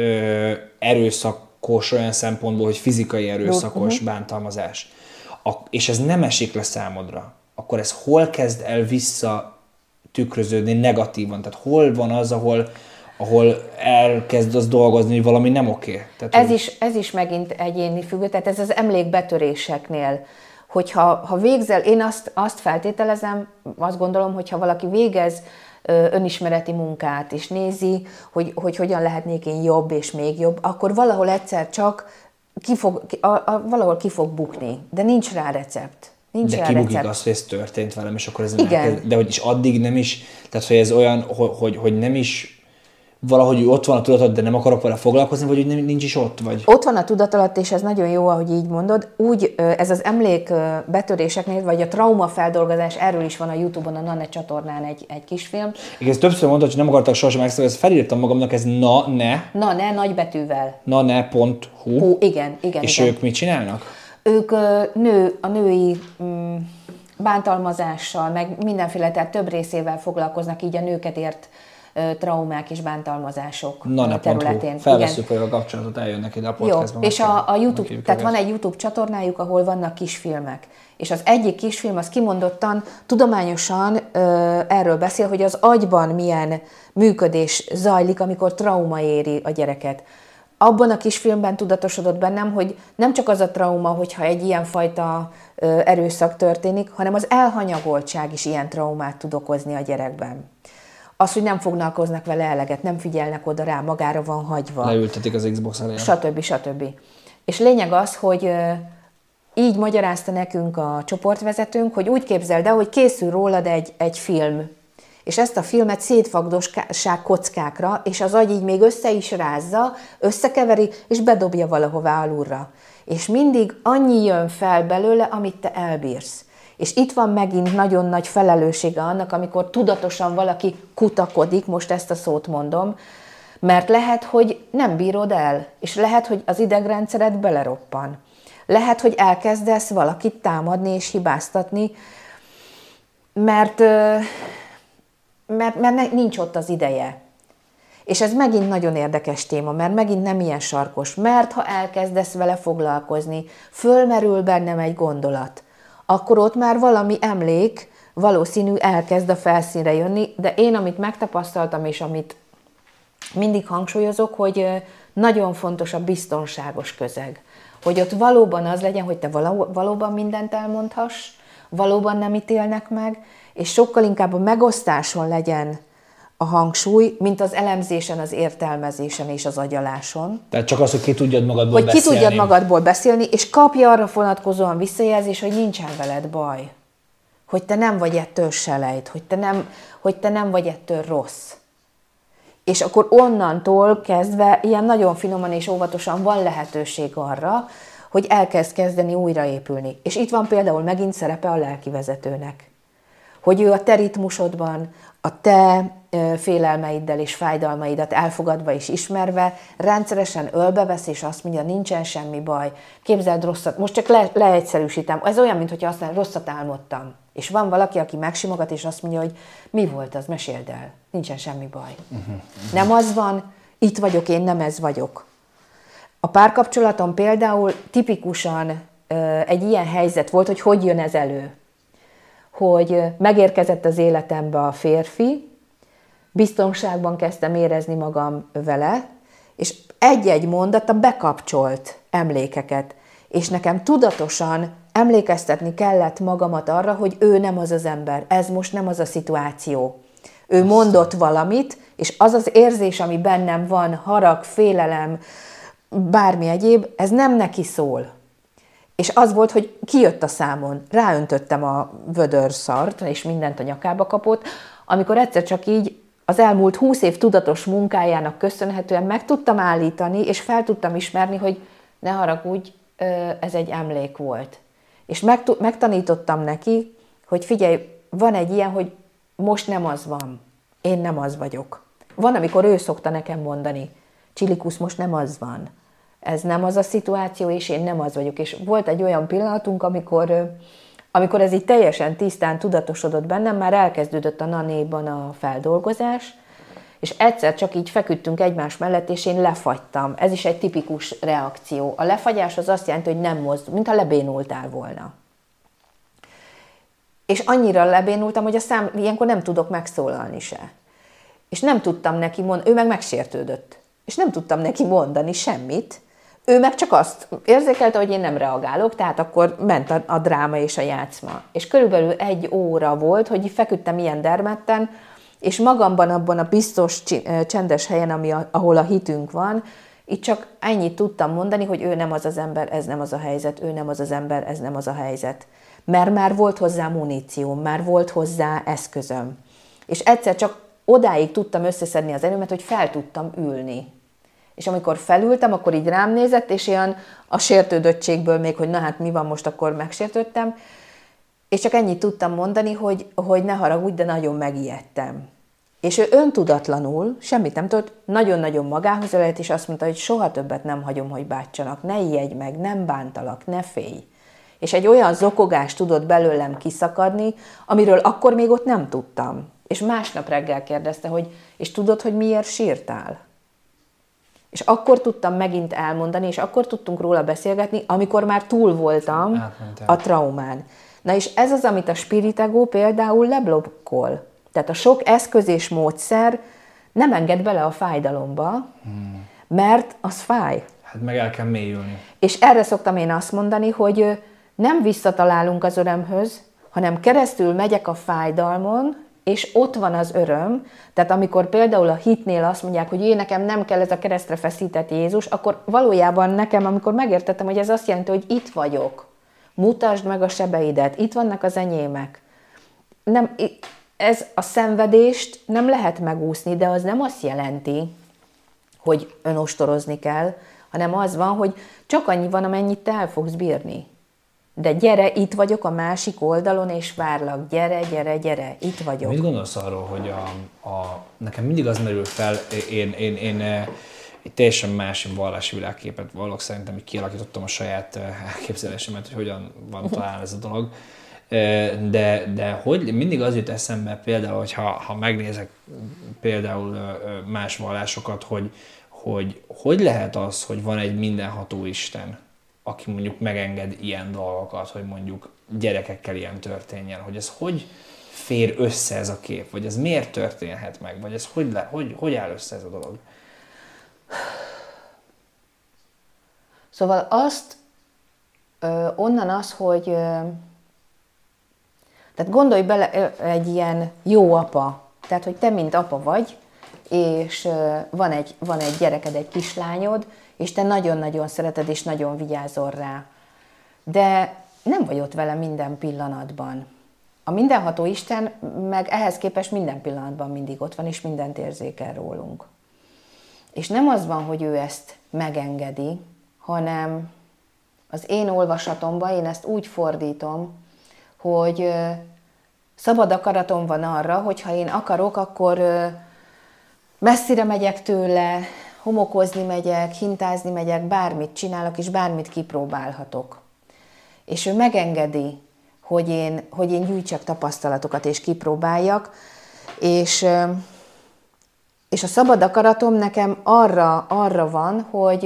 erőszakos olyan szempontból, hogy fizikai erőszakos bántalmazás, és ez nem esik le számodra, akkor ez hol kezd el visszatükröződni negatívan? Tehát hol van az, ahol elkezd az dolgozni, hogy valami nem oké? Tehát, ez is megint egyéni függő, tehát ez az emlékbetöréseknél, hogyha végzel, én azt feltételezem, azt gondolom, hogyha valaki végez önismereti munkát, és nézi, hogy hogyan lehetnék én jobb és még jobb, akkor valahol egyszer csak valahol ki fog bukni, de nincs rá recept. De kibukik azt, hogy ez történt velem, és akkor ez de hogy is addig nem is, tehát hogy ez olyan, hogy nem is valahogy ott van a tudat, de nem akarok vele foglalkozni, vagy hogy nincs is ott? Vagy? Ott van a tudat alatt, és ez nagyon jó, ahogy így mondod. Úgy ez az emlékbetöréseknél, vagy a traumafeldolgozás, erről is van a YouTube-on, a NANE csatornán egy kisfilm. Igen, ezt többször mondtad, hogy nem akartak sosem ezt felírtam magamnak, ez NANE. NANE, nagybetűvel. NANE.hu. Igen. És igen. ők mit csinálnak? Ők a női bántalmazással, meg mindenféle, tehát több részével foglalkoznak, így a nőket ért traumák és bántalmazások a területén. Felvesszük a kapcsolatot, eljönnek ide a podcastba. Jó, és a YouTube, tehát van egy YouTube csatornájuk, ahol vannak kisfilmek. És az egyik kisfilm az kimondottan, tudományosan erről beszél, hogy az agyban milyen működés zajlik, amikor trauma éri a gyereket. Abban a kisfilmben tudatosodott bennem, hogy nem csak az a trauma, hogyha egy ilyenfajta erőszak történik, hanem az elhanyagoltság is ilyen traumát tud okozni a gyerekben. Az, hogy nem foglalkoznak vele eleget, nem figyelnek oda rá, magára van hagyva. Leültetik az Xbox elé. Stb. És lényeg az, hogy így magyarázta nekünk a csoportvezetőnk, hogy úgy képzeld el, hogy készül rólad egy film, és ezt a filmet szétfagdossák kockákra, és az agy így még össze is rázza, összekeveri, és bedobja valahová alulra. És mindig annyi jön fel belőle, amit te elbírsz. És itt van megint nagyon nagy felelőssége annak, amikor tudatosan valaki kutakodik, most ezt a szót mondom, mert lehet, hogy nem bírod el, és lehet, hogy az idegrendszered beleroppan. Lehet, hogy elkezdesz valakit támadni és hibáztatni, mert nincs ott az ideje. És ez megint nagyon érdekes téma, mert megint nem ilyen sarkos, mert ha elkezdesz vele foglalkozni, fölmerül bennem egy gondolat, akkor ott már valami emlék valószínű elkezd a felszínre jönni, de én, amit megtapasztaltam, és amit mindig hangsúlyozok, hogy nagyon fontos a biztonságos közeg. Hogy ott valóban az legyen, hogy te valóban mindent elmondhass, valóban nem ítélnek meg, és sokkal inkább a megosztáson legyen a hangsúly, mint az elemzésen, az értelmezésen és az agyaláson. Tehát csak az, hogy ki tudjad magadból beszélni. Hogy ki tudjad magadból beszélni, és kapja arra vonatkozóan visszajelzés, hogy nincsen veled baj. hogy te nem vagy ettől selejt, hogy te nem vagy ettől rossz. És akkor onnantól kezdve ilyen nagyon finoman és óvatosan van lehetőség arra, hogy elkezd kezdeni újraépülni. És itt van például megint szerepe a lelkivezetőnek. Hogy ő a te ritmusodban, a te félelmeiddel és fájdalmaidat elfogadva és ismerve rendszeresen ölbevesz, és azt mondja, nincsen semmi baj, képzeld rosszat, most csak leegyszerűsítem, ez olyan, mintha azt mondja, rosszat álmodtam. És van valaki, aki megsimogat, és azt mondja, hogy mi volt az, meséld el, nincsen semmi baj. Nem az van, itt vagyok, én nem ez vagyok. A párkapcsolatom például tipikusan egy ilyen helyzet volt, hogy jön ez elő. Hogy megérkezett az életembe a férfi, biztonságban kezdtem érezni magam vele, és egy-egy mondata bekapcsolt emlékeket. És nekem tudatosan emlékeztetni kellett magamat arra, hogy ő nem az az ember, ez most nem az a szituáció. Ő mondott valamit, és az az érzés, ami bennem van, harag, félelem, bármi egyéb, ez nem neki szól. És az volt, hogy kijött a számon, ráöntöttem a vödörszart, és mindent a nyakába kapott, amikor egyszer csak így az elmúlt 20 év tudatos munkájának köszönhetően meg tudtam állítani, és fel tudtam ismerni, hogy ne haragudj, ez egy emlék volt. És megtanítottam neki, hogy figyelj, van egy ilyen, hogy most nem az van, én nem az vagyok. Van, amikor ő szokta nekem mondani, Csillikusz, most nem az van. Ez nem az a szituáció, és én nem az vagyok. És volt egy olyan pillanatunk, amikor ez így teljesen tisztán tudatosodott bennem, már elkezdődött a nanéban a feldolgozás, és egyszer csak így feküdtünk egymás mellett, és én lefagytam. Ez is egy tipikus reakció. A lefagyás az azt jelenti, hogy nem mozdul, mintha lebénultál volna. És annyira lebénultam, hogy ilyenkor nem tudok megszólalni se. És nem tudtam neki mondani, ő meg megsértődött. És nem tudtam neki mondani semmit, ő meg csak azt érzékelte, hogy én nem reagálok, tehát akkor ment a dráma és a játszma. És körülbelül 1 óra volt, hogy feküdtem ilyen dermedten, és magamban abban a biztos, csendes helyen, ahol a hitünk van, itt csak ennyit tudtam mondani, hogy ő nem az az ember, ez nem az a helyzet, ő nem az az ember, ez nem az a helyzet. Mert már volt hozzá munícióm, már volt hozzá eszközöm. És egyszer csak odáig tudtam összeszedni az erőmet, hogy fel tudtam ülni. És amikor felültem, akkor így rám nézett, és ilyen a sértődöttségből még, hogy na hát mi van most, akkor megsértődtem. És csak ennyit tudtam mondani, hogy ne haragudj, de nagyon megijedtem. És ő öntudatlanul, semmit nem tudott, nagyon-nagyon magához ölelt, és azt mondta, hogy soha többet nem hagyom, hogy bántsanak, ne ijedj meg, nem bántalak, ne félj. És egy olyan zokogás tudott belőlem kiszakadni, amiről akkor még ott nem tudtam. És másnap reggel kérdezte, hogy és tudod, hogy miért sírtál? És akkor tudtam megint elmondani, és akkor tudtunk róla beszélgetni, amikor már túl voltam a traumán. Na és ez az, amit a Spirit Ego például leblokkol. Tehát a sok eszköz és módszer nem enged bele a fájdalomba, mert az fáj. Hát meg el kell mélyülni. És erre szoktam én azt mondani, hogy nem visszatalálunk az örömhöz, hanem keresztül megyek a fájdalmon, és ott van az öröm. Tehát amikor például a hitnél azt mondják, hogy nekem nem kell ez a keresztre feszített Jézus, akkor valójában nekem, amikor megértettem, hogy ez azt jelenti, hogy itt vagyok, mutasd meg a sebeidet, itt vannak az enyémek. Nem, ez a szenvedést nem lehet megúszni, de az nem azt jelenti, hogy önostorozni kell, hanem az van, hogy csak annyi van, amennyit te el fogsz bírni. De gyere, itt vagyok a másik oldalon, és várlak. Gyere, gyere, gyere, itt vagyok. Mit gondolsz arról, hogy nekem mindig az merül fel, én egy teljesen más vallási világképet vallok, szerintem, hogy kialakítottam a saját elképzelésemet, hogy hogyan van talán ez a dolog. De hogy mindig az jut eszembe például, hogyha megnézek például más vallásokat, hogy lehet az, hogy van egy mindenható Isten, aki mondjuk megenged ilyen dolgokat, hogy mondjuk gyerekekkel ilyen történjen, hogy ez hogy fér össze ez a kép, vagy ez miért történhet meg, vagy ez hogy áll össze ez a dolog? Szóval onnan az, hogy tehát gondolj bele egy ilyen jó apa, tehát hogy te mint apa vagy, és van egy gyereked, egy kislányod, és te nagyon-nagyon szereted, és nagyon vigyázol rá. De nem vagy ott vele minden pillanatban. A mindenható Isten meg ehhez képest minden pillanatban mindig ott van, és mindent érzékel rólunk. És nem az van, hogy ő ezt megengedi, hanem az én olvasatomban én ezt úgy fordítom, hogy szabad akaratom van arra, hogy ha én akarok, akkor messzire megyek tőle, homokozni megyek, hintázni megyek, bármit csinálok, és bármit kipróbálhatok. És ő megengedi, hogy én gyűjtsek tapasztalatokat, és kipróbáljak, és a szabad akaratom nekem arra van,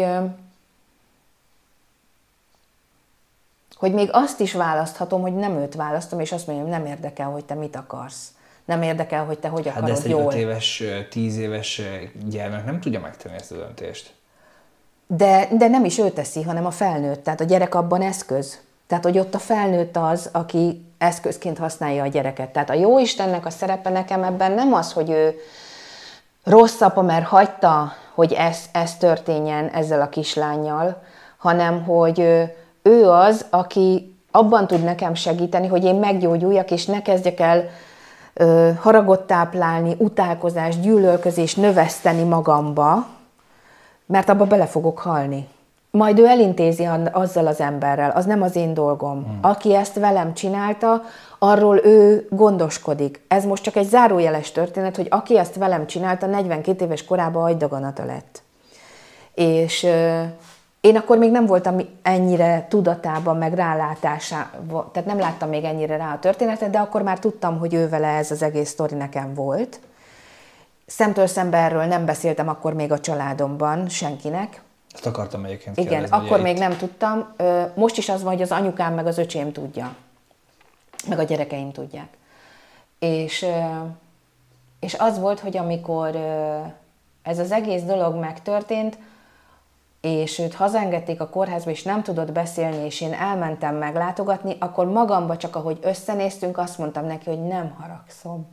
hogy még azt is választhatom, hogy nem őt választom, és azt mondjam, nem érdekel, hogy te mit akarsz. Nem érdekel, hogy te hogy akarod jól. Hát de ezt egy 5 éves, 10 éves gyermek nem tudja megtenni ezt a döntést. De nem is ő teszi, hanem a felnőtt. Tehát a gyerek abban eszköz. Tehát, hogy ott a felnőtt az, aki eszközként használja a gyereket. Tehát a Jóistennek a szerepe nekem ebben nem az, hogy ő rossz apa, mert hagyta, hogy ez történjen ezzel a kislánnyal, hanem hogy ő az, aki abban tud nekem segíteni, hogy én meggyógyuljak, és ne kezdjek el haragot táplálni, utálkozást, gyűlölközést növeszteni magamba, mert abba bele fogok halni. Majd ő elintézi azzal az emberrel, az nem az én dolgom. Aki ezt velem csinálta, arról ő gondoskodik. Ez most csak egy zárójeles történet, hogy aki ezt velem csinálta, 42 éves korában agydaganata lett. És én akkor még nem voltam ennyire tudatában, meg rálátásában, tehát nem láttam még ennyire rá a történetet, de akkor már tudtam, hogy ővele ez az egész sztori nekem volt. Szemtől szembe erről nem beszéltem akkor még a családomban senkinek. Ezt akartam egyébként kérdezni. Igen, akkor még nem tudtam. Most is az van, hogy az anyukám meg az öcsém tudja. Meg a gyerekeim tudják. És az volt, hogy amikor ez az egész dolog megtörtént, és őt hazaengedték a kórházba, és nem tudott beszélni, és én elmentem meglátogatni, akkor magamba csak ahogy összenéztünk, azt mondtam neki, hogy nem haragszom.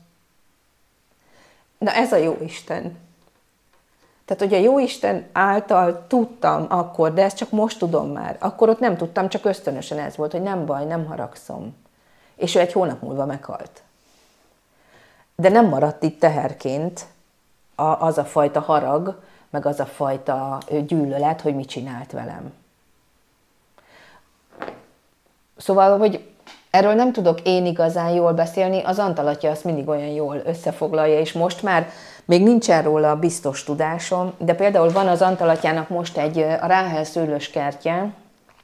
Na ez a Jóisten. Tehát, hogy a Jóisten által tudtam akkor, de ezt csak most tudom már. Akkor ott nem tudtam, csak ösztönösen ez volt, hogy nem baj, nem haragszom. És ő egy hónap múlva meghalt. De nem maradt itt teherként az a fajta harag, meg az a fajta gyűlölet, hogy mit csinált velem. Szóval, hogy erről nem tudok én igazán jól beszélni, az Antal atya azt mindig olyan jól összefoglalja, és most már még nincsen róla biztos tudásom, de például van az Antal atyának most a Ráhel szőlőskertje,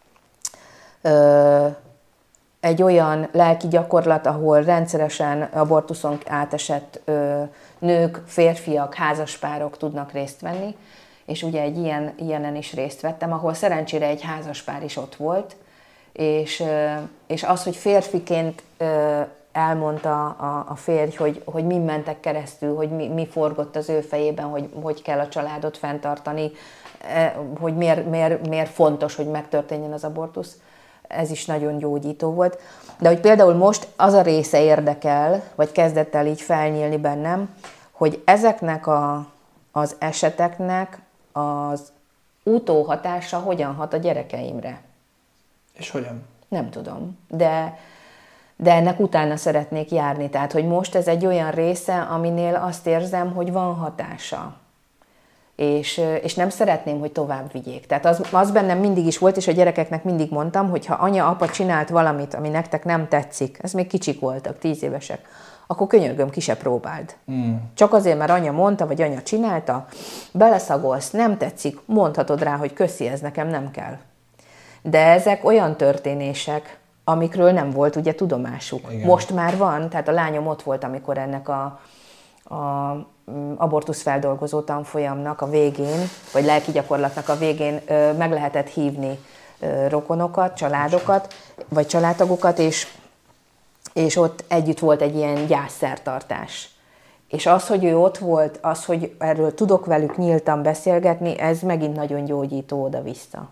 egy olyan lelki gyakorlat, ahol rendszeresen abortuszon átesett nők, férfiak, házaspárok tudnak részt venni, és ugye egy ilyenen is részt vettem, ahol szerencsére egy házaspár is ott volt, és az, hogy férfiként elmondta a férj, hogy mi mentek keresztül, hogy mi forgott az ő fejében, hogy kell a családot fenntartani, hogy miért fontos, hogy megtörténjen az abortusz, ez is nagyon gyógyító volt. De hogy például most az a része érdekel, vagy kezdett el így felnyílni bennem, hogy ezeknek az eseteknek az utóhatása hogyan hat a gyerekeimre. És hogyan? Nem tudom, de ennek utána szeretnék járni. Tehát, hogy most ez egy olyan része, aminél azt érzem, hogy van hatása. És nem szeretném, hogy tovább vigyék. Tehát az bennem mindig is volt, és a gyerekeknek mindig mondtam, hogy ha anya, apa csinált valamit, ami nektek nem tetszik, ez még kicsik voltak, 10 évesek, akkor könyörgöm, ki se próbáld. Csak azért, mert anya mondta, vagy anya csinálta, beleszagolsz, nem tetszik, mondhatod rá, hogy köszi, ez nekem nem kell. De ezek olyan történések, amikről nem volt ugye tudomásuk. Igen. Most már van, tehát a lányom ott volt, amikor ennek a abortuszfeldolgozó tanfolyamnak a végén, vagy lelki gyakorlatnak a végén meg lehetett hívni rokonokat, családokat, vagy családtagokat, és ott együtt volt egy ilyen gyászszertartás. És az, hogy ő ott volt, az, hogy erről tudok velük nyíltan beszélgetni, ez megint nagyon gyógyító oda-vissza.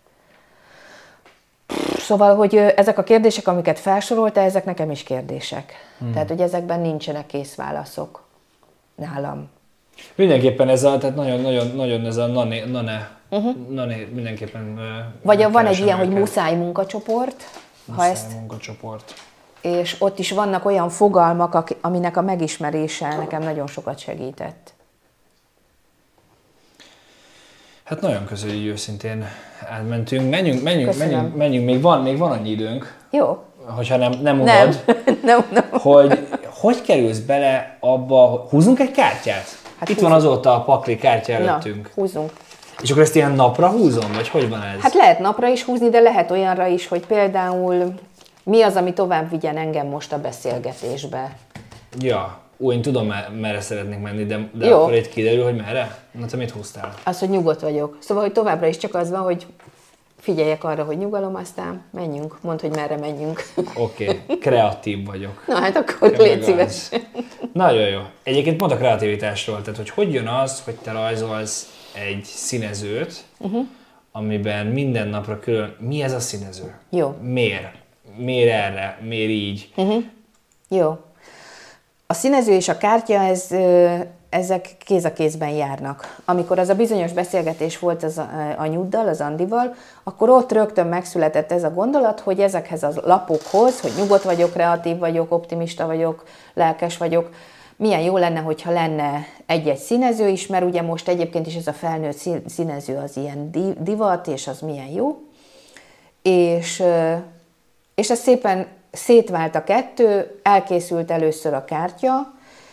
Szóval, hogy ezek a kérdések, amiket felsorolta, ezek nekem is kérdések. Tehát, hogy ezekben nincsenek kész válaszok nálam. Mindenképpen ez tehát nagyon ez a nane mindenképpen... Vagy van egy ilyen, hogy muszáj munkacsoport. Muszáj munkacsoport. és ott is vannak olyan fogalmak, aminek a megismerése nekem nagyon sokat segített. Hát nagyon köszönjük, őszintén átmentünk. Menjünk, még van annyi időnk. Jó. Hogyha nem unod. Nem. Hogy kerülsz bele abba, húzunk egy kártyát? Hát itt van azóta a pakli kártya előttünk. Na, húzunk. És akkor ezt ilyen napra húzom, vagy hogy van ez? Hát lehet napra is húzni, de lehet olyanra is, hogy például mi az, ami tovább vigyen engem most a beszélgetésbe. Ja, én tudom, merre szeretnék menni, de akkor itt kiderül, hogy merre? Na, te mit húztál? Az, hogy nyugodt vagyok. Szóval, hogy továbbra is csak az van, hogy figyeljek arra, hogy nyugalom, aztán menjünk. Mondd, hogy merre menjünk. Oké, kreatív vagyok. Na hát akkor légy szíves. Nagyon jó. Egyébként pont a kreativitásról, tehát hogy jön az, hogy te rajzolsz egy színezőt, amiben minden napra külön... Mi ez a színező? Jó. Miért? Miért erre? Miért így? Jó. A színező és a kártya, ezek kéz a kézben járnak. Amikor az a bizonyos beszélgetés volt az anyuddal, az Andival, akkor ott rögtön megszületett ez a gondolat, hogy ezekhez a lapokhoz, hogy nyugodt vagyok, kreatív vagyok, optimista vagyok, lelkes vagyok, milyen jó lenne, hogyha lenne egy-egy színező is, mert ugye most egyébként is ez a felnőtt színező az ilyen divat, és az milyen jó. És ez szépen szétvált a kettő, elkészült először a kártya,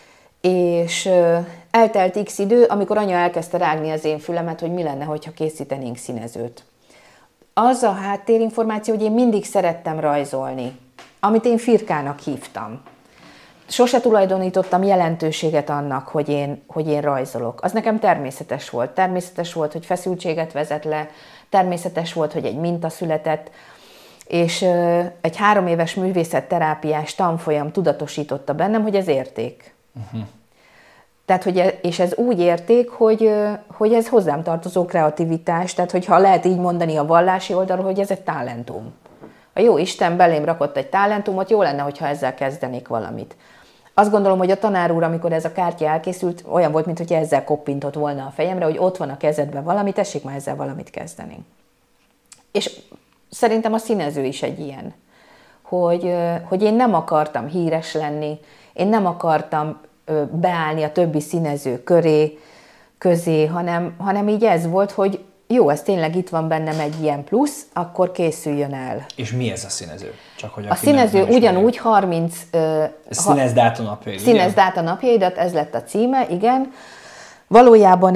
és eltelt x idő, amikor anya elkezdte rágni az én fülemet, hogy mi lenne, hogyha készítenénk színezőt. Az a háttérinformáció, hogy én mindig szerettem rajzolni, amit én firkának hívtam. Sose tulajdonítottam jelentőséget annak, hogy én rajzolok. Az nekem természetes volt. Természetes volt, hogy feszültséget vezet le, természetes volt, hogy egy minta született, és egy 3 éves művészetterápiás tanfolyam tudatosította bennem, hogy ez érték. Tehát, és ez úgy érték, hogy ez hozzám tartozó kreativitás, tehát hogyha lehet így mondani a vallási oldalról, hogy ez egy talentum. A jó Isten belém rakott egy talentumot, jó lenne, hogyha ezzel kezdenék valamit. Azt gondolom, hogy a tanár úr, amikor ez a kártya elkészült, olyan volt, mintha ezzel koppintott volna a fejemre, hogy ott van a kezedben valami, tessék már ezzel valamit kezdeni. És szerintem a színező is egy ilyen, hogy én nem akartam híres lenni, én nem akartam beállni a többi színező közé, hanem így ez volt, hogy jó, ez tényleg itt van bennem egy ilyen plusz, akkor készüljön el. És mi ez a színező? Csak hogy a színező ugyanúgy 30... Színezd a napjaidat. Színezd át a napjaidat, ez lett a címe, igen. Valójában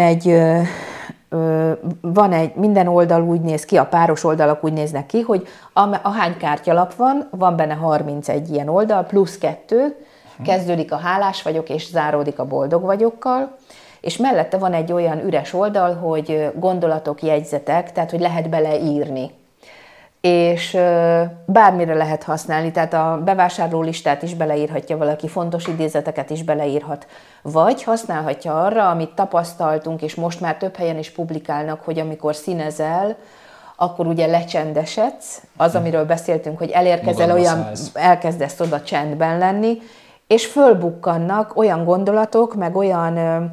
van egy, minden oldal úgy néz ki, a páros oldalak úgy néznek ki, hogy ahány kártyalap van benne 31 ilyen oldal, plusz 2, kezdődik a hálás vagyok, és záródik a boldog vagyokkal, és mellette van egy olyan üres oldal, hogy gondolatok, jegyzetek, tehát hogy lehet beleírni. És bármire lehet használni, tehát a bevásárlólistát is beleírhatja valaki, fontos idézeteket is beleírhat, vagy használhatja arra, amit tapasztaltunk, és most már több helyen is publikálnak, hogy amikor színezel, akkor ugye lecsendesedsz, az, amiről beszéltünk, hogy elérkezel olyan, elkezdesz oda csendben lenni, és fölbukkannak olyan gondolatok, meg olyan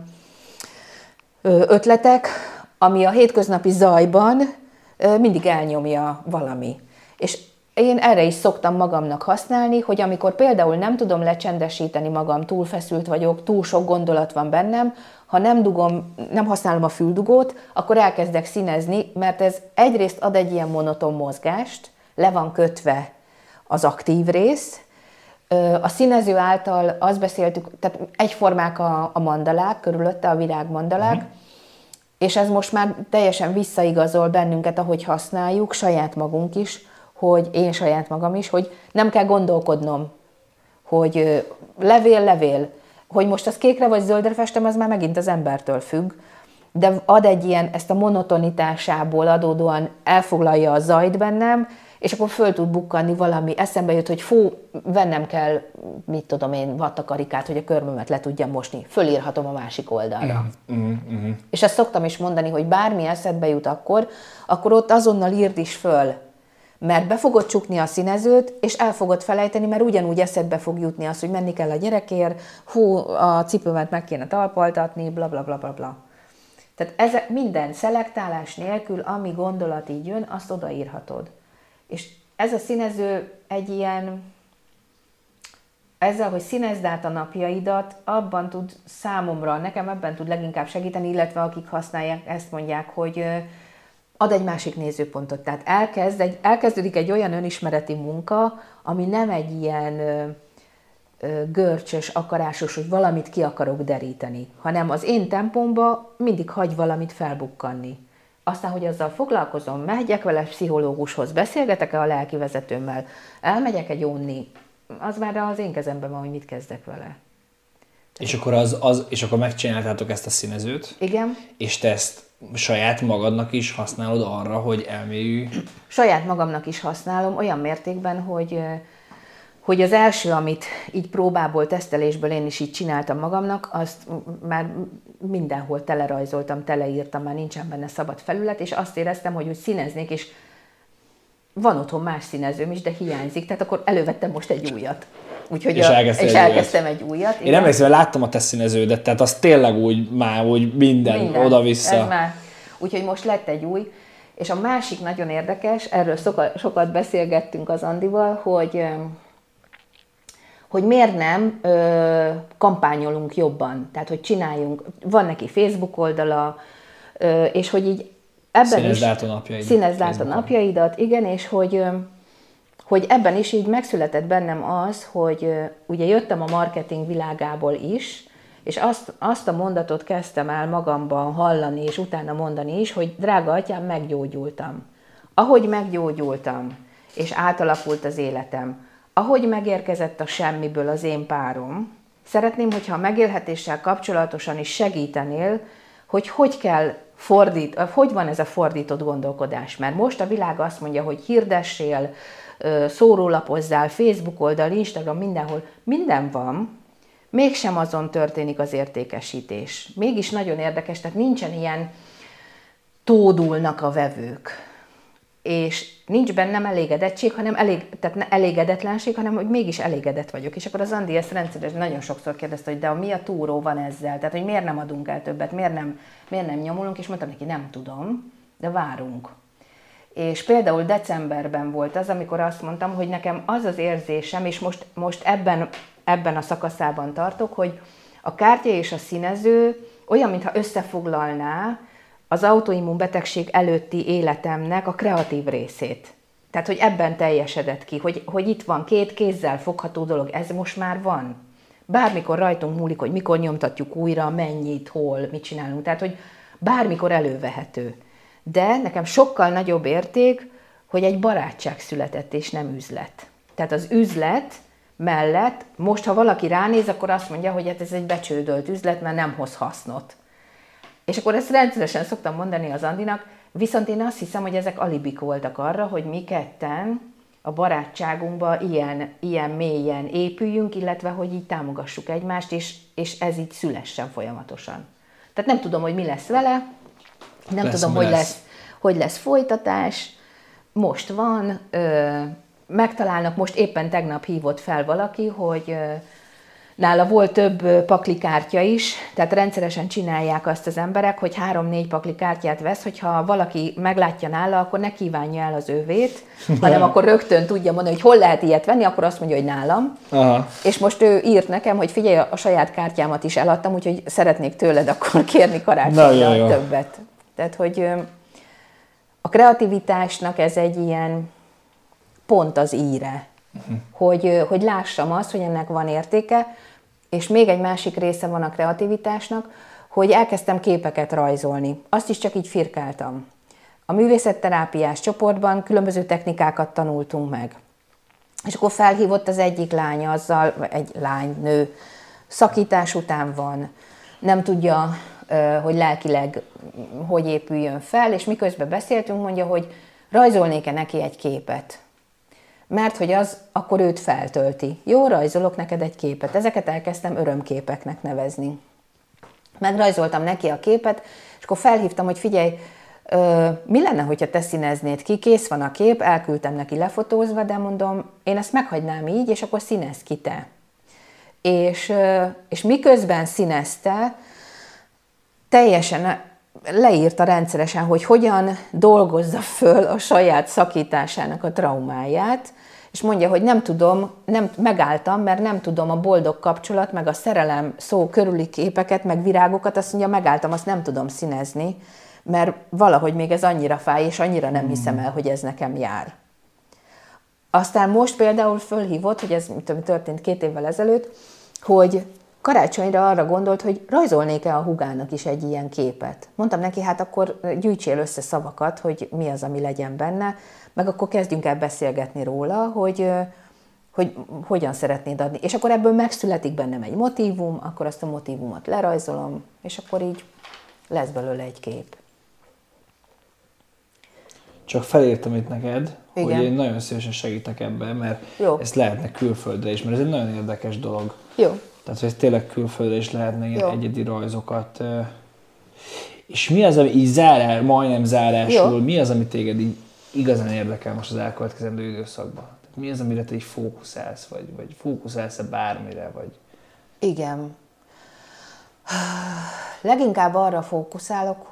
ötletek, ami a hétköznapi zajban mindig elnyomja valami. És én erre is szoktam magamnak használni, hogy amikor például nem tudom lecsendesíteni magam, túl feszült vagyok, túl sok gondolat van bennem, ha nem használom a füldugót, akkor elkezdek színezni, mert ez egyrészt ad egy ilyen monoton mozgást, le van kötve az aktív rész. A színező által azt beszéltük, tehát egyformák a mandalák, körülötte a virágmandalák, és ez most már teljesen visszaigazol bennünket, ahogy használjuk, saját magunk is, hogy én saját magam is, hogy nem kell gondolkodnom, hogy levél, hogy most az kékre vagy zöldre festem, az már megint az embertől függ, de ad egy ilyen, ezt a monotonitásából adódóan elfoglalja a zajt bennem, és akkor föl tud bukkanni valami, eszembe jut, hogy fú, vennem kell, mit tudom én, vattakarikát, hogy a körmömet le tudjam mosni. Fölírhatom a másik oldalra. És ezt szoktam is mondani, hogy bármi eszedbe jut akkor ott azonnal írd is föl. Mert be fogod csukni a színezőt, és el fogod felejteni, mert ugyanúgy eszedbe fog jutni az, hogy menni kell a gyerekért, hú, a cipőmet meg kéne talpaltatni, bla bla bla bla bla. Tehát minden szelektálás nélkül, ami gondolat így jön, azt odaírhatod. És ez a színező egy ilyen ezzel, hogy színezd át a napjaidat, abban tud számomra, nekem ebben tud leginkább segíteni, illetve akik használják, ezt mondják, hogy ad egy másik nézőpontot. Tehát elkezdődik egy olyan önismereti munka, ami nem egy ilyen görcsös, akarásos, hogy valamit ki akarok deríteni, hanem az én tempomba mindig hagy valamit felbukkanni. Aztán, hogy azzal foglalkozom, megyek vele pszichológushoz, beszélgetek-e a lelkivezetőmmel, elmegyek egy onni, az már az én kezemben van, hogy mit kezdek vele. És akkor, és akkor megcsináltátok ezt a színezőt? Igen. És te ezt saját magadnak is használod arra, hogy elmélyülj? Saját magamnak is használom olyan mértékben, hogy az első, amit így próbából, tesztelésből én is így csináltam magamnak, azt már mindenhol telerajzoltam, teleírtam, már nincsen benne szabad felület, és azt éreztem, hogy színeznék, és van otthon más színezőm is, de hiányzik, tehát akkor elővettem most egy újat. Úgyhogy elkezdtem egy újat. Én emlékszem, láttam a te színeződet, tehát az tényleg úgy már úgy minden oda-vissza. Ez már. Úgyhogy most lett egy új. És a másik nagyon érdekes, erről sokat beszélgettünk az Andival, hogy miért nem kampányolunk jobban, tehát hogy csináljunk, van neki Facebook oldala, és hogy így ebben Színezd át a napjaidat, igen, és hogy ebben is így megszületett bennem az, hogy ugye jöttem a marketing világából is, és azt a mondatot kezdtem el magamban hallani, és utána mondani is, hogy drága atyám, meggyógyultam. Ahogy meggyógyultam, és átalakult az életem, ahogy megérkezett a semmiből az én párom, szeretném, hogyha a megélhetéssel kapcsolatosan is segítenél, hogy kell hogy van ez a fordított gondolkodás. Mert most a világ azt mondja, hogy hirdessél, szórólapozzál, Facebook oldal, Instagram, mindenhol, minden van, mégsem azon történik az értékesítés. Mégis nagyon érdekes, tehát nincsen ilyen tódulnak a vevők. És nincs bennem elégedettség, tehát elégedetlenség, hanem hogy mégis elégedett vagyok. És akkor az Andi ezt rendszeresen nagyon sokszor kérdezte, hogy de mi a túró van ezzel? Tehát, hogy miért nem adunk el többet, miért nem nyomulunk, és mondtam neki, nem tudom, de várunk. És például decemberben volt az, amikor azt mondtam, hogy nekem az az érzésem, és most ebben a szakaszában tartok, hogy a kártya és a színező olyan, mintha összefoglalná az autoimmun betegség előtti életemnek a kreatív részét. Tehát, hogy ebben teljesedett ki, hogy itt van két kézzel fogható dolog, ez most már van. Bármikor rajtunk múlik, hogy mikor nyomtatjuk újra, mennyit, hol, mit csinálunk. Tehát, hogy bármikor elővehető. De nekem sokkal nagyobb érték, hogy egy barátság született, és nem üzlet. Tehát az üzlet mellett, most ha valaki ránéz, akkor azt mondja, hogy hát ez egy becsődölt üzlet, mert nem hoz hasznot. És akkor ezt rendszeresen szoktam mondani az Andinak, viszont én azt hiszem, hogy ezek alibik voltak arra, hogy mi ketten a barátságunkba ilyen mélyen épüljünk, illetve hogy így támogassuk egymást, és ez így szülessen folyamatosan. Tehát nem tudom, hogy mi lesz vele, nem tudom, hogy lesz folytatás, most van, megtalálnak, most éppen tegnap hívott fel valaki, hogy nála volt több paklikártya is, tehát rendszeresen csinálják azt az emberek, hogy 3-4 paklikártyát vesz, hogyha valaki meglátja nála, akkor ne kívánja el az ővét, hanem akkor rögtön tudja mondani, hogy hol lehet ilyet venni, akkor azt mondja, hogy nálam. Aha. És most ő írt nekem, hogy figyelj, a saját kártyámat is eladtam, úgyhogy szeretnék tőled akkor kérni karácsonyra többet. Tehát, hogy a kreativitásnak ez egy ilyen pont az íre, hogy lássam azt, hogy ennek van értéke, és még egy másik része van a kreativitásnak, hogy elkezdtem képeket rajzolni. Azt is csak így firkáltam. A művészetterápiás csoportban különböző technikákat tanultunk meg. És akkor felhívott az egyik lány azzal, egy nő, szakítás után van, nem tudja, hogy lelkileg hogy épüljön fel, és miközben beszéltünk, mondja, hogy rajzolnék-e neki egy képet. Mert hogy az akkor őt feltölti. Jó, rajzolok neked egy képet. Ezeket elkezdtem örömképeknek nevezni. Megrajzoltam neki a képet, és akkor felhívtam, hogy figyelj, mi lenne, hogyha te színeznéd ki, kész van a kép, elküldtem neki lefotózva, de mondom, én ezt meghagynám így, és akkor színezd ki te. És miközben színezte, teljesen leírta rendszeresen, hogy hogyan dolgozza föl a saját szakításának a traumáját, és mondja, hogy nem tudom, megálltam, mert nem tudom a boldog kapcsolat, meg a szerelem szó körüli képeket, meg virágokat, azt mondja, megálltam, azt nem tudom színezni, mert valahogy még ez annyira fáj, és annyira nem hiszem el, hogy ez nekem jár. Aztán most például fölhívott, hogy ez történt 2 évvel ezelőtt, hogy karácsonyra arra gondolt, hogy rajzolnék-e a húgának is egy ilyen képet. Mondtam neki, hát akkor gyűjtsél össze szavakat, hogy mi az, ami legyen benne, meg akkor kezdjünk el beszélgetni róla, hogy hogyan szeretnéd adni. És akkor ebből megszületik bennem egy motívum, akkor azt a motívumot lerajzolom, és akkor így lesz belőle egy kép. Csak felírtam itt neked, igen, hogy én nagyon szívesen segítek ebben, mert jó, ezt lehetne külföldre is, mert ez egy nagyon érdekes dolog. Jó. Tehát, hogy tényleg külföldre is lehetne ilyen egyedi rajzokat. És mi az, ami így majdnem zárásul, mi az, ami téged így igazán érdekel most az elkövetkezendő időszakban? Tehát mi az, amire te így fókuszálsz, vagy fókuszálsz-e bármire? Vagy... Igen. Leginkább arra fókuszálok,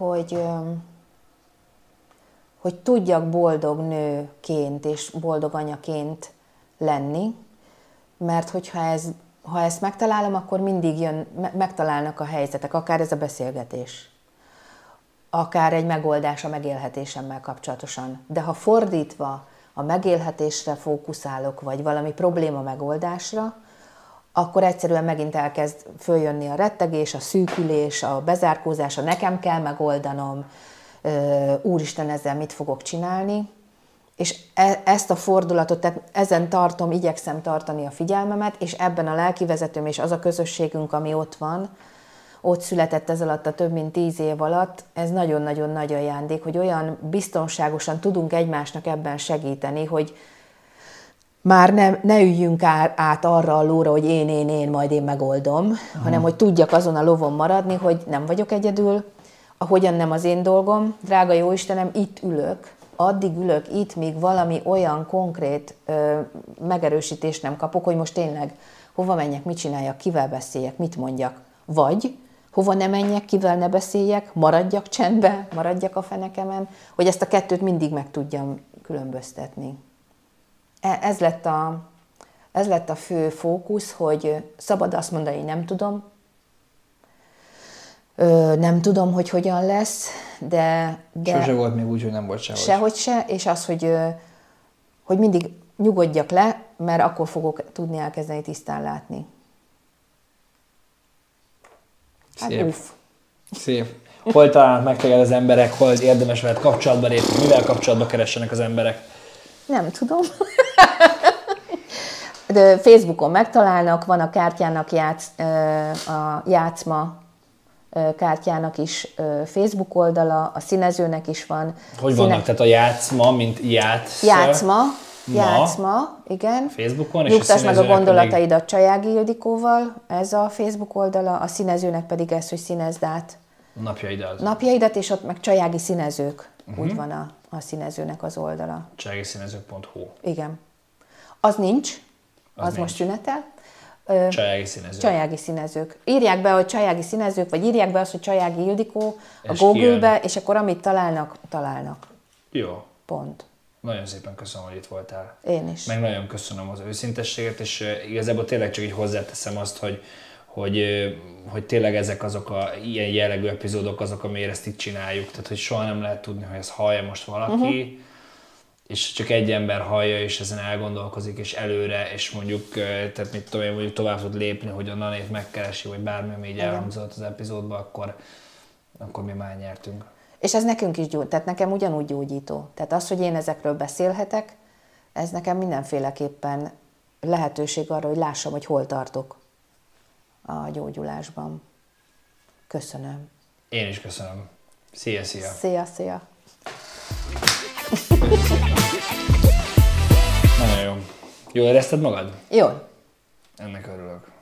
hogy tudjak boldog nőként és boldog anyaként lenni, mert ha ezt megtalálom, akkor mindig megtalálnak a helyzetek, akár ez a beszélgetés, akár egy megoldás a megélhetésemmel kapcsolatosan. De ha fordítva a megélhetésre fókuszálok, vagy valami probléma megoldásra, akkor egyszerűen megint elkezd följönni a rettegés, a szűkülés, a bezárkózás, a nekem kell megoldanom, úristen, ezzel mit fogok csinálni. És ezt a fordulatot, tehát ezen igyekszem tartani a figyelmemet, és ebben a lelkivezetőm és az a közösségünk, ami ott van, ott született ez alatt a több mint 10 év alatt, ez nagyon-nagyon nagy ajándék, hogy olyan biztonságosan tudunk egymásnak ebben segíteni, hogy már ne üljünk át arra a lóra, hogy én, majd én megoldom, hanem hogy tudjak azon a lovon maradni, hogy nem vagyok egyedül, ahogyan nem az én dolgom, drága jó Istenem, itt ülök, addig ülök itt, míg valami olyan konkrét megerősítést nem kapok, hogy most tényleg hova menjek, mit csináljak, kivel beszéljek, mit mondjak, vagy hova ne menjek, kivel ne beszéljek, maradjak csendbe, maradjak a fenekemen, hogy ezt a kettőt mindig meg tudjam különböztetni. Ez lett a fő fókusz, hogy szabad azt mondani, hogy nem tudom, hogy hogyan lesz, de sose volt még úgy, hogy nem volt sehogy. Sehogy se, és az, hogy mindig nyugodjak le, mert akkor fogok tudni elkezdeni tisztán látni. Hát szép. Szép. Hol találnak meg téged az emberek, hol érdemes veled kapcsolatba lépni, mivel kapcsolatba keressenek az emberek? Nem tudom. De Facebookon megtalálnak, van a kártyának a játszma kártyának is Facebook oldala, a színezőnek is van. Hogy vannak? Tehát a játszma, mint Játszma, igen. Facebookon, és Nyugtass meg a gondolataidat pedig... Csajági Ildikóval, ez a Facebook oldala, a színezőnek pedig ez, hogy színezd át napjaidat, és ott meg Csajági színezők, úgy van a színezőnek az oldala. csajágiszínezők.hu. Igen. Az nincs, az most szünetel. Csajági színezők. Írják be, hogy Csajági színezők, vagy írják be azt, hogy Csajági Ildikó a Google-be, és akkor amit találnak. Jó. Pont. Nagyon szépen köszönöm, hogy itt voltál. Én is. Meg nagyon köszönöm az őszintességet, és igazából tényleg csak így hozzáteszem azt, hogy tényleg ezek azok a ilyen jellegű epizódok azok, amiért ezt itt csináljuk. Tehát, hogy soha nem lehet tudni, hogy ezt hallja most valaki, és csak egy ember hallja, és ezen elgondolkozik, és előre, és mondjuk, tehát mit tudom én, mondjuk tovább tud lépni, hogy a Nanét megkeresi, vagy bármi, ami így elhangzott az epizódban, akkor mi már nyertünk. És ez nekünk is tehát nekem ugyanúgy gyógyító. Tehát az, hogy én ezekről beszélhetek, ez nekem mindenféleképpen lehetőség arra, hogy lássam, hogy hol tartok a gyógyulásban. Köszönöm. Én is köszönöm. Szia! Szia! Nagyon jó. Jól érezted magad? Jól. Ennek örülök.